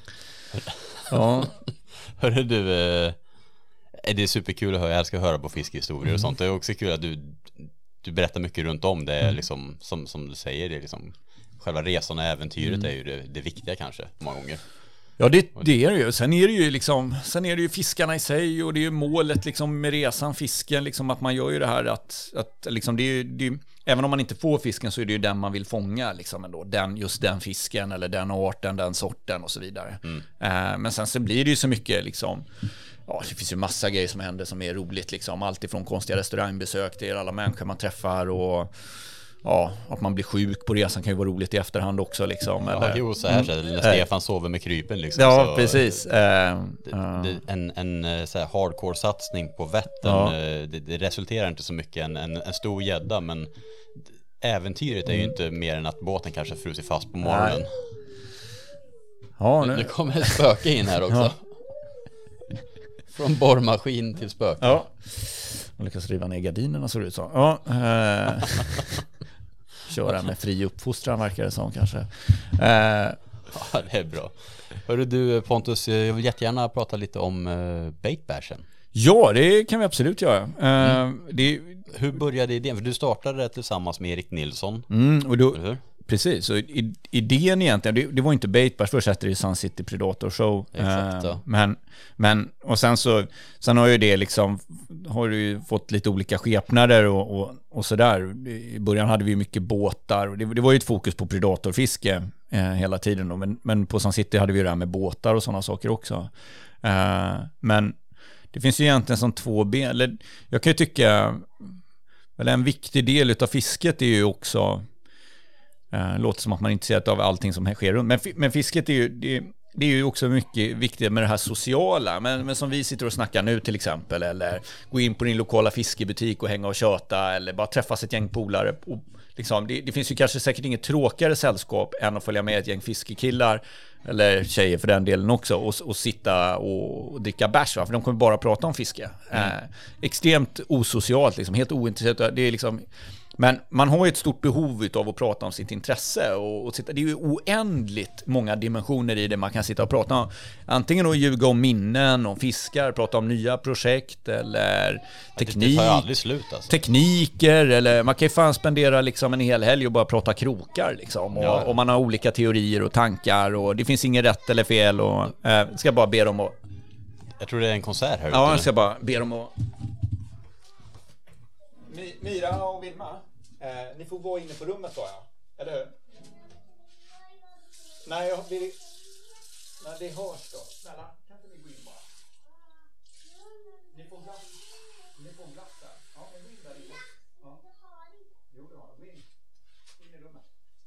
Hörru du, det är superkul att höra, jag älskar att höra på fiskehistorier och sånt. Det är också kul att du berättar mycket runt om det, liksom, som du säger, det är liksom, själva resan och äventyret är ju det viktiga kanske många gånger. Ja, det är det ju. Sen är det ju fiskarna i sig, och det är ju målet liksom med resan, fisken liksom, att man gör ju det här att liksom det är även om man inte får fisken så är det ju den man vill fånga liksom ändå, just den fisken eller den arten, den sorten och så vidare. Men sen så blir det ju så mycket liksom, det finns ju massa grejer som händer som är roligt liksom, allt ifrån konstiga restaurangbesök till alla människor man träffar, och att man blir sjuk på resan kan ju vara roligt i efterhand också liksom. Eller, så här när Stefan sover med krypen liksom. Ja, så, precis. En så här hardcore satsning på Vättern, det resulterar inte så mycket en stor gädda, men äventyret är ju inte mer än att båten kanske frusit fast på morgonen. Nu kommer ett spöke in här också. Från borrmaskin till spöke. Man lyckas riva ner gardinerna, så det ut så. Köra med fri uppfostran verkar det som kanske. Ja, det är bra. Hörru du Pontus, jag vill jättegärna prata lite om baitbashen. Ja, det kan vi absolut göra. Hur började idén? För du startade det tillsammans med Erik Nilsson. Och då, precis, så idén egentligen, det var inte baitbash, först hette det Sun City Predator Show. Exakt, ja. Men och sen har ju det liksom, har du ju fått lite olika skepnader och sådär. I början hade vi mycket båtar och det var ju ett fokus på predatorfiske hela tiden då. Men på Sun City hade vi det här med båtar och sådana saker också. Men det finns ju egentligen som två ben, eller jag kan ju tycka, eller en viktig del utav fisket är ju också, låter som att man är intresserad av allting som sker runt, men fisket är ju, det är ju också mycket viktigt med det här sociala, men som vi sitter och snackar nu till exempel, eller gå in på din lokala fiskebutik och hänga och köta, eller bara träffas ett gäng polare och liksom, det finns ju kanske säkert inget tråkigare sällskap än att följa med ett gäng fiskekillar eller tjejer för den delen också och sitta och dricka bärs, för de kommer bara prata om fiske. Extremt osocialt, liksom, helt ointresserat. Det är liksom, men man har ju ett stort behov av att prata om sitt intresse och sitta, det är ju oändligt många dimensioner i det man kan sitta och prata om. Antingen att ljuga om minnen, om fiskar, prata om nya projekt eller teknik. Det tar aldrig slut alltså. Tekniker, eller man kan ju fan spendera liksom en hel helg och bara prata krokar liksom. Och man har olika teorier och tankar och det finns inget rätt eller fel och ska bara be dem att... Jag tror det är en konsert här. Ja, jag ska bara be dem att... Mira och Vilma, ni får vara inne på rummet då, ja. Eller hur? Nej, det hörs då. Snälla, kan inte ni gå in bara? Ni får glass där. Ja, men gå in där inne. Ja. Jo, det har jag. Gå in i rummet.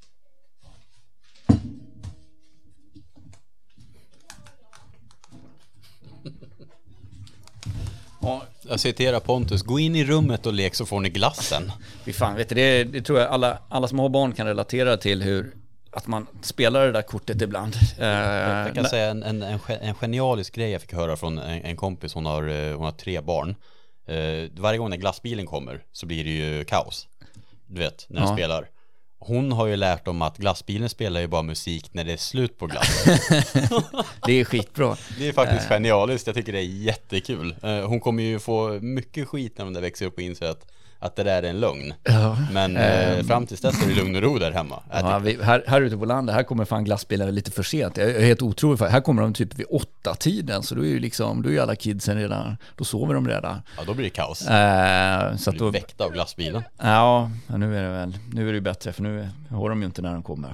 Ja, jag citerar Pontus, gå in i rummet och lek så får ni glassen. Fy fan, vet du, det tror jag alla som har barn kan relatera till, hur att man spelar det där kortet ibland. Jag kan säga en genialisk grej jag fick höra från en kompis, hon har 3 barn. Varje gång när glassbilen kommer så blir det ju kaos. Du vet, när den spelar. Hon har ju lärt om att glassbilen spelar ju bara musik när det är slut på glassen. Det är skitbra. Det är faktiskt genialiskt, jag tycker det är jättekul. Hon kommer ju få mycket skit när de där växer upp och inser att det där är en lögn. Ja, men fram tills dess är det lugn och ro där hemma. Ja, här ute på landet, här kommer fan glassbilar lite för sent. Jag är helt otrolig. Här kommer de typ vid 8-tiden, så då är ju alla kidsen redan, då sover de redan. Ja, då blir det kaos. Så då blir väckta av glassbilen. Ja, nu är det ju bättre, för nu har de ju inte när de kommer.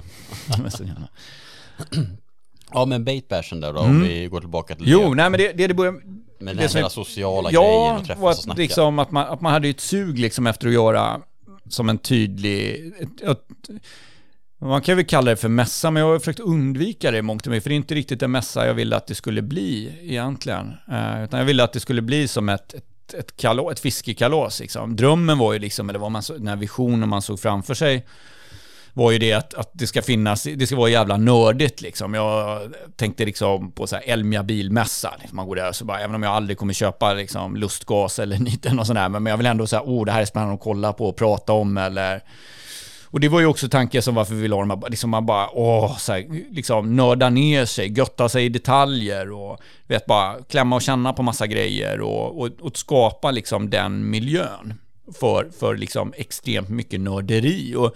Ja, men baitbashen där då, om vi går tillbaka till Jo, nej, men det börjar... Men den hela sociala grejen och träffas och snacka. Liksom att man hade ett sug liksom efter att göra som en tydlig... Man kan väl kalla det för mässa, men jag har försökt undvika det i mångt och mycket, för det är inte riktigt en mässa jag ville att det skulle bli egentligen. Utan jag ville att det skulle bli som ett fiskekalas liksom. Drömmen var ju liksom, eller vad man så, den här visionen man såg framför sig var ju det att det ska finnas, det ska vara jävla nördigt liksom. Jag tänkte liksom på så här Elmia bilmässa, liksom man går där så bara, även om jag aldrig kommer köpa liksom lustgas eller niten och sådär, men jag vill ändå säga, det här är spännande att kolla på och prata om, eller... Och det var ju också tanken som varför vi la de här, liksom man bara, så här, liksom nörda ner sig, götta sig i detaljer och vet, bara klämma och känna på massa grejer och skapa liksom den miljön för liksom extremt mycket nörderi och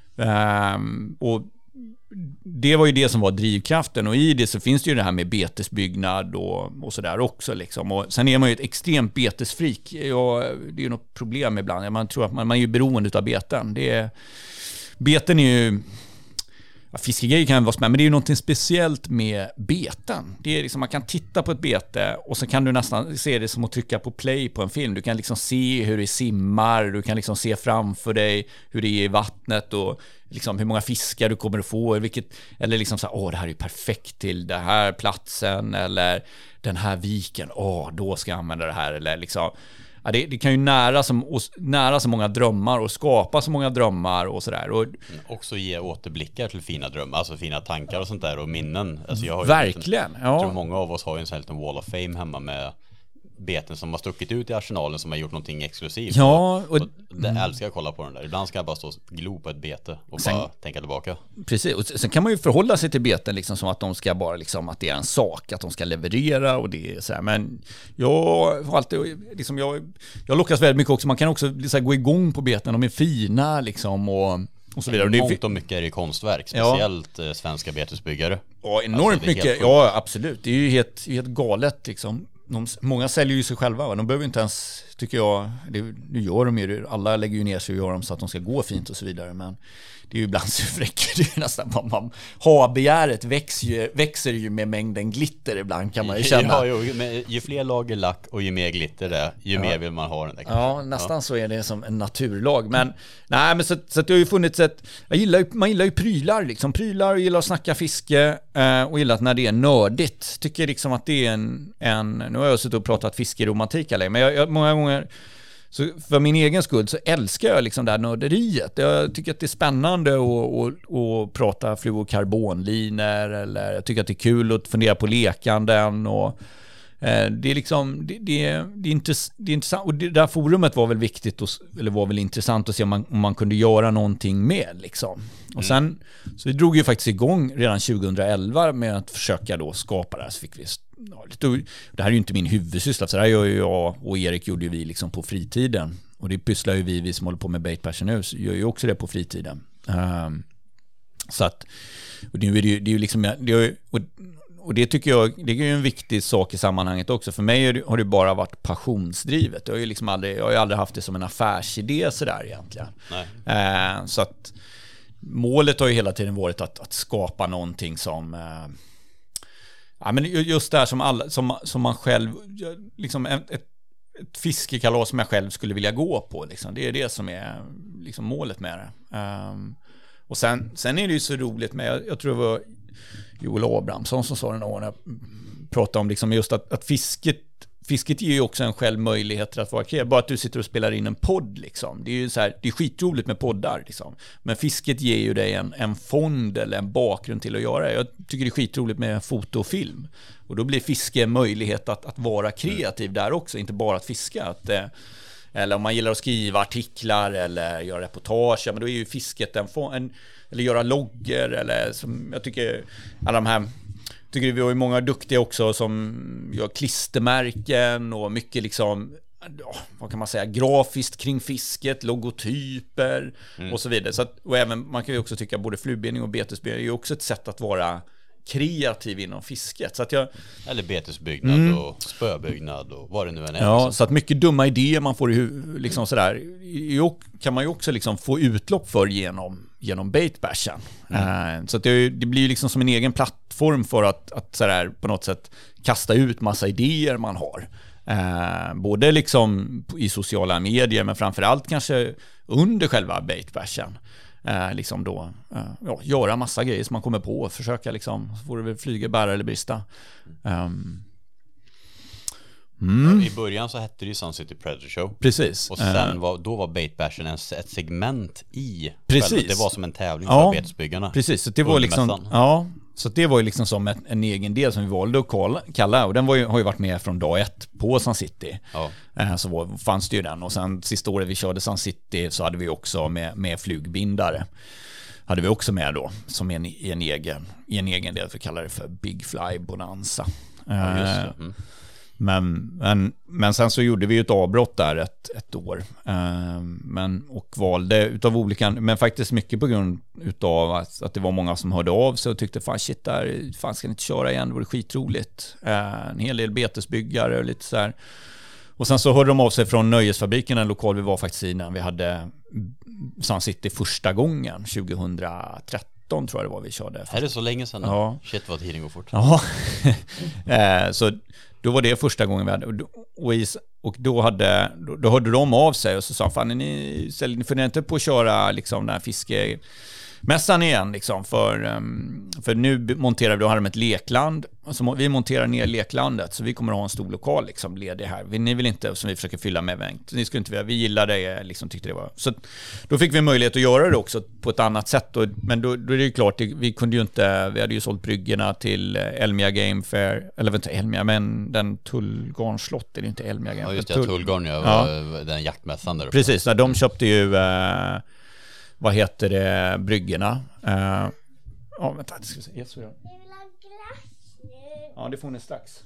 det var ju det som var drivkraften, och i det så finns det ju det här med betesbyggnad och sådär också liksom. Och sen är man ju ett extremt betesfrik. Det är ju något problem ibland. Man tror att man är ju beroende av beten. Beten är ju... Fiskegrejer kan vara spännande, men det är ju något speciellt med beten. Det är liksom, man kan titta på ett bete och så kan du nästan se det som att trycka på play på en film. Du kan liksom se hur det simmar, du kan liksom se framför dig hur det är i vattnet och liksom hur många fiskar du kommer att få, eller liksom så här, det här är ju perfekt till den här platsen, eller den här viken, då ska jag använda det här, eller liksom... Ja, det kan ju nära så många drömmar och skapa så många drömmar och sådär. Och också ge återblickar till fina drömmar, alltså fina tankar och sånt där och minnen. Alltså jag har verkligen. Jag tror många av oss har ju en sån här liten wall of fame hemma med beten som har stuckit ut i arsenalen som har gjort någonting exklusivt. Ja, och det älskar jag att kolla på den där. Ibland ska jag bara stå och glo på ett bete och bara tänka tillbaka. Precis, och sen kan man ju förhålla sig till beten liksom som att de ska bara liksom, att det är en sak, att de ska leverera och det är så här. Men jag har alltid liksom, jag lockas väldigt mycket också. Man kan också liksom gå igång på beten, de är fina liksom och så vidare. Mångt och mycket är det konstverk, speciellt svenska betesbyggare. Ja, enormt mycket. Ja, absolut. Det är ju helt galet liksom. Många säljer ju sig själva. De behöver inte ens, tycker jag, nu gör de ju, alla lägger ju ner sig och gör dem så att de ska gå fint och så vidare. Men det är ju ibland så fräcker det nästan vad man har. Begäret växer ju med mängden glitter ibland, kan man ju känna. Ja, ju fler lager lack och ju mer glitter det är, ju mer vill man ha den där. Ja, nästan så är det som en naturlag. Men nej, men så det har ju funnits man gillar ju prylar liksom. Prylar, gillar att snacka fiske och gillar att när det är nördigt. Tycker liksom att det är en nu har jag suttit och pratat fiskeromantik eller, men jag många gånger. Så för min egen skull så älskar jag liksom det här nörderiet. Jag tycker att det är spännande att prata fluorkarbonlinor, eller jag tycker att det är kul att fundera på lekanden och det är liksom det är intressant, och det där forumet var väl viktigt eller var väl intressant att se om man kunde göra någonting med liksom. Och sen så vi drog ju faktiskt igång redan 2011 med att försöka då skapa det här, så fick vi det här är ju inte min huvudsyssla, så det här gör ju jag och Erik gjorde ju vi liksom på fritiden, och det pysslar ju vi som håller på med Bait Passion nu gör ju också det på fritiden. Så att och det är ju liksom och det tycker jag det är ju en viktig sak i sammanhanget också. För mig har det bara varit passionsdrivet. Jag har ju aldrig haft det som en affärsidé så där egentligen. Så att målet har ju hela tiden varit att skapa någonting som ja, men just det här som man själv liksom ett fiskekalas som jag själv skulle vilja gå på liksom. Det är det som är liksom målet med det. Och sen är det ju så roligt med, jag tror det var Joel Abrahamsson som sa det när jag pratade om liksom just att fisket ger ju också en själv möjligheter att vara kreativ. Bara att du sitter och spelar in en podd liksom. Det är ju så här, det är skitroligt med poddar liksom. Men fisket ger ju dig en fond eller en bakgrund till att göra det. Jag tycker det är skitroligt med foto och film. Och då blir fiske en möjlighet att vara kreativ där också, inte bara att fiska. Eller om man gillar att skriva artiklar eller göra reportage, ja, men då är ju fisket eller göra logger, eller som jag tycker alla de här, tycker vi har ju många duktiga också som gör klistermärken och mycket liksom, vad kan man säga, grafiskt kring fisket, logotyper och så vidare. Så att, och även, man kan ju också tycka både flugbening och betesbening är ju också ett sätt att vara kreativ inom fisket. Så att eller betesbyggnad och spöbyggnad och vad det nu än är. Ja, så att mycket dumma idéer man får liksom sådär, kan man ju också liksom få utlopp för genom Bait Passion. Så att det blir ju liksom som en egen plattform för att sådär på något sätt kasta ut massa idéer man har. Både liksom i sociala medier, men framförallt kanske under själva Bait Passion. Liksom då göra massa grejer som man kommer på och försöka liksom, så får det väl flyga, bära eller brista. I början så hette det ju Sun City Predator Show. Precis. Och sen då var Bait Passion ett segment i. Precis. Själva. Det var som en tävling för betesbyggarna. Precis, så det var liksom, så det var ju liksom som en egen del som vi valde att kalla, och den har ju varit med från dag ett på Sun City. Så fanns det ju den, och sen sista året vi körde Sun City så hade vi också med flugbindare. Hade vi också med då som i en egen del, vi kallar det för Big Fly Bonanza. Ja, just det. Men sen så gjorde vi ju ett avbrott där ett år, och valde utav olika, men faktiskt mycket på grund utav att det var många som hörde av sig och tyckte fan ska ni inte köra igen, det var skitroligt. En hel del betesbyggare och lite så här. Och sen så hörde de av sig från Nöjesfabriken, en lokal vi var faktiskt i när vi hade Sun City första gången 2013 tror jag det var vi körde. Är det så länge sedan? Ja. Shit vad tiden går fort. Ja. Så då var det första gången vi hade, och då hörde de av sig och så sa fan ni funderar inte på att köra liksom den här fiskemässan igen liksom, för nu monterar vi, då hade de ett lekland alltså, vi monterar ner leklandet, så vi kommer att ha en stor lokal liksom, ledig här. Ni vill inte, som vi försöker fylla med event. Ni skulle inte, vi gillar det, liksom, tyckte det var. Så då fick vi möjlighet att göra det också på ett annat sätt. Men då är det ju klart, vi kunde ju inte, vi hade ju sålt bryggorna till Elmia Game Fair, eller inte Elmia, men den Tullgarn slott, är det inte Elmia Game Fair? Ja, just det, Tullgarn, den jaktmässan där uppe. Precis, de köpte ju, vad heter det, bryggorna. Ja, vänta, det ska vi se. Ja, det får ni strax.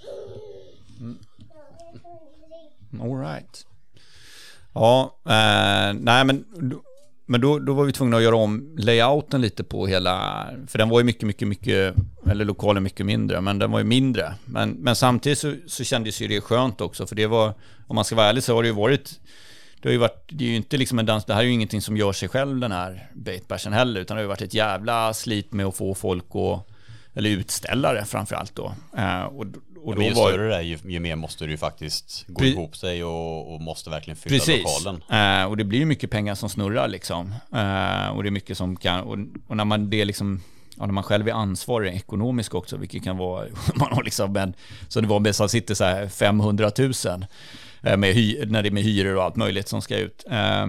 All right. Ja, nej men då var vi tvungna att göra om layouten lite på hela, för den var ju mycket, eller lokalen mycket mindre, men den var ju mindre. Men samtidigt så kändes ju det skönt också, för det var, om man ska vara ärlig, så har det ju varit, det är ju inte liksom en dans, det här är ju ingenting som gör sig själv, den här Baitbashen heller, utan det har ju varit ett jävla slit med att få folk eller utställare framförallt då. Och då ju större det är, ju mer måste du ju faktiskt gå ihop sig och måste verkligen fylla lokalen. Och det blir ju mycket pengar som snurrar liksom. Och det är mycket som kan, och när man det liksom, när man själv är ansvarig ekonomiskt också, vilket kan vara, man har liksom, men så det var bäst att sitta så här 500 000 när det är med hyror och allt möjligt som ska ut.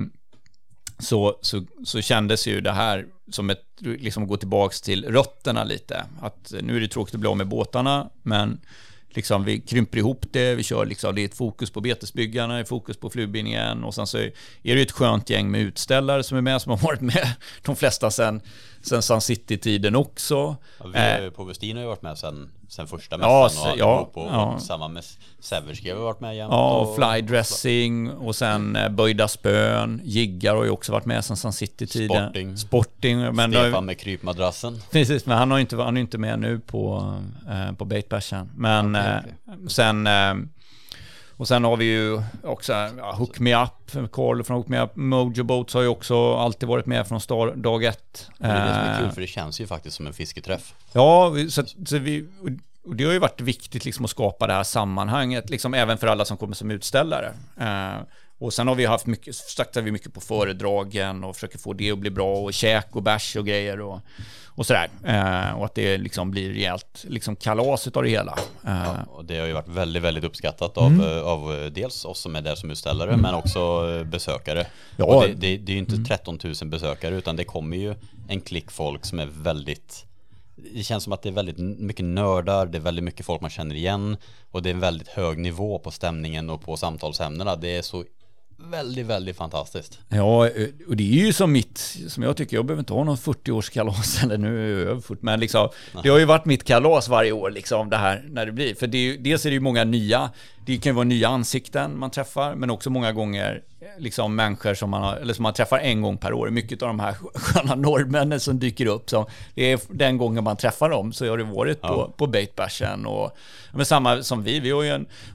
Så kändes ju det här som ett, liksom, gå tillbaks till rötterna lite, att nu är det tråkigt att bli av med båtarna, men liksom vi krymper ihop det, vi kör liksom, det är ett fokus på betesbyggarna, ett fokus på flugbindningen, och sen så är det ett skönt gäng med utställare som är med, som har varit med de flesta sen Sun City-tiden också. Ja, vi på Westin har ju varit med sen första mässan, och samma med Severske har varit med jämt. Ja, och flydressing och sen böjda spön, jiggar har ju också varit med sen Sun City-tiden. Sporting. Men Stefan med krypmadrassen. Precis, men han är inte med nu på Baitbashen. Men sen och sen har vi ju också Hook Me Up, Carl från Hook Me Up. Mojo Boats har ju också alltid varit med från dag ett. Det är det som är kul, för det känns ju faktiskt som en fisketräff. Ja, så vi, och det har ju varit viktigt liksom att skapa det här sammanhanget, liksom, även för alla som kommer som utställare. Och sen har vi haft mycket, satsar vi mycket på föredragen och försöker få det att bli bra, och käk och bärs och grejer och sådär. Och att det liksom blir rejält liksom kalas av det hela. Ja, och det har ju varit väldigt, väldigt uppskattat av dels oss som är där som utställare, men också besökare. Ja. Och det är ju inte 13 000 besökare, utan det kommer ju en klick folk som är väldigt... Det känns som att det är väldigt mycket nördar, det är väldigt mycket folk man känner igen, och det är en väldigt hög nivå på stämningen och på samtalsämnena. Det är så väldigt, väldigt fantastiskt. Ja, och det är ju som jag tycker, jag behöver inte ha någon 40-årskalas eller nu över 40, men liksom, det har ju varit mitt kalas varje år liksom, det här när det blir, för dels är det ju många nya, det kan ju vara nya ansikten man träffar, men också många gånger liksom människor som man träffar en gång per år. Mycket av de här sköna norrmännen som dyker upp, så det är den gången man träffar dem, så har det varit på Baitbashen, och men samma som vi har ju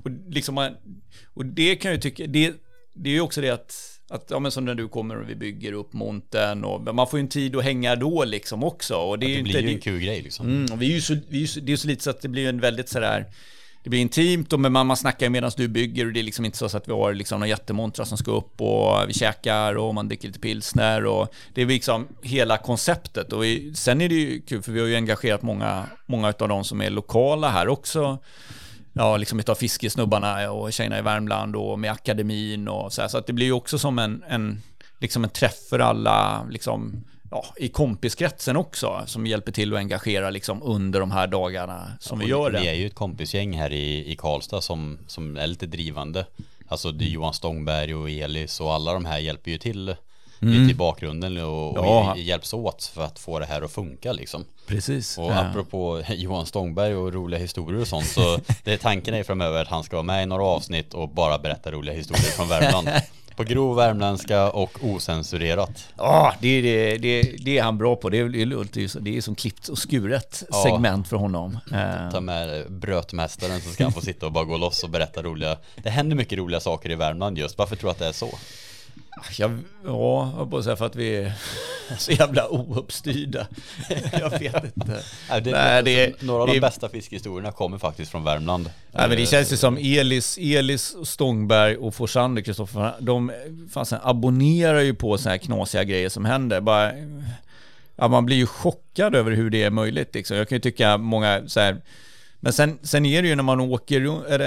och det kan jag tycka, det är ju också det att ja, men som när du kommer och vi bygger upp monten, och man får ju en tid att hänga då liksom också, och det är ju blir ju en kul grej liksom. Och det är ju så lite så att det blir en väldigt sådär, det blir intimt, och man snackar medan du bygger, och det är liksom inte så att vi har liksom några jättemontrar som ska upp, och vi käkar och man dricker lite pilsner, och det är liksom hela konceptet. Och sen är det ju kul, för vi har ju engagerat många av de som är lokala här också. Ja, liksom utav fiskesnubbarna och tjejerna i Värmland, och med akademin och så här. Så att det blir ju också som en träff för alla liksom, ja, i kompiskretsen också, som hjälper till att engagera liksom under de här dagarna som vi gör det. Vi är ju ett kompisgäng här i Karlstad som är lite drivande. Alltså det är Johan Stångberg och Elis, och alla de här hjälper ju till i bakgrunden och hjälps åt för att få det här att funka liksom. Precis. Och apropå Johan Stångberg och roliga historier och sånt, så det är tanken är framöver att han ska vara med i några avsnitt och bara berätta roliga historier från Värmland. På grov värmländska och osensurerat. Ja, det är han bra på. Det är som klippt och skuret segment för honom. Ta med brötmästaren, så ska han få sitta och bara gå loss och berätta roliga. Det händer mycket roliga saker i Värmland just. Varför tror du att det är så? Jag bara säga för att vi är så jävla ouppstyrda. Jag vet inte. Några av de bästa fiskhistorierna kommer faktiskt från Värmland. Nej, men det känns ju som Elis och Stångberg och Forsander, Kristoffer, de abonnerar ju på så här knasiga grejer som händer. Bara, ja, man blir ju chockad över hur det är möjligt liksom. Jag kan ju tycka många så här, Men sen är det ju när man åker,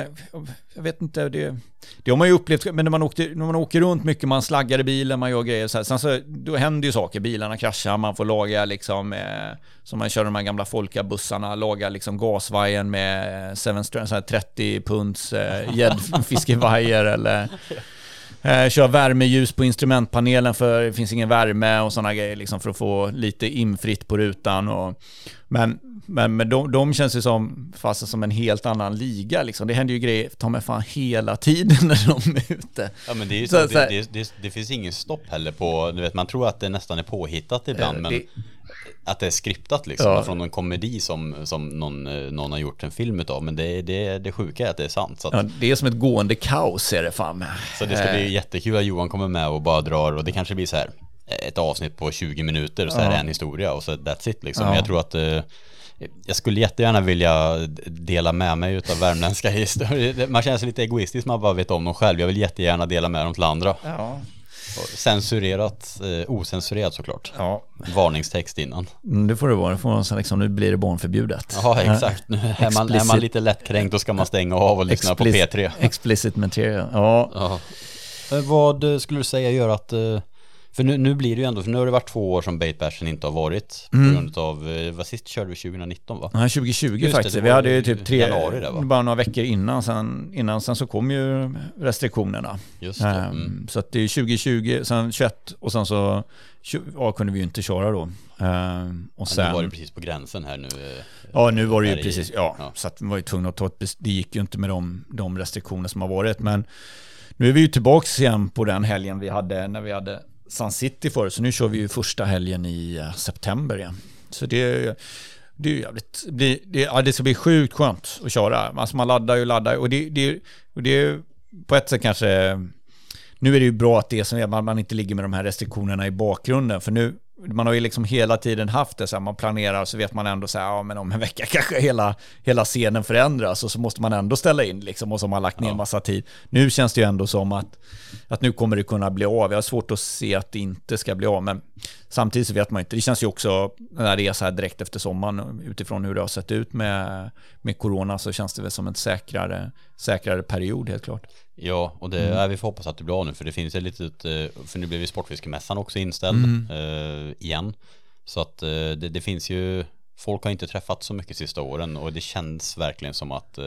jag vet inte, det har man ju upplevt, men när man åker runt mycket, man slaggar i bilen, man gör grejer så här. Sen så, då händer ju saker, bilarna kraschar, man får laga liksom, som man kör de här gamla folkabussarna, laga liksom gasvajern med 30 punds gäddfiskevajer eller kör värmeljus på instrumentpanelen för det finns ingen värme och sådana grejer liksom, för att få lite infritt på rutan. Men de känns ju som en helt annan liga liksom. Det händer ju grejer, ta mig fan, hela tiden när de är ute. Ja, men det är ju så, det finns ingen stopp heller på, du vet, man tror att det nästan är påhittat ibland, men att det är skriptat liksom, från någon komedi som någon har gjort en film utav, men det sjuka är att det är sant. Så att, det är som ett gående kaos är det fan. Så det ska bli jättekul att Johan kommer med och bara drar, och det kanske blir så här ett avsnitt på 20 minuter och så är det en historia och så that's it liksom. Men jag tror att jag skulle jättegärna vilja dela med mig utav värmländska historier. Man känner sig lite egoistisk, man bara vet om dem själv. Jag vill jättegärna dela med dem till andra. Ja. Censurerat, ocensurerat såklart. Ja. Varningstext innan. Det får det vara. Det får liksom, nu blir det barnförbjudet. Ja, exakt. Är man lite lättkränkt, då ska man stänga av och lyssna på P3. Explicit material. Ja. Vad skulle du säga gör att... För nu blir det ju ändå, för nu har det varit 2 år som Bait Bashen inte har varit på grund av, vad sist körde vi 2019 va? Ja, 2020 just faktiskt. Vi hade ju typ 3 januari där, va? Bara några veckor innan sen så kom ju restriktionerna. Just det. Så att det är 2020, sen 21 och sen så kunde vi ju inte köra då. Och sen nu var det precis på gränsen här nu. Ja, nu var det ju precis, så att vi var ju tvungna att ta det gick ju inte med de restriktioner som har varit, men nu är vi ju tillbaka igen på den helgen vi hade när vi hade Sun City för, så nu kör vi ju första helgen i september igen. Så det är jävligt, det ska bli sjukt skönt att köra. Alltså man laddar och det är på ett sätt kanske, nu är det ju bra att det är som man inte ligger med de här restriktionerna i bakgrunden, för nu man har ju liksom hela tiden haft det så här, man planerar så vet man ändå så här, men om en vecka kanske hela scenen förändras och så måste man ändå ställa in liksom, och så har man lagt ner en massa tid. Nu känns det ju ändå som att nu kommer det kunna bli av. Jag har svårt att se att det inte ska bli av, men samtidigt så vet man inte. Det känns ju också när det är så här direkt efter sommaren, utifrån hur det har sett ut med corona, så känns det väl som en säkrare period helt klart. Ja, och vi får hoppas att det blir av nu, för det finns ett litet, för nu blev ju Sportfiskemässan också inställd igen. Så att det finns ju, folk har inte träffat så mycket sista åren, och det känns verkligen som att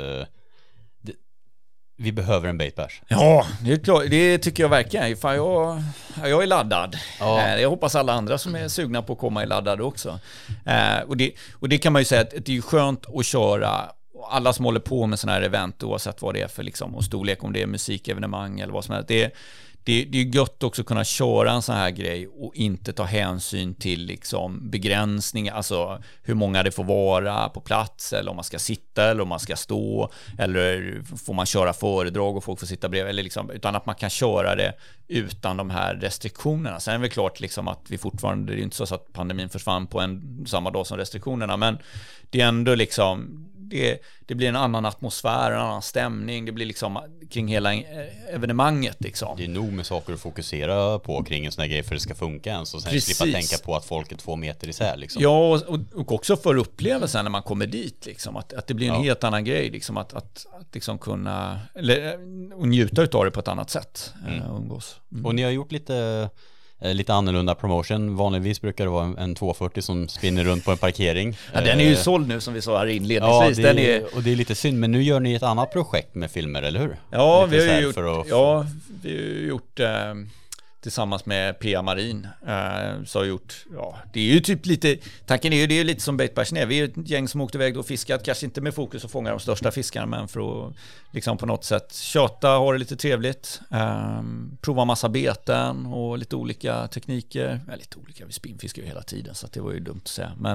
vi behöver en Bait Bash. Ja, det är klart, det tycker jag verkligen. Fan, jag är laddad. Ja. Jag hoppas alla andra som är sugna på att komma är laddade också. Och det kan man ju säga att det är ju skönt att köra. Alla som håller på med sådana här event, oavsett vad det är för liksom, och storlek, om det är musikevenemang eller vad som helst, det är gött också att kunna köra en sån här grej och inte ta hänsyn till liksom begränsningar, alltså hur många det får vara på plats, eller om man ska sitta eller om man ska stå, eller får man köra föredrag och folk får sitta bredvid, eller liksom, utan att man kan köra det utan de här restriktionerna. Sen är det väl klart liksom att vi fortfarande, det är inte så att pandemin försvann på samma dag som restriktionerna, men det är ändå liksom det blir en annan atmosfär, en annan stämning. Det blir liksom kring hela evenemanget liksom. Det är nog med saker att fokusera på kring en sån här grej för att det ska funka ens, och sen slippa tänka på att folk är 2 meter isär liksom. Ja, och också för upplevelsen när man kommer dit liksom, att det blir en helt annan grej liksom, att liksom kunna och njuta utav det på ett annat sätt, umgås. Och ni har gjort lite annorlunda promotion. Vanligtvis brukar det vara en 240 som spinner runt på en parkering. Ja, den är ju såld nu som vi sa här inledningsvis. Ja, och det är lite synd, men nu gör ni ett annat projekt med filmer, eller hur? Ja, vi har gjort tillsammans med P.A. Marin, så har gjort, det är ju typ lite, tanken är ju, det är lite som Bait Bashen är. Vi är ett gäng som åkte iväg och fiskat, kanske inte med fokus att fånga de största fiskarna, men för att liksom på något sätt köta, ha det lite trevligt, prova massa beten och lite olika tekniker, lite olika, vi spinnfiskar ju hela tiden, så att det var ju dumt att säga, men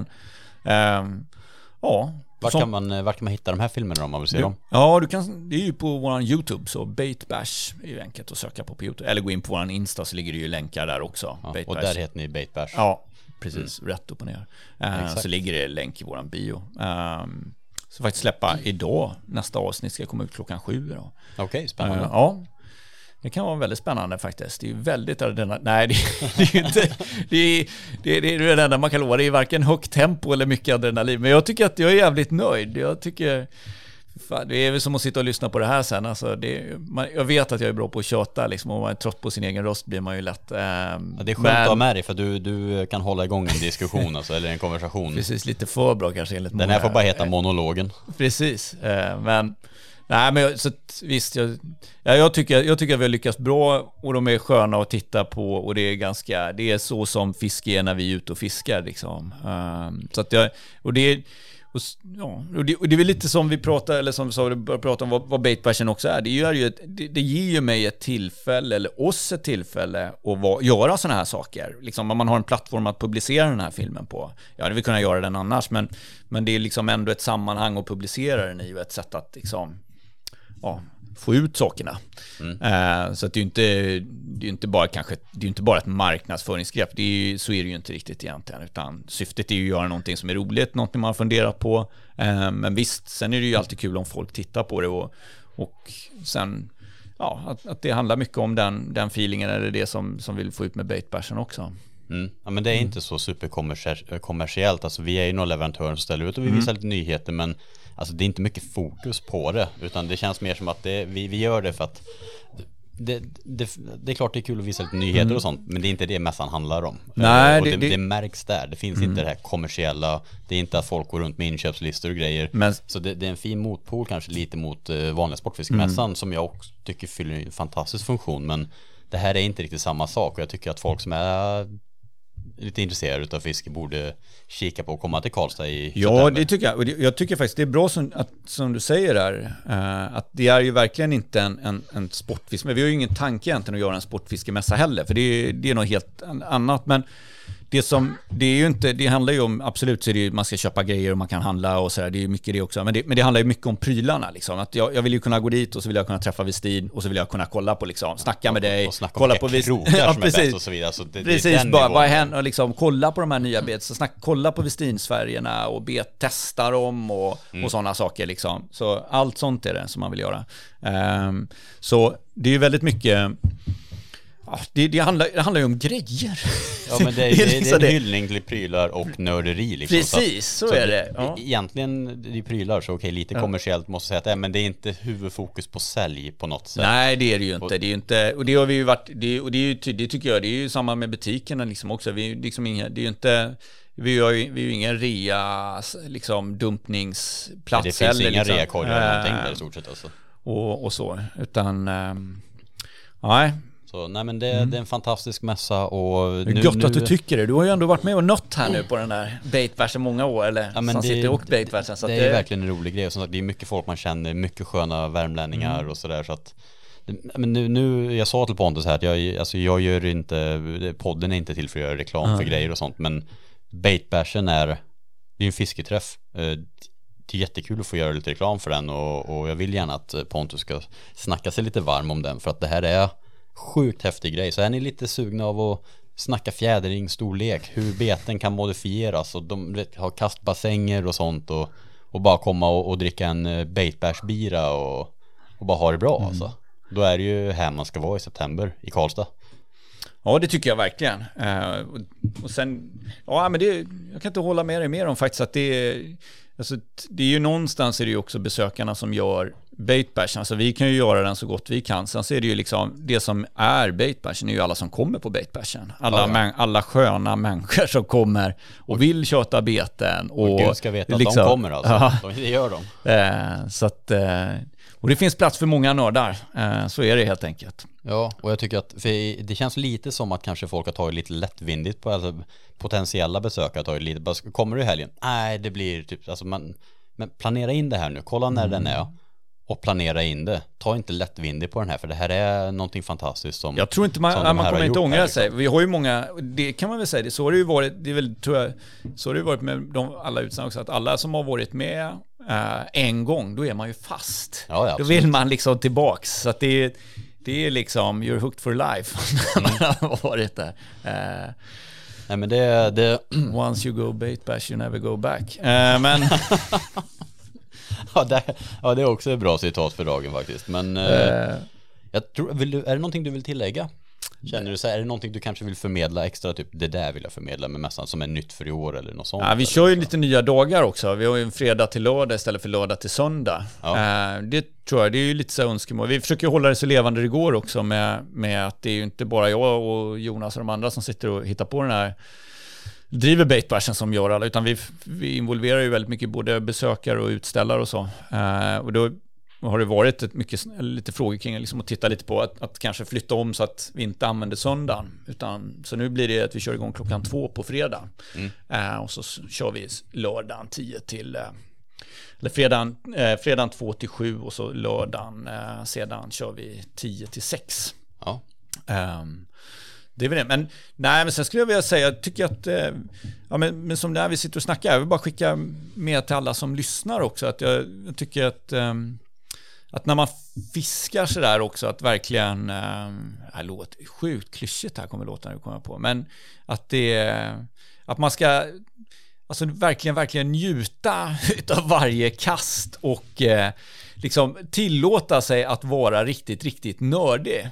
Vart kan man hitta de här filmerna om man vill se dem? Ja, det är ju på våran YouTube, så Bait Bash är ju enkelt att söka på YouTube, eller gå in på våran Insta, så ligger det ju länkar där också. Ja, och där heter ni Bait Bash. Ja, precis, rätt upp och ner. Så ligger det länk i våran bio. Så faktiskt släppa idag, nästa avsnitt ska komma ut 7:00 då. Okej, spännande. Ja. Det kan vara väldigt spännande faktiskt. Det är ju väldigt adrenalin. Nej, det är ju inte... Det är det enda man kan lova. Det är varken högt tempo eller mycket adrenalin. Men jag tycker att jag är jävligt nöjd. Jag tycker... Fan, det är väl som att sitta och lyssna på det här sen. Alltså jag vet att jag är bra på att köta. Liksom, om man är trött på sin egen röst blir man ju lätt... det är skönt att ha med dig, för du kan hålla igång en diskussion alltså, eller en konversation. Precis, lite för bra kanske. Enligt den här får bara heta monologen. Precis, men... Nej, men så visst, jag tycker att vi har lyckats bra, och de är sköna att titta på, och det är så som fisk är när vi är ute och fiskar liksom. Så att det är väl lite som vi pratar, eller som vi började prata om vad baitbashen också är. Det ger ju mig ett tillfälle, eller oss ett tillfälle att göra såna här saker. Liksom, om man har en plattform att publicera den här filmen på. Ja, det vill kunna göra den annars, men det är liksom ändå ett sammanhang att publicera den i, och ett sätt att liksom få ut sakerna. Så att det är inte bara ett marknadsföringsgrepp. Så är det ju inte riktigt egentligen, utan syftet är ju att göra någonting som är roligt, något man har funderat på. Men visst, sen är det ju alltid kul om folk tittar på det, och sen att det handlar mycket om den feelingen, eller det som vill få ut med baitbashen också. Ja, men det är inte så superkommersiellt. Alltså, vi är ju några leverantörer som ställer ut, och vi visar lite nyheter, men alltså, det är inte mycket fokus på det, utan det känns mer som att vi gör det för att det är klart det är kul att visa lite nyheter och sånt, men det är inte det mässan handlar om. Nej, och det märks där. Det finns inte det här kommersiella. Det är inte att folk går runt med inköpslistor och grejer. Så det är en fin motpol kanske lite mot vanliga sportfiskemässan, som jag också tycker fyller en fantastisk funktion, men det här är inte riktigt samma sak, och jag tycker att folk som är lite intresserade av fiske borde kika på och komma till Karlstad i september. Ja, det tycker jag. Och jag tycker faktiskt det är bra som du säger där, att det är ju verkligen inte en sportfiske. Men vi har ju ingen tanke egentligen att göra en sportfiskemässa heller, för det är något helt annat. Men det handlar ju om, absolut så är det ju, man ska köpa grejer och man kan handla och sådär, det är ju mycket det också, men det handlar ju mycket om prylarna liksom, att jag vill ju kunna gå dit, och så vill jag kunna träffa Westin, och så vill jag kunna kolla på liksom, snacka med dig, och kolla på krokar som är bäst och så vidare, så precis, bara händer och liksom kolla på de här nya bet, så kolla på Westin-Sverigena och testa dem och sådana saker liksom, så allt sånt är det som man vill göra. Så det är ju väldigt mycket. Det handlar ju om grejer. Ja, men det är en hyllning till prylar och nörderi liksom. Precis, så är det. Ja. Egentligen det är prylar, så okej, lite kommersiellt måste jag säga att men det är inte huvudfokus på sälj på något sätt. Nej, det är det ju inte. Det är ju inte, och det har vi ju varit, det tycker jag, det är ju samma med butikerna liksom också. Vi liksom det är ju inte, vi är ju ingen rea liksom dumpningsplats. Det finns inga liksom reakorgar eller någonting där i stort sett alltså. Och så, utan nej. Så nej, men det är en fantastisk mässa, och det är gott att du tycker det. Du har ju ändå varit med och nött här nu på den där baitbashen många år, eller som sitter och baitbashen, så det är verkligen en rolig grej, och som sagt, det är mycket folk man känner, mycket sköna värmlänningar och sådär, så att men nu jag sa till Pontus här att jag gör inte, podden är inte till för att göra reklam för grejer och sånt, men baitbashen det är en fisketräff. Det är jättekul att få göra lite reklam för den, och jag vill gärna att Pontus ska snacka sig lite varm om den, för att det här är sjukt häftig grej. Så är ni lite sugna av att snacka fjädring, storlek, hur beten kan modifieras, och de har kastbassänger och sånt, och bara komma och dricka en baitbash-bira och bara ha det bra alltså. Då är det ju här man ska vara i september i Karlstad. Ja, det tycker jag verkligen. Och sen, men jag kan inte hålla med dig mer om faktiskt, att det är ju någonstans är det ju också besökarna som gör baitbashen. Alltså vi kan ju göra den så gott vi kan. Sen så är det ju liksom, det som är baitbashen är ju alla som kommer på baitbashen. Alla sköna människor som kommer och vill köta beten. Och Gud ska veta att liksom, de kommer alltså. Det gör de. Så att, och det finns plats för många nördar. Så är det helt enkelt. Ja, och jag tycker att för det känns lite som att kanske folk har tagit lite lättvindigt på, alltså potentiella besökare har tagit lite, bara, kommer du i helgen? Nej, det blir typ, alltså men planera in det här nu, kolla när den är och planera in det. Ta inte lättvindigt på den här, för det här är någonting fantastiskt som jag tror inte man kommer inte ångra sig. Vi har ju många, det kan man väl säga, så har det ju varit, det är väl, tror jag, så har det ju varit med alla utsändningar också, att alla som har varit med en gång, då är man ju fast. Ja, då vill man liksom tillbaks, så att det är liksom you're hooked for life när man har varit där. Nej, men det once you go baitbash you never go back. Men ja, det är också ett bra citat för dagen faktiskt. Men Är det någonting du vill tillägga? Känner du så här, är det någonting du kanske vill förmedla extra, typ det där vill jag förmedla med mässan som är nytt för i år eller något sånt? Ja, vi kör ju lite nya dagar också. Vi har ju en fredag till lördag istället för lördag till söndag. Ja. Det tror jag, det är ju lite så önskemål. Vi försöker hålla det så levande det går också med att det är ju inte bara jag och Jonas och de andra som sitter och hittar på den här driver baitbashen som gör alla, utan vi involverar ju väldigt mycket både besökare och utställare och så. Och då har det varit lite frågor kring liksom att titta lite på att kanske flytta om så att vi inte använder söndagen, utan så nu blir det att vi kör igång 2:00 på fredag. Och så kör vi lördagen 10 till eller fredagen 2 till 7 och så lördagen sedan kör vi 10 till 6. Ja. Det är väl det. Men sen skulle jag vilja säga, jag tycker att men som där vi sitter och snackar, jag vill bara skicka med till alla som lyssnar också, att jag tycker att när man fiskar så där också, att verkligen det låter sjukt klyschigt här kommer låta när du kommer på, men att man ska alltså verkligen njuta av varje kast och liksom tillåta sig att vara riktigt, riktigt nördig.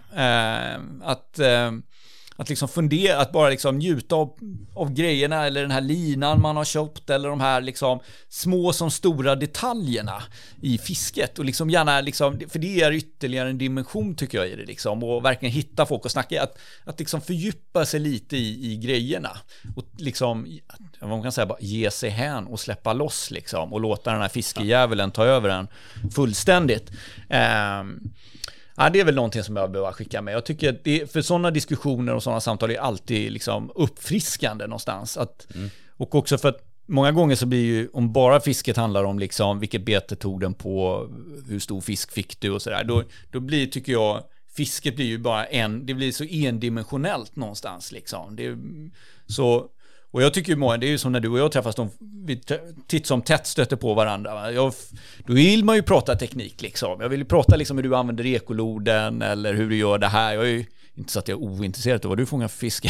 Att liksom fundera, att bara liksom njuta av grejerna eller den här linan man har köpt eller de här liksom små som stora detaljerna i fisket, och liksom gärna liksom, för det är ytterligare en dimension tycker jag i det liksom, och verkligen hitta folk och snacka, att liksom fördjupa sig lite i grejerna och liksom, vad man kan säga, bara ge sig hän och släppa loss liksom, och låta den här fiskejävulen ta över en fullständigt. Ja, det är väl någonting som jag behöver skicka med. Jag tycker att för sådana diskussioner och sådana samtal är alltid liksom uppfriskande någonstans. Och också för att många gånger så blir ju, om bara fisket handlar om liksom vilket bete tog den på, hur stor fisk fick du och sådär, då blir, tycker jag, fisket blir ju bara det blir så endimensionellt någonstans liksom. Det är så. Och jag tycker det är ju som när du och jag träffas, vi titt som tätt stöter på varandra. Då vill man ju prata teknik liksom. Jag vill ju prata liksom hur du använder ekoloden eller hur du gör det här. Jag är ju inte så att jag är ointresserad av vad du fångar för fisk,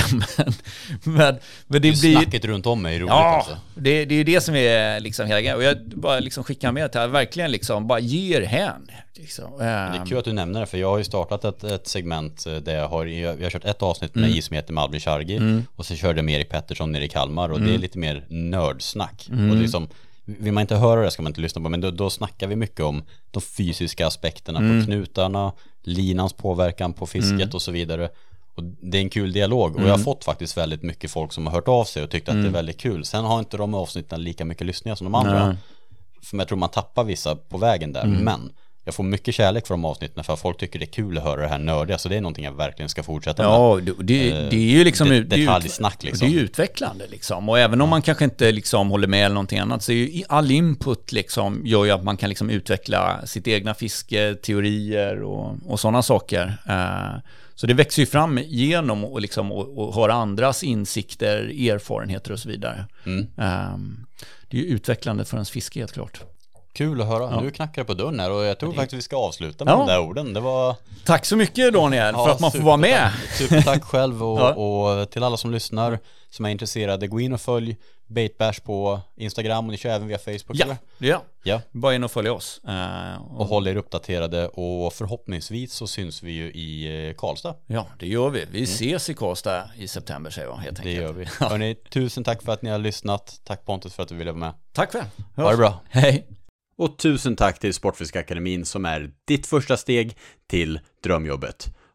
men det blir snacket runt om mig är roligt. Ja, alltså. Det är ju det som är liksom hela grejen. Och jag bara liksom skickar med till att verkligen liksom bara ger hän. Liksom. Det är kul att du nämner det, för jag har ju startat ett segment där jag har kört ett avsnitt med som heter Malbrin Chargi och så körde Erik Pettersson nere i Kalmar och det är lite mer nördsnack. Och liksom, vill man inte höra det ska man inte lyssna på, men då snackar vi mycket om de fysiska aspekterna på knutarna, linans påverkan på fisket och så vidare. Och det är en kul dialog och jag har fått faktiskt väldigt mycket folk som har hört av sig och tyckt att det är väldigt kul. Sen har inte de avsnitten lika mycket lyssningar som de andra. För jag tror man tappar vissa på vägen där, men jag får mycket kärlek för de avsnitten för att folk tycker det är kul att höra det här nördiga, så det är någonting jag verkligen ska fortsätta med. Ja, det är ju liksom detaljsnack liksom. Det är ju utvecklande liksom, och även om man kanske inte liksom håller med eller någonting annat, så är ju all input liksom gör ju att man kan liksom utveckla sitt egna fisketeorier och sådana saker. Så det växer ju fram genom och liksom och höra andras insikter, erfarenheter och så vidare. Det är ju utvecklande för ens fiske, helt klart. Kul att höra. Ja. Nu knackar det på dörren här och jag tror faktiskt vi ska avsluta med de där orden. Det var... Tack så mycket Daniel för att man får vara med. Supertack själv och till alla som lyssnar som är intresserade, gå in och följ Baitbash på Instagram och ni kör även via Facebook. Ja. Bara in och följ oss. Och håll er uppdaterade och förhoppningsvis så syns vi ju i Karlstad. Ja, det gör vi. Vi ses i Karlstad i september, säger jag helt enkelt. Det gör vi. Hörrni, tusen tack för att ni har lyssnat. Tack Pontus för att du ville vara med. Tack själv. Ha det bra. Hej. Och tusen tack till Sportfiskakademin som är ditt första steg till drömjobbet.